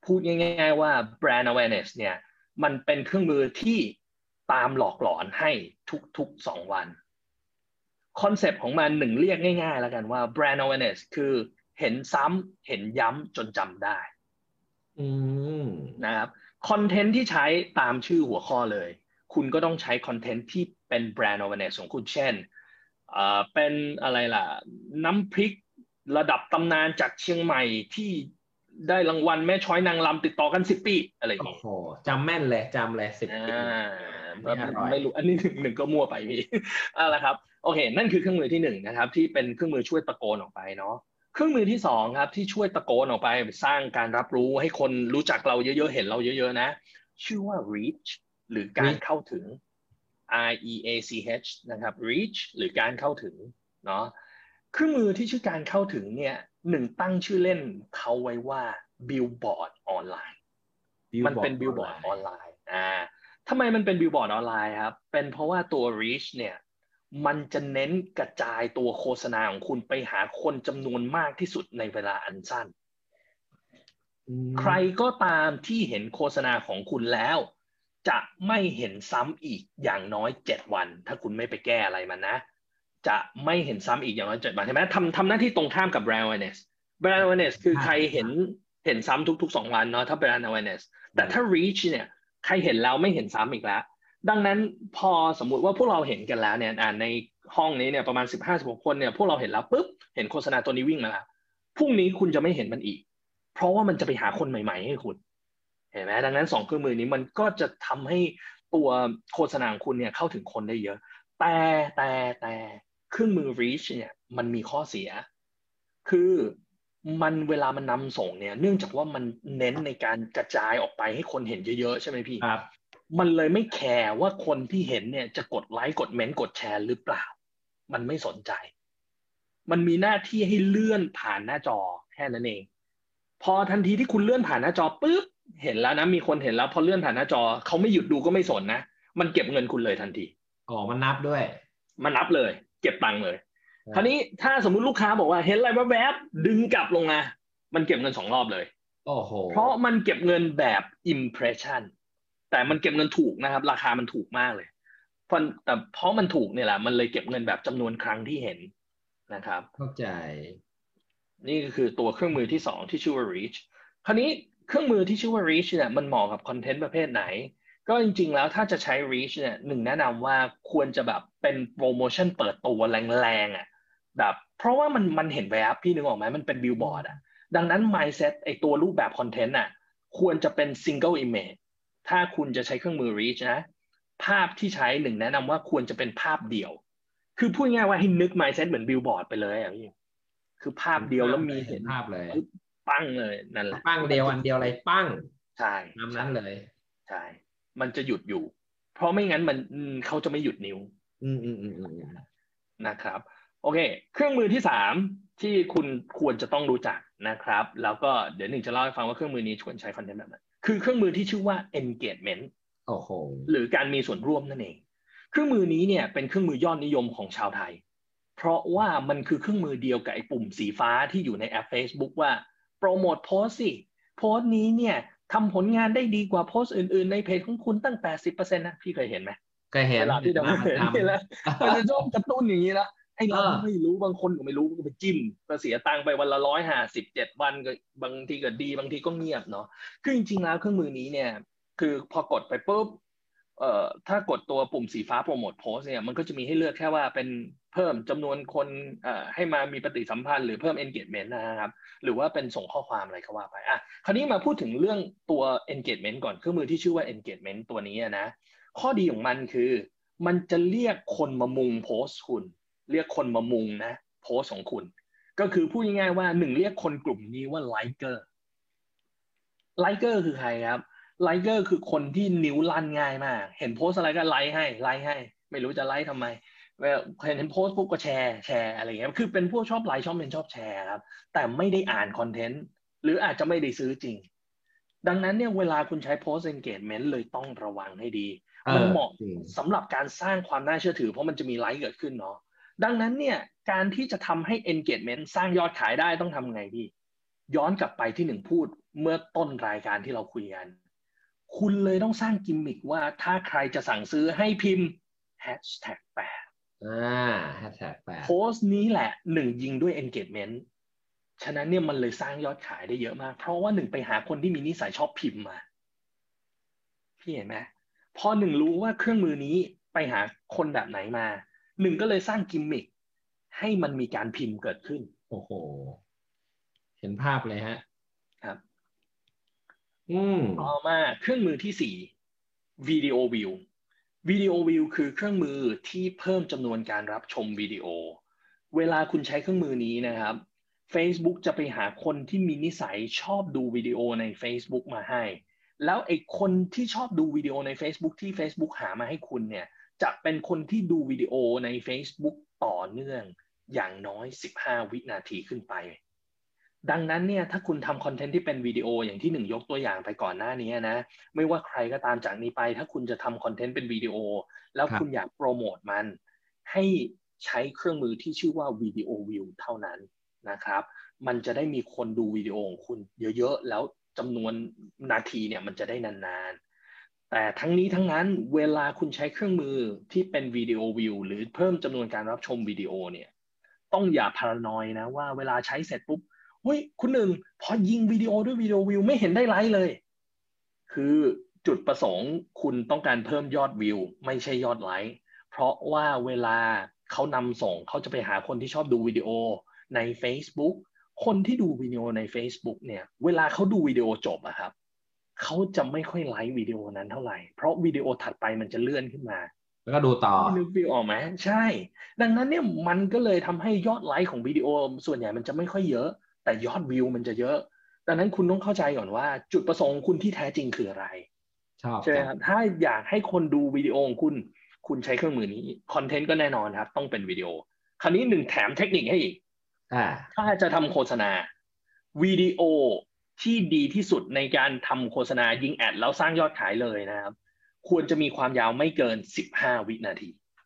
พูดง่ายๆว่า brand awareness เนี่ยมันเป็นเครื่องมือที่ตามหลอกหลอนให้ทุกๆสองวันคอนเซปต์ของมันหนึ่งเรียกง่ายๆแล้วกันว่า brand awareness คือเห็นซ้ำเห็นย้ำจนจำได้อืมนะครับคอนเทนต์ที่ใช้ตามชื่อหัวข้อเลยคุณก็ต้องใช้คอนเทนต์ที่เป็น brand awareness ของคุณเช่นเอ่อเป็นอะไรล่ะน้ำพริกระดับตำนานจากเชียงใหม่ที่ได้รางวัลแม่ช้อยนางรำติดต่อกันสิบปีอะไรอย่างนี้โอ้โหจำแม่นเลยจำเลยสิบอ่ปีานี่อร่อยไม่รู้อันนี้หนึ่งหนึ่งก็มั่วไปพี่เอาละครับโอเคนั่นคือเครื่องมือที่หนึ่งนะครับที่เป็นเครื่องมือช่วยตะโกนออกไปเนาะเครื่องมือที่สองครับที่ช่วยตะโกนออกไปสร้างการรับรู้ให้คนรู้จักเราเยอะๆเห็นเราเยอะๆนะชื่อว่า reach หรือการเข้าถึง R E A C H นะครับ reach หรือการเข้าถึงเนาะเครื่องมือที่ชื่อการเข้าถึงเนี่ยหนึ่งตั้งชื่อเล่นเขาไว้ว่า billboard ออนไลน์มันเป็น billboard ออนไลน์อ่าทำไมมันเป็น billboard ออนไลน์ครับเป็นเพราะว่าตัว reach เนี่ยมันจะเน้นกระจายตัวโฆษณาของคุณไปหาคนจำนวนมากที่สุดในเวลาอันสั้นใครก็ตามที่เห็นโฆษณาของคุณแล้วจะไม่เห็นซ้ำอีกอย่างน้อยเจ็ดวันถ้าคุณไม่ไปแก้อะไรมันนะจะไม่เห็นซ้ำอีกอย่างน้อยเจ็ดวันใช่ไหมทำทำหน้าที่ตรงข้ามกับ brand awareness brand awareness คือใครเห็นเห็นซ้ำทุกๆสองวันเนาะถ้า brand awareness แต่ถ้า reach เนี่ยใครเห็นแล้วไม่เห็นซ้ำอีกแล้วดังนั้นพอสมมุติว่าพวกเราเห็นกันแล้วเนี่ยในห้องนี้เนี่ยประมาณสิบห้า สิบหกคนเนี่ยพวกเราเห็นแล้วปุ๊บเห็นโฆษณาตัวนี้วิ่งมาแล้วพรุ่งนี้คุณจะไม่เห็นมันอีกเพราะว่ามันจะไปหาคนใหม่ๆให้คุณเห็นไหมดังนั้นสองเครื่องมือนี้มันก็จะทำให้ตัวโฆษณาของคุณเนี่ยเข้าถึงคนได้เยอะแต่แต่แต่เครื่องมือ reach เนี่ยมันมีข้อเสียคือมันเวลามันนำส่งเนี่ยเนื่องจากว่ามันเน้นในการกระจายออกไปให้คนเห็นเยอะๆใช่ไหมพี่ครับมันเลยไม่แคร์ว่าคนที่เห็นเนี่ยจะกดไลค์กดเมนต์กดแชร์หรือเปล่ามันไม่สนใจมันมีหน้าที่ให้เลื่อนผ่านหน้าจอแค่นั้นเองพอทันทีที่คุณเลื่อนผ่านหน้าจอปุ๊บเห็นแล้วนะมีคนเห็นแล้วพอเลื่อนผ่านหน้าจอเขาไม่หยุดดูก็ไม่สนนะมันเก็บเงินคุณเลยทันทีอ๋อมันนับด้วยมันนับเลยเก็บตังค์เลยคราวนี้ถ้าสมมุติลูกค้าบอกว่าเห็นอะไรแวบๆดึงกลับลงมามันเก็บเงินสองรอบเลยโอ้โหเพราะมันเก็บเงินแบบ impression แต่มันเก็บเงินถูกนะครับราคามันถูกมากเลยเพราะแต่เพราะมันถูกเนี่ยแหละมันเลยเก็บเงินแบบจำนวนครั้งที่เห็นนะครับเข้าใจนี่ก็คือตัวเครื่องมือที่สองที่ชื่อว่า reach คราวนี้เครื่องมือที่ชื่อว่า reach เนี่ยมันเหมาะกับคอนเทนต์ประเภทไหนก็จริงๆแล้วถ้าจะใช้ reach เนี่ยหนึ่งแนะนำว่าควรจะแบบเป็นโปรโมชั่นเปิดตัวแรงๆอ่ะแบบเพราะว่ามันมันเห็นแวบพี่นึกออกไหมมันเป็นบิลบอร์ดอ่ะดังนั้น mindset ไอตัวรูปแบบคอนเทนต์อ่ะควรจะเป็น single image ถ้าคุณจะใช้เครื่องมือ reach นะภาพที่ใช้หนึ่งแนะนำว่าควรจะเป็นภาพเดี่ยวคือพูดง่ายว่าให้นึก mindset เหมือนบิลบอร์ดไปเลยอ่ะพี่คือภาพเห็นเดียวแล้วภาพเลยเห็นมีเห็นภาพเลยปึ๊บปั้งเลยนั่นแหละปั้งเดียวอันเดียวอะไรปั้งใช่ตามนั้ใช่นเลยใช่มันจะหยุดอยู่เพราะไม่งั้นมันเขาจะไม่หยุดนิ้วอืมอืมอืมอืมนะครับโอเคเครื่องมือที่สามที่คุณควรจะต้องรู้จักนะครับแล้วก็เดี๋ยวหนึ่งจะเล่าให้ฟังว่าเครื่องมือนี้ควรใช้คอนเทนต์แบบไหนคือเครื่องมือที่ชื่อว่า engagement โอ้โหหรือการมีส่วนร่วมนั่นเองเครื่องมือนี้เนี่ยเป็นเครื่องมือยอดนิยมของชาวไทยเพราะว่ามันคือเครื่องมือเดียวกับไอ้ปุ่มสีฟ้าที่อยู่ในแอป Facebook ว่าโปรโมทโพสสิโพสนี้เนี่ยทำผลงานได้ดีกว่าโพสอื่นๆในเพจของคุณตั้ง แปดสิบเปอร์เซ็นต์ นะพี่เคยเห็นไหมเคยเห็นเวลาที่จะมาประจเห็นนี่แหละมันจะชอบกระตุ้นอย่างนี้นะไอ้ำเออเราก็ไม่รู้บางคนก็ไม่รู้ก็ไปจิ้มก็เสียตังค์ไปวันละร้อยห้าสิบเจ็ดวันก็บางทีก็ดีบางทีก็เงียบเนาะคือจริงๆแล้วเครื่องมือนี้เนี่ยคือพอกดไปปุ๊บ เอ่อถ้ากดตัวปุ่มสีฟ้าโปรโมทโพสเนี่ยมันก็จะมีให้เลือกแค่ว่าเป็นเพิ่มจำนวนคนเอ่อให้มามีปฏิสัมพันธ์หรือเพิ่ม engagement นะครับหรือว่าเป็นส่งข้อความอะไรก็ว่าไปอ่ะคราวนี้มาพูดถึงเรื่องตัว engagement ก่อนเครื่องมือที่ชื่อว่า engagement ตัวนี้นะข้อดีของมันคือมันจะเรียกคนมามุงโพสต์คุณเรียกคนมามุงนะโพสต์ของคุณก็คือพูดง่ายๆว่าหนึ่งเรียกคนกลุ่มนี้ว่า liker liker คือใครครับ ไลค์เกอร์คือคนที่นิ้วลั่นง่ายมาก เห็นโพสอะไรก็ไลค์ให้ไลค์ให้ไม่รู้จะไลค์ทำไมเห็นโพสปุ๊บก็แชร์แชร์อะไรเงี้ยคือเป็นพวกชอบไลค์ชอบเป็นชอบแชร์ครับแต่ไม่ได้อ่านคอนเทนต์หรืออาจจะไม่ได้ซื้อจริงดังนั้นเนี่ยเวลาคุณใช้ post engagement เลยต้องระวังให้ดีเออมันเหมาะจริงสำหรับการสร้างความน่าเชื่อถือเพราะมันจะมีไลค์เกิดขึ้นเนาะดังนั้นเนี่ยการที่จะทำให้ engagement สร้างยอดขายได้ต้องทำไงพี่ย้อนกลับไปที่หนึ่งพูดเมื่อต้นรายการที่เราคุยกันคุณเลยต้องสร้างกิมมิคว่าถ้าใครจะสั่งซื้อให้พิมพ์แฮชแท็กแปดอ่าแฮชแท็กแปดโพสต์นี้แหละหนึ่งยิงด้วย engagement ฉะนั้นเนี่ยมันเลยสร้างยอดขายได้เยอะมากเพราะว่าหนึ่งไปหาคนที่มีนิสัยชอบพิมพ์มาพี่เห็นไหมพอหนึ่งรู้ว่าเครื่องมือนี้ไปหาคนแบบไหนมาหนึ่งก็เลยสร้างกิมมิคให้มันมีการพิมพ์เกิดขึ้นโอ้โหเห็นภาพเลยฮะครับอืมต่อมาเครื่องมือที่สี่วิดีโอวิววิดีโอวิวคือเครื่องมือที่เพิ่มจำนวนการรับชมวิดีโอเวลาคุณใช้เครื่องมือนี้นะครับ Facebook จะไปหาคนที่มีนิสัยชอบดูวิดีโอใน Facebook มาให้แล้วไอ้คนที่ชอบดูวิดีโอใน Facebook ที่ Facebook หามาให้คุณเนี่ยจะเป็นคนที่ดูวิดีโอใน Facebook ต่อเนื่องอย่างน้อยสิบห้าวินาทีขึ้นไปดังนั้นเนี่ยถ้าคุณทำคอนเทนต์ที่เป็นวิดีโออย่างที่หนึ่งยกตัวอย่างไปก่อนหน้านี้นะไม่ว่าใครก็ตามจากนี้ไปถ้าคุณจะทำคอนเทนต์เป็นวิดีโอแล้วคุณอยากโปรโมทมันให้ใช้เครื่องมือที่ชื่อว่าวิดีโอวิวเท่านั้นนะครับมันจะได้มีคนดูวิดีโอของคุณเยอะๆแล้วจำนวนนาทีเนี่ยมันจะได้นานๆแต่ทั้งนี้ทั้งนั้นเวลาคุณใช้เครื่องมือที่เป็นวิดีโอวิวหรือเพิ่มจำนวนการรับชมวิดีโอเนี่ยต้องอย่าพารานอยนะว่าเวลาใช้เสร็จปุ๊บเฮ้ยคุณหนึ่งพอยิงวิดีโอด้วยวิดีโอวิวไม่เห็นได้ไลค์เลยคือจุดประสงค์คุณต้องการเพิ่มยอดวิวไม่ใช่ยอดไลค์เพราะว่าเวลาเขานำส่งเขาจะไปหาคนที่ชอบดูวิดีโอใน Facebook คนที่ดูวิดีโอใน Facebook เนี่ยเวลาเขาดูวิดีโอจบอะครับเขาจะไม่ค่อยไลค์วิดีโอนั้นเท่าไหร่เพราะวิดีโอถัดไปมันจะเลื่อนขึ้นมาแล้วก็ดูต่อนึกวิวออกไหมใช่ดังนั้นเนี่ยมันก็เลยทำให้ยอดไลค์ของวิดีโอส่วนใหญ่มันจะไม่ค่อยเยอะแต่ยอดวิวมันจะเยอะดังนั้นคุณต้องเข้าใจก่อนว่าจุดประสงค์คุณที่แท้จริงคืออะไรชอบใช่ไหมครับถ้าอยากให้คนดูวิดีโอของคุณคุณใช้เครื่องมือนี้คอนเทนต์ก็แน่นอนครับต้องเป็นวิดีโอคราวนี้หนึ่งแถมเทคนิคให้อีกถ้าจะทำโฆษณาวิดีโอที่ดีที่สุดในการทำโฆษณายิงแอดแล้วสร้างยอดขายเลยนะครับควรจะมีความยาวไม่เกินสิบห้าวินาที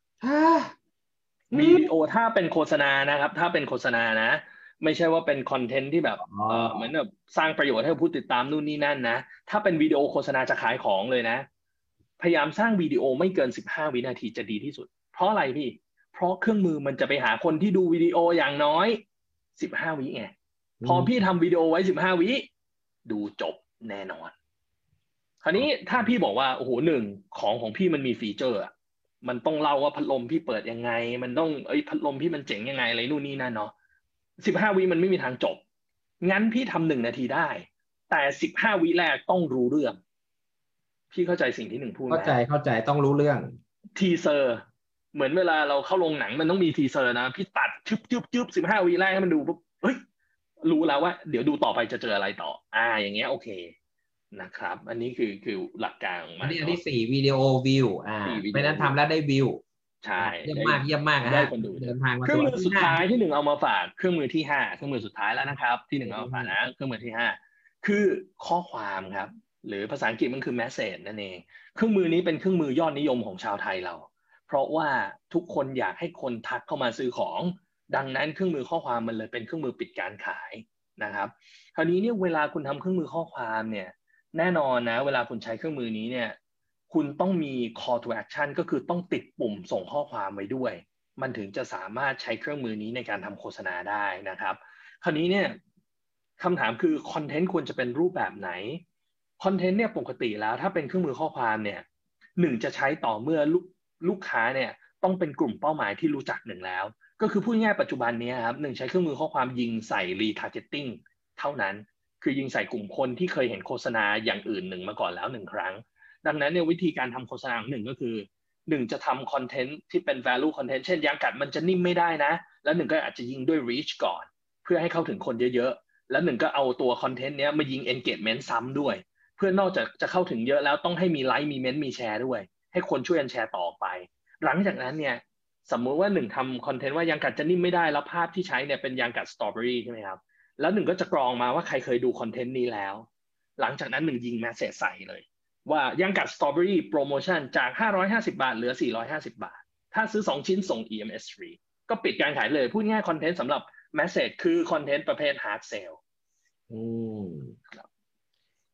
วิดีโอถ้าเป็นโฆษณานะครับถ้าเป็นโฆษณานะไม่ใช่ว่าเป็นคอนเทนต์ที่แบบเออเหมือนแบบสร้างประโยชน์ให้ผู้ติดตามนู่นนี่นั่นนะถ้าเป็นวิดีโอโฆษณาจะขายของเลยนะพยายามสร้างวิดีโอไม่เกินสิบห้าวินาทีจะดีที่สุดเพราะอะไรพี่เพราะเครื่องมือมันจะไปหาคนที่ดูวิดีโออย่างน้อยสิบห้าวิไงพอพี่ทำวิดีโอไว้สิบห้าวิดูจบแน่นอนคราวนี้ถ้าพี่บอกว่าโอ้โหหนึ่งของของพี่มันมีฟีเจอร์มันต้องเล่าว่าพัดลมพี่เปิดยังไงมันต้องเอ้ยพัดลมพี่มันเจ๋งยังไงอะไรนู่นนี่นั่นเนาะสิบห้าวิมันไม่มีทางจบงั้นพี่ทำหนึ่งนาทีได้แต่สิบห้าวิแรกต้องรู้เรื่องพี่เข้าใจสิ่งที่หนึ่งพูดไหมเข้าใจเข้าใจต้องรู้เรื่องทีเซอร์เหมือนเวลาเราเข้าโรงหนังมันต้องมีทีเซอร์นะพี่ตัดชึบชึบชึบสิบห้าวิแรกให้มันดูปุ๊บเฮ้ยรู้แล้วว่าเดี๋ยวดูต่อไปจะเจออะไรต่ออ่าอย่างเงี้ยโอเคนะครับอันนี้คือคือหลักการของมันอันนี้อันที่สี่วิดีโอวิวอ่าไม่นั้นทำแล้วได้วิวใช่เยี่ยมมากเยี่ยมมากได้ฮะคนดูเดินทางมาเครื่องมือสุดท้ายที่หนึ่งเอามาฝากเครื่องมือที่ห้าเครื่องมือสุดท้ายแล้วนะครับที่หนึ่งเอามาฝากนะเครื่องมือที่ห้าคือข้อความครับหรือภาษาอังกฤษมันคือ message นั่นเองเครื่องมือนี้เป็นเครื่องมือยอดนิยมของชาวไทยเราเพราะว่าทุกคนอยากให้คนทักเข้ามาซื้อของดังนั้นเครื่องมือข้อความมันเลยเป็นเครื่องมือปิดการขายนะครับคราวนี้เนี่ยเวลาคุณทำเครื่องมือข้อความเนี่ยแน่นอนนะเวลาคุณใช้เครื่องมือนี้เนี่ยคุณต้องมี call to action ก็คือต้องติดปุ่มส่งข้อความไว้ด้วยมันถึงจะสามารถใช้เครื่องมือนี้ในการทำโฆษณาได้นะครับคราวนี้เนี่ยคำถามคือคอนเทนต์ควรจะเป็นรูปแบบไหนคอนเทนต์เนี่ยปกติแล้วถ้าเป็นเครื่องมือข้อความเนี่ยหนึ่งจะใช้ต่อเมื่อลูกลูกค้าเนี่ยต้องเป็นกลุ่มเป้าหมายที่รู้จักหนึ่งแล้วก็คือพูดง่ายปัจจุบันนี้ครับหนึ่งใช้เครื่องมือข้อความยิงใส่ retargeting เท่านั้นคือยิงใส่กลุ่มคนที่เคยเห็นโฆษณาอย่างอื่นหนึ่งมาก่อนแล้วหนึ่งครั้งดังนั้นเนี่ยวิธีการทำโฆษณาของหนึ่งก็คือหนึ่งจะทำคอนเทนต์ที่เป็น value content เช่นยางกัดมันจะนิ่มไม่ได้นะแล้วหนึ่งก็อาจจะยิงด้วย reach ก่อนเพื่อให้เข้าถึงคนเยอะๆแล้วหนึ่งก็เอาตัวคอนเทนต์เนี้ยมายิง engagement ซ้ำด้วยเพื่อนอกจากจะเข้าถึงเยอะแล้วต้องให้มีไลค์มีเมนต์มีแชร์ด้วยให้คนช่วยกันแชร์ต่อไปหลังจากนั้นเนี่ยสมมุติว่าหนึ่งทำคอนเทนต์ว่ายางกัดจะนิ่มไม่ได้แล้วภาพที่ใช้เนี่ยเป็นยางกัดสตรอเบอรี่ใช่ไหมครับแล้วหนึ่งก็จะกรองมาว่าใครเคยดูคอนเทนต์นี้แล้วหลังจากนั้นหนึ่งยิงแมสเสจใส่เลยว่ายางกัดสตรอเบอรี่โปรโมชั่นจากห้าร้อยห้าสิบบาทเหลือสี่ร้อยห้าสิบบาทถ้าซื้อสองชิ้นส่ง อี เอ็ม เอส ฟรีก็ปิดการขายเลยพูดง่ายคอนเทนต์สำหรับแมสเสจคือคอนเทนต์ประเภท hard sell อืม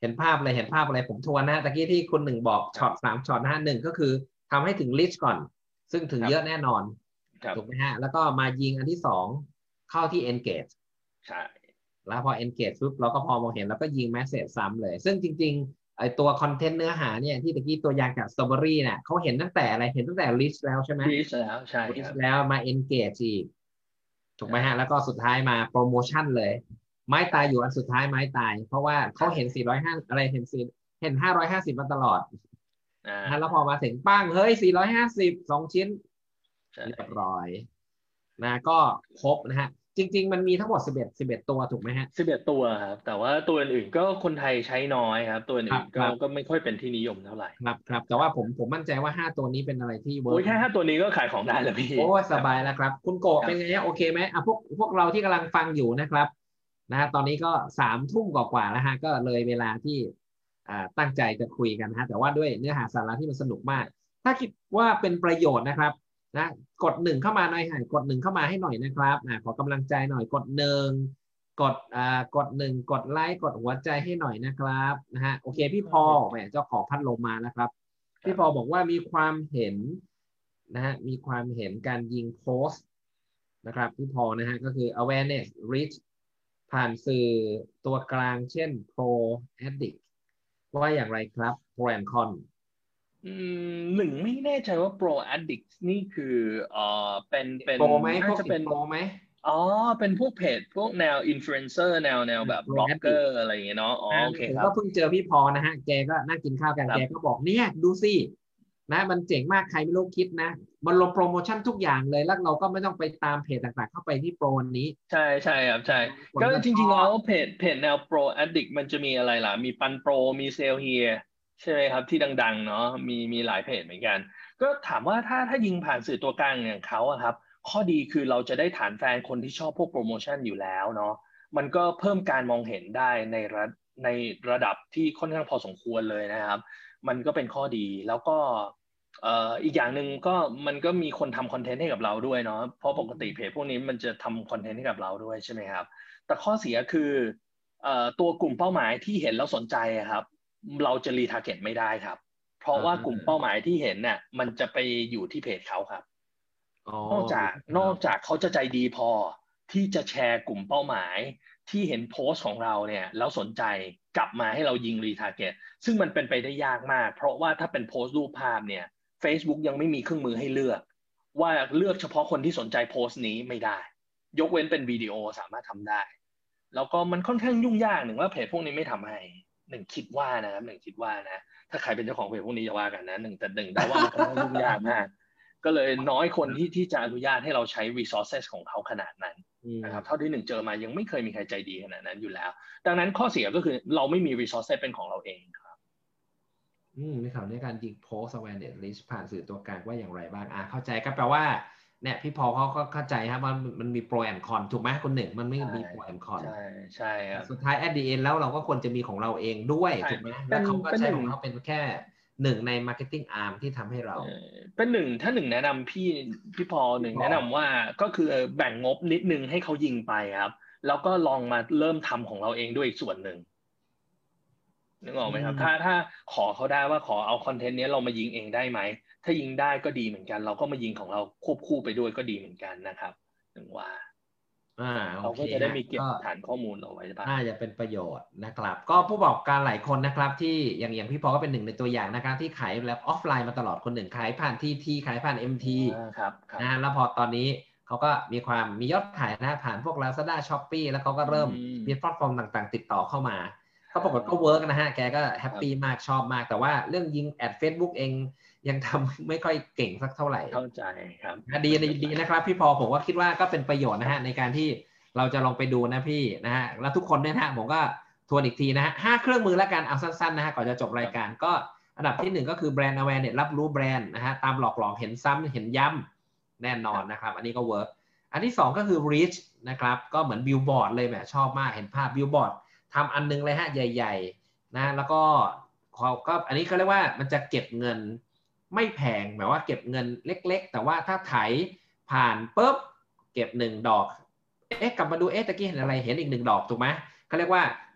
เห็นภาพเลยเห็นภาพอะไรผมทวนนะตะกี้ที่คุณหนึ่งบอกช็อตสามช็อตนะฮะหนึ่งก็คือทำให้ถึงลิชก่อนซึ่งถึงเยอะแน่นอนถูกไหมฮะแล้วก็มายิงอันที่สองเข้าที่ engage ใช่แล้วพอ engage ปุ๊บเราก็พอมองเห็นแล้วก็ยิง message ซ้ำเลยซึ่งจริงๆไอตัวคอนเทนต์เนื้อหาเนี่ยที่ตะกี้ตัวอย่างจาก Strawberry เนี่ยเขาเห็นตั้งแต่อะไรเห็นตั้งแต่ list แล้วใช่ไหม list แล้วใช่ครับ list แล้วมา engage อีกถูกไหมฮะแล้วก็สุดท้ายมาโปรโมชั่นเลยไม้ตายอยู่อันสุดท้ายไม้ตายเพราะว่าเขาเห็นสี่ร้อยห้าอะไรเห็นสี่เห็นห้าร้อยห้าสิบมาตลอดนะแล้วพอมาถึงปั้งเฮ้ยสี่ร้อยห้าสิบสองชิ้นเรียบร้อยนะก็ครบนะฮะจริงๆมันมีทั้งหมดสิบเอ็ด สิบเอ็ดตัวถูกไหมฮะสิบเอ็ดตัวครับแต่ว่าตัวอื่นๆก็คนไทยใช้น้อยครับตัวอื่นก็ก็ไม่ค่อยเป็นที่นิยมเท่าไหร่ครับครับแต่ว่าผมผมมั่นใจว่าห้าตัวนี้เป็นอะไรที่เวิร์กโอ้ยแค่ห้าตัวนี้ก็ขายของได้แล้วพี่โอ้สบายแล้วครับคุณโกเป็นไงโอเคไหมอ่ะพวกพวกเราที่กำลังฟังอยู่นะครับนะฮะตอนนี้ก็สามทุ่มกว่าๆแล้วฮะก็เลยเวลาที่อ่าตั้งใจจะคุยกันฮะแต่ว่าด้วยเนื้อหาสาระที่มันสนุกมากถ้าคิดว่าเป็นประโยชน์นะครับนะกดหนึ่งเข้ามาหน่อยให้กดหนึ่งเข้ามาให้หน่อยนะครับอ่าขอกำลังใจหน่อยกดหนึ่งกดอ่ากดหนึ่งกดไลค์กดหัวใจให้หน่อยนะครับนะฮะโอเคพี่พอแหมเจ้าของพัดลมมานะครับพี่พอบอกว่ามีความเห็นนะฮะมีความเห็นการยิงโพสต์นะครับพี่พอนะฮะก็คือ awareness reach ผ่านสื่อตัวกลางเช่น pro addict ว่าอย่างไรครับ pro and con อืมหนึ่งไม่แน่ใจว่า pro addict นี่คือเอ่อเป็นเป็น pro ไหมพวกจะเป็น pro ไหมอ๋อเป็นพวกเพจพวกแนวอินฟลูเอนเซอร์แนวแนวแบบบล็อกเกอร์อะไรอย่างเงี้ยเนาะอ๋อโอเคครับผมก็เพิ่งเจอพี่พอนะฮะแกก็นั่งกินข้าวกันแกก็บอกเนี่ยดูสินะมันเจ๋งมากใครไม่รู้คิดนะมันลงโปรโมชั่นทุกอย่างเลยแล้วเราก็ไม่ต้องไปตามเพจต่างๆเข้าไปที่โปรนี้ใช่ใช่ครับใช่ก็จริงๆแล้วเพจเพจแนว pro addict มันจะมีอะไรล่ะมีปันโปรมีเซลเฮียใช่ไหมครับที่ดังๆเนาะมีมีหลายเพจเหมือนกันก็ถามว่าถ้าถ้ายิงผ่านสื่อตัวกลางอย่างเขาอะครับข้อดีคือเราจะได้ฐานแฟนคนที่ชอบพวกโปรโมชั่นอยู่แล้วเนาะมันก็เพิ่มการมองเห็นได้ในระในระดับที่ค่อนข้างพอสมควรเลยนะครับมันก็เป็นข้อดีแล้วก็เอ่ออีกอย่างหนึ่งก็มันก็มีคนทำคอนเทนต์ให้กับเราด้วยเนาะเพราะปกติเพจพวกนี้มันจะทำคอนเทนต์ให้กับเราด้วยใช่ไหมครับแต่ข้อเสียคือเอ่อตัวกลุ่มเป้าหมายที่เห็นแล้วสนใจครับเราจะรีทาร์เก็ตไม่ได้ครับเพราะว่ากลุ่มเป้าหมายที่เห็นเนี่ยมันจะไปอยู่ที่เพจเขาครับนอกจากนอกจากเขาจะใจดีพอที่จะแชร์กลุ่มเป้าหมายที่เห็นโพสต์ของเราเนี่ยแล้วสนใจกลับมาให้เรายิงรีทาร์เก็ตซึ่งมันเป็นไปได้ยากมากเพราะว่าถ้าเป็นโพสต์รูปภาพเนี่ย Facebook ยังไม่มีเครื่องมือให้เลือกว่าเลือกเฉพาะคนที่สนใจโพสต์นี้ไม่ได้ยกเว้นเป็นวิดีโอสามารถทำได้แล้วก็มันค่อนข้างยุ่งยากหนึ่งว่าเพจพวกนี้ไม่ทำให้หนึ่งคิดว่านะครับหนึ่งคิดว่านะถ้าใครเป็นเจ้าของเพจพวกนี้จะว่ากันนะหนึ่งแต่หนึ่งแต่ว่ามันค่อนข้างยุ่งยากมากก็เลยน้อยคนที่ที่จะอนุญาตให้เราใช้ resources ของเขาขนาดนั้นนะครับเท่าที่หนึ่งเจอมายังไม่เคยมีใครใจดีขนาดนั้นอยู่แล้วดังนั้นข้อเสียก็คือเราไม่มี resources เป็นของเราเองครับอืมในข่าวในการยิง post awareness list ผ่านสื่อตัวกลางว่าอย่างไรบ้างอ่าเข้าใจก็แปลว่าเนี่ยพี่พอเขาก็เข้าใจครับว่ามันมี pro and con ถูกไหมคนหนึ่งมันไม่มี pro and con ใช่ใช่ครับสุดท้าย at the end แล้วเราก็ควรจะมีของเราเองด้วยถูกไหมแล้วเขาก็ใช้ของเขาเป็นแค่หนึ่งใน marketing arm ที่ทำให้เราเป็นหนึ่งถ้าหนึ่งแนะนำพี่พี่พอหนึ่งแนะนำว่าก็คือแบ่งงบนิดนึงให้เขายิงไปครับแล้วก็ลองมาเริ่มทำของเราเองด้วยอีกส่วนหนึ่งนึกออกไหมครับถ้าถ้าขอเขาได้ว่าขอเอาคอนเทนต์นี้เรามายิงเองได้ไหมถ้ายิงได้ก็ดีเหมือนกันเราก็มายิงของเราควบคู่ไปด้วยก็ดีเหมือนกันนะครับถึงว่าเราก็จะได้มีเก็บฐานข้อมูลเอาไว้บ้างน่าจะเป็นประโยชน์นะครับก็ผู้ประกอบการหลายคนนะครับที่อย่างอย่างพี่พอก็เป็นหนึ่งในตัวอย่างนะครับที่ขายแบบออฟไลน์มาตลอดคนหนึ่งขายผ่านทีทีขายผ่าน เอ็ม ทีครับนะแล้วพอตอนนี้เขาก็มีความมียอดขายนะผ่านพวก Lazada Shopee แล้วเขาก็เริ่มมีแพลตฟอร์มต่างๆติดต่อเข้ามาเขาปรากฏก็เวิร์กนะฮะแกก็แฮปปี้มากชอบมากแต่ว่าเรื่องยิงแอด Facebook เองยังทำไม่ค่อยเก่งสักเท่าไหร่เข้าใจครับดีดีนะครับพี่พอผมว่าคิดว่าก็เป็นประโยชน์นะฮะในการที่เราจะลองไปดูนะพี่นะฮะแล้วทุกคนเนี่ยนะฮะผมก็ทวนอีกทีนะฮะห้าเครื่องมือแล้วกันเอาสั้นๆนะฮะก่อนจะจบรายการก็อันดับที่หนึ่งก็คือแบรนด์ awareness รับรู้แบรนด์นะฮะตามหลอกหลอกเห็นซ้ำเห็นย้ำแน่นอนนะครับอันนี้ก็เวิร์กอันที่สองก็คือ reach นะครับก็เหมือนบิลบอร์ดเลยแหมชอบมากเห็นภาพบิลบอร์ดทำอันนึงเลยฮะใหญ่ๆนะแล้วก็เขาก็อันนี้เขาเรียกว่ามันจะเก็บเงินไม่แพงแบบว่าเก็บเงินเล็กๆแต่ว่าถ้าไถผ่านปุ๊บเก็บหนึ่งดอกเอ๊ะกลับมาดูเอ๊ะตะกี้เห็นอะไรเห็นอีกหนึ่งดอกถูกไหมเขาเรียกว่า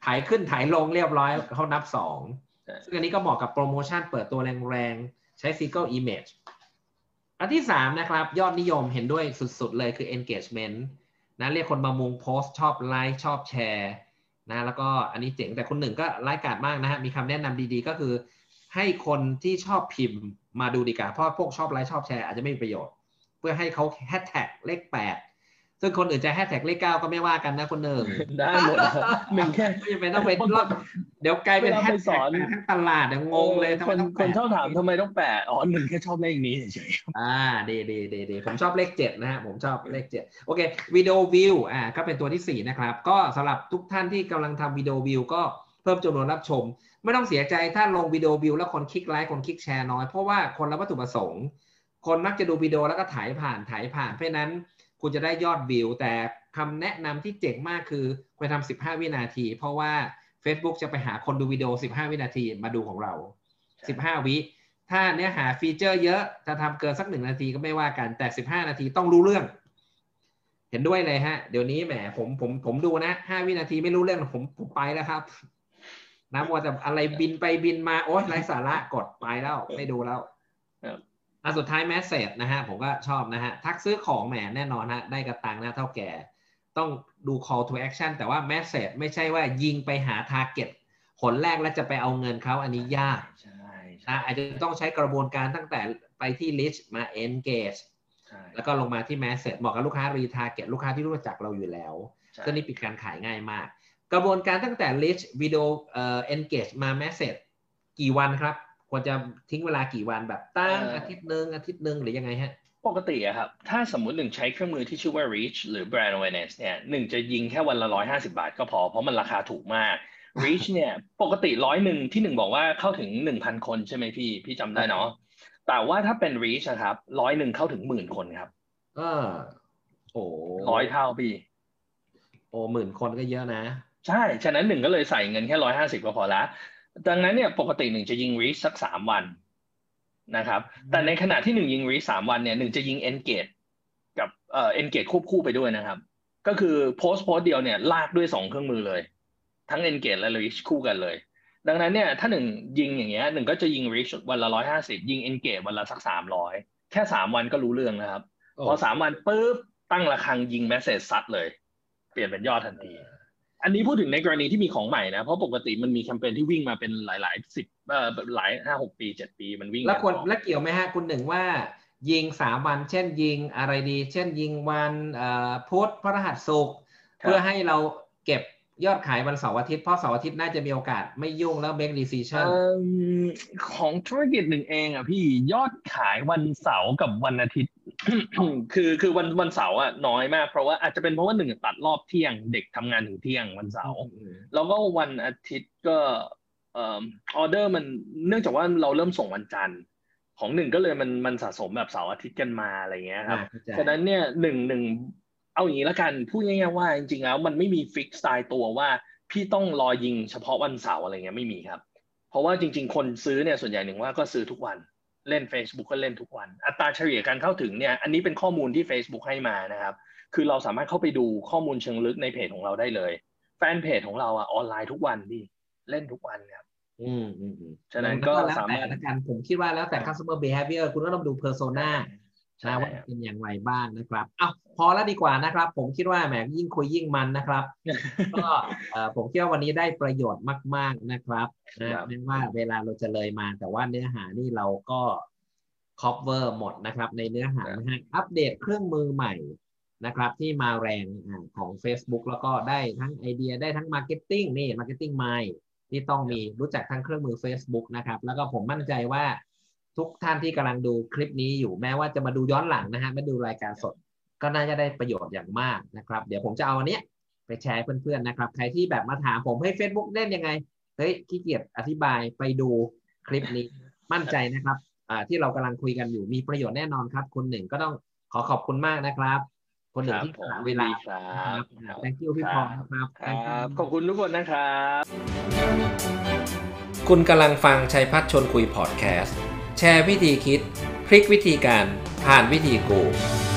ถ่ายขึ้นถ่ายลงเรียบร้อยเขานับสองซึ่งอันนี้ก็เหมาะกับโปรโมชั่นเปิดตัวแรงๆใช้ Single Image อันที่สามนะครับยอดนิยมเห็นด้วยสุดๆเลยคือ engagement นะเรียกคนมามุงโพสต์ชอบไลค์ชอบแชร์นะแล้วก็อันนี้เจ๋งแต่คนหนึ่งก็ไลค์การ์ดมากนะฮะมีคำแนะนำดีๆก็คือให้คนที่ชอบพิมพ์มาดูดีกว่าเพราะพวกชอบไลค์ชอบแชร์อาจจะไม่มีประโยชน์เพื่อให้เขาแฮชแท็กเลขแปดซึ่งคนอื่นจะแฮชแท็กเลขเก้าก็ไม่ว่ากันนะคนหนึ่งได้หมดหนึ่งแค่ไม่จำเป็นต้องเป็นรอบเดี๋ยวกลายเป็นแฮชแท็กทั้งตลาดงงเลยคนคนชอบถามทำไมต้องแปดอ๋อหนึ่งแค่ชอบเลขนี้เฉยๆอ่าดีดีดีดีผมชอบเลขเจ็ดนะฮะผมชอบเลขเจ็ดโอเควิดีโอวิวอ่าก็เป็นตัวที่สี่นะครับก็สำหรับทุกท่านที่กำลังทำวิดีโอวิวก็เพิ่มจำนวนรับชมไม่ต้องเสียใจถ้าลงวิดีโอวิวแล้วคนคลิกไลค์คนคลิกแชร์น้อยเพราะว่าคนละวัตถุประสงค์คนมักจะดูวิดีโอแล้วก็ถ่ายผ่านถ่ายผ่านเพราะนั้นคุณจะได้ยอดวิวแต่คำแนะนำที่เจ๋งมากคือควรทำสิบห้าวินาทีเพราะว่า Facebook จะไปหาคนดูวิดีโอสิบห้าวินาทีมาดูของเราสิบห้าวิถ้าเนื้อหาฟีเจอร์เยอะจะทำเกินสักหนึ่งนาทีก็ไม่ว่ากันแต่สิบห้านาทีต้องรู้เรื่องเห็นด้วยเลยฮะเดี๋ยวนี้แหมผมผมผมดูนะห้าวินาทีไม่รู้เรื่องผมผมไปแล้วครับนะมัวแต่อะไรบินไปบินมาโอ๊ยไร้สาระกดไปแล้วไม่ดูแล้วอันสุดท้ายแมสเสจนะฮะผมก็ชอบนะฮะทักซื้อของแหมแน่นอนฮะได้กระตังหน้าเท่าแก่ต้องดู call to action แต่ว่าแมสเสจไม่ใช่ว่ายิงไปหา target ผลแรกแล้วจะไปเอาเงินเขาอันนี้ยากนะอาจจะต้องใช้กระบวนการตั้งแต่ไปที่ list มา engage แล้วก็ลงมาที่ message เหมาะกับลูกค้า retarget ลูกค้าที่รู้จักเราอยู่แล้วก็นี่เป็นการขายง่ายมากกระบวนการตั้งแต่ list วิดีโอเอ่อ engage มา message กี่วันครับควรจะทิ้งเวลากี่วันแบบตั้งอาทิตย์นึงอาทิตย์นึงหรือยังไงฮะปกติอะครับถ้าสมมุติหนึ่งใช้เครื่องมือที่ชื่อว่า reach หรือ brand awareness เนี่ยหนึ่งจะยิงแค่วันละหนึ่งร้อยห้าสิบบาทก็พอเพราะมันราคาถูกมาก reach เนี่ยปกติร้อยหนึ่งที่หนึ่งบอกว่าเข้าถึง หนึ่งพัน คนใช่ไหมพี่พี่จำได้เนาะแต่ว่าถ้าเป็น reach นะครับร้อยหนึ่งเข้าถึงหมื่นคนครับเออโอ้ร้อยเท่าพี่โอ้หมื่นคนก็เยอะนะใช่ฉะนั้นหนึ่งก็เลยใส่เงินแค่ร้อยห้าสิบก็พอละดังนั้นเนี่ยปกติหนึ่งจะยิง reach สักสามวันนะครับแต่ในขณะที่หนึ่งยิง reach สามวันเนี่ยหนึ่งจะยิง engage กับเอ่อ engage ควบคู่ไปด้วยนะครับก็คือโพสต์โพสต์เดียวเนี่ยลากด้วยสองเครื่องมือเลยทั้ง engage และ reach คู่กันเลยดังนั้นเนี่ยถ้าหนึ่งยิงอย่างเงี้ยหนึ่งก็จะยิง reach วันละหนึ่งร้อยห้าสิบยิง engage วันละสักสามร้อยแค่สามวันก็รู้เรื่องนะครับพอสามวันปุ๊บตั้งระฆังยิง message ซัดเลยเปลี่ยนเป็นยอดทันทีอันนี้พูดถึงในกรณีที่มีของใหม่นะเพราะปกติมันมีแคมเปญที่วิ่งมาเป็นหลายๆสิบเอ่อหลายห้าหกปีเจ็ดปีมันวิ่งแล้วคนแล้วเกี่ยวไหมฮะคุณหนึ่งว่ายิงสามวันเช่นยิงอะไรดีเช่นยิงวันเอ่อพุธพฤหัสศุกร์เพื่อให้เราเก็บยอดขายวันเสาร์อาทิตย์เพราะเสาร์อาทิตย์น่าจะมีโอกาสไม่ยุ่งแล้ว make decision ของธุรกิจหนึ่งเองอ่ะพี่ยอดขายวันเสาร์กับวันอาทิตย์ คือคือวันวันเสาร์อ่ะน้อยมากเพราะว่าอาจจะเป็นเพราะว่าหนึ่งตัดรอบเที่ยงเด็กทำงานถึงเที่ยงวันเสาร์แล้วก็วันอาทิตย์ก็เอ่อออเดอร์มันเนื่องจากว่าเราเริ่มส่งวันจันทร์ของหนึ่งก็เลยมันมันสะสมแบบเสาร์อาทิตย์กันมาอะไรเงี้ยครับฉะนั้นเนี่ยหนึ่งหนึ่งเอาอย่างนี้ละกันพูดง่ายๆว่าจริงๆแล้วมันไม่มีฟิกซ์ตายตัวว่าพี่ต้องรอยิงเฉพาะวันเสาร์อะไรเงี้ยไม่มีครับเพราะว่าจริงๆคนซื้อเนี่ยส่วนใหญ่หนึ่งว่าก็ซื้อทุกวันเล่น Facebook ก็เล่นทุกวันอัตราเฉลี่ยการเข้าถึงเนี่ยอันนี้เป็นข้อมูลที่ Facebook ให้มานะครับคือเราสามารถเข้าไปดูข้อมูลเชิงลึกในเพจของเราได้เลยแฟนเพจของเราอะออนไลน์ทุกวันดิเล่นทุกวันครับอืมอืมฉะนั้นก็สามารถการผมคิดว่าแล้วแต่ customer behavior คุณก็ต้องดู persona นะว่าเป็นอย่างไรบ้างนะครับอ้าวพอแล้วดีกว่านะครับผมคิดว่าแหมยิ่งคุยยิ่งมันนะครับก็ผมคิดว่าวันนี้ได้ประโยชน์มากๆนะครับนะไม่ว่าเวลาเราจะเลยมาแต่ว่าเนื้อหานี่เราก็ cover หมดนะครับในเนื้อหานะฮะอัปเดตเครื่องมือใหม่นะครับที่มาแรงของ Facebook แล้วก็ได้ทั้งไอเดียได้ทั้ง marketing นี่ marketing mind ที่ต้องมีรู้จักทั้งเครื่องมือ Facebook นะครับแล้วก็ผมมั่นใจว่าทุกท่านที่กำลังดูคลิปนี้อยู่แม้ว่าจะมาดูย้อนหลังนะฮะไม่ดูรายการสดก็น่าจะได้ประโยชน์อย่างมากนะครับเดี๋ยวผมจะเอาอันเนี้ยไปแชร์เพื่อนๆนะครับใครที่แบบมาถามผมให้ Facebook เล่นยังไงเฮ้ยขี้เกียจอธิบายไปดูคลิปนี้มั่นใจนะครับอ่าที่เรากำลังคุยกันอยู่มีประโยชน์แน่นอนครับคุณหนึ่งก็ต้องขอขอบคุณมากนะครับคนหนึ่งที่หาเวลาครับ thank you พี่พรครับขอบคุณทุกคนนะครับคุณกำลังฟังชัยพัฒน์ชวนคุยพอดแคสต์แชร์วิธีคิดพลิกวิธีการผ่านวิธีกู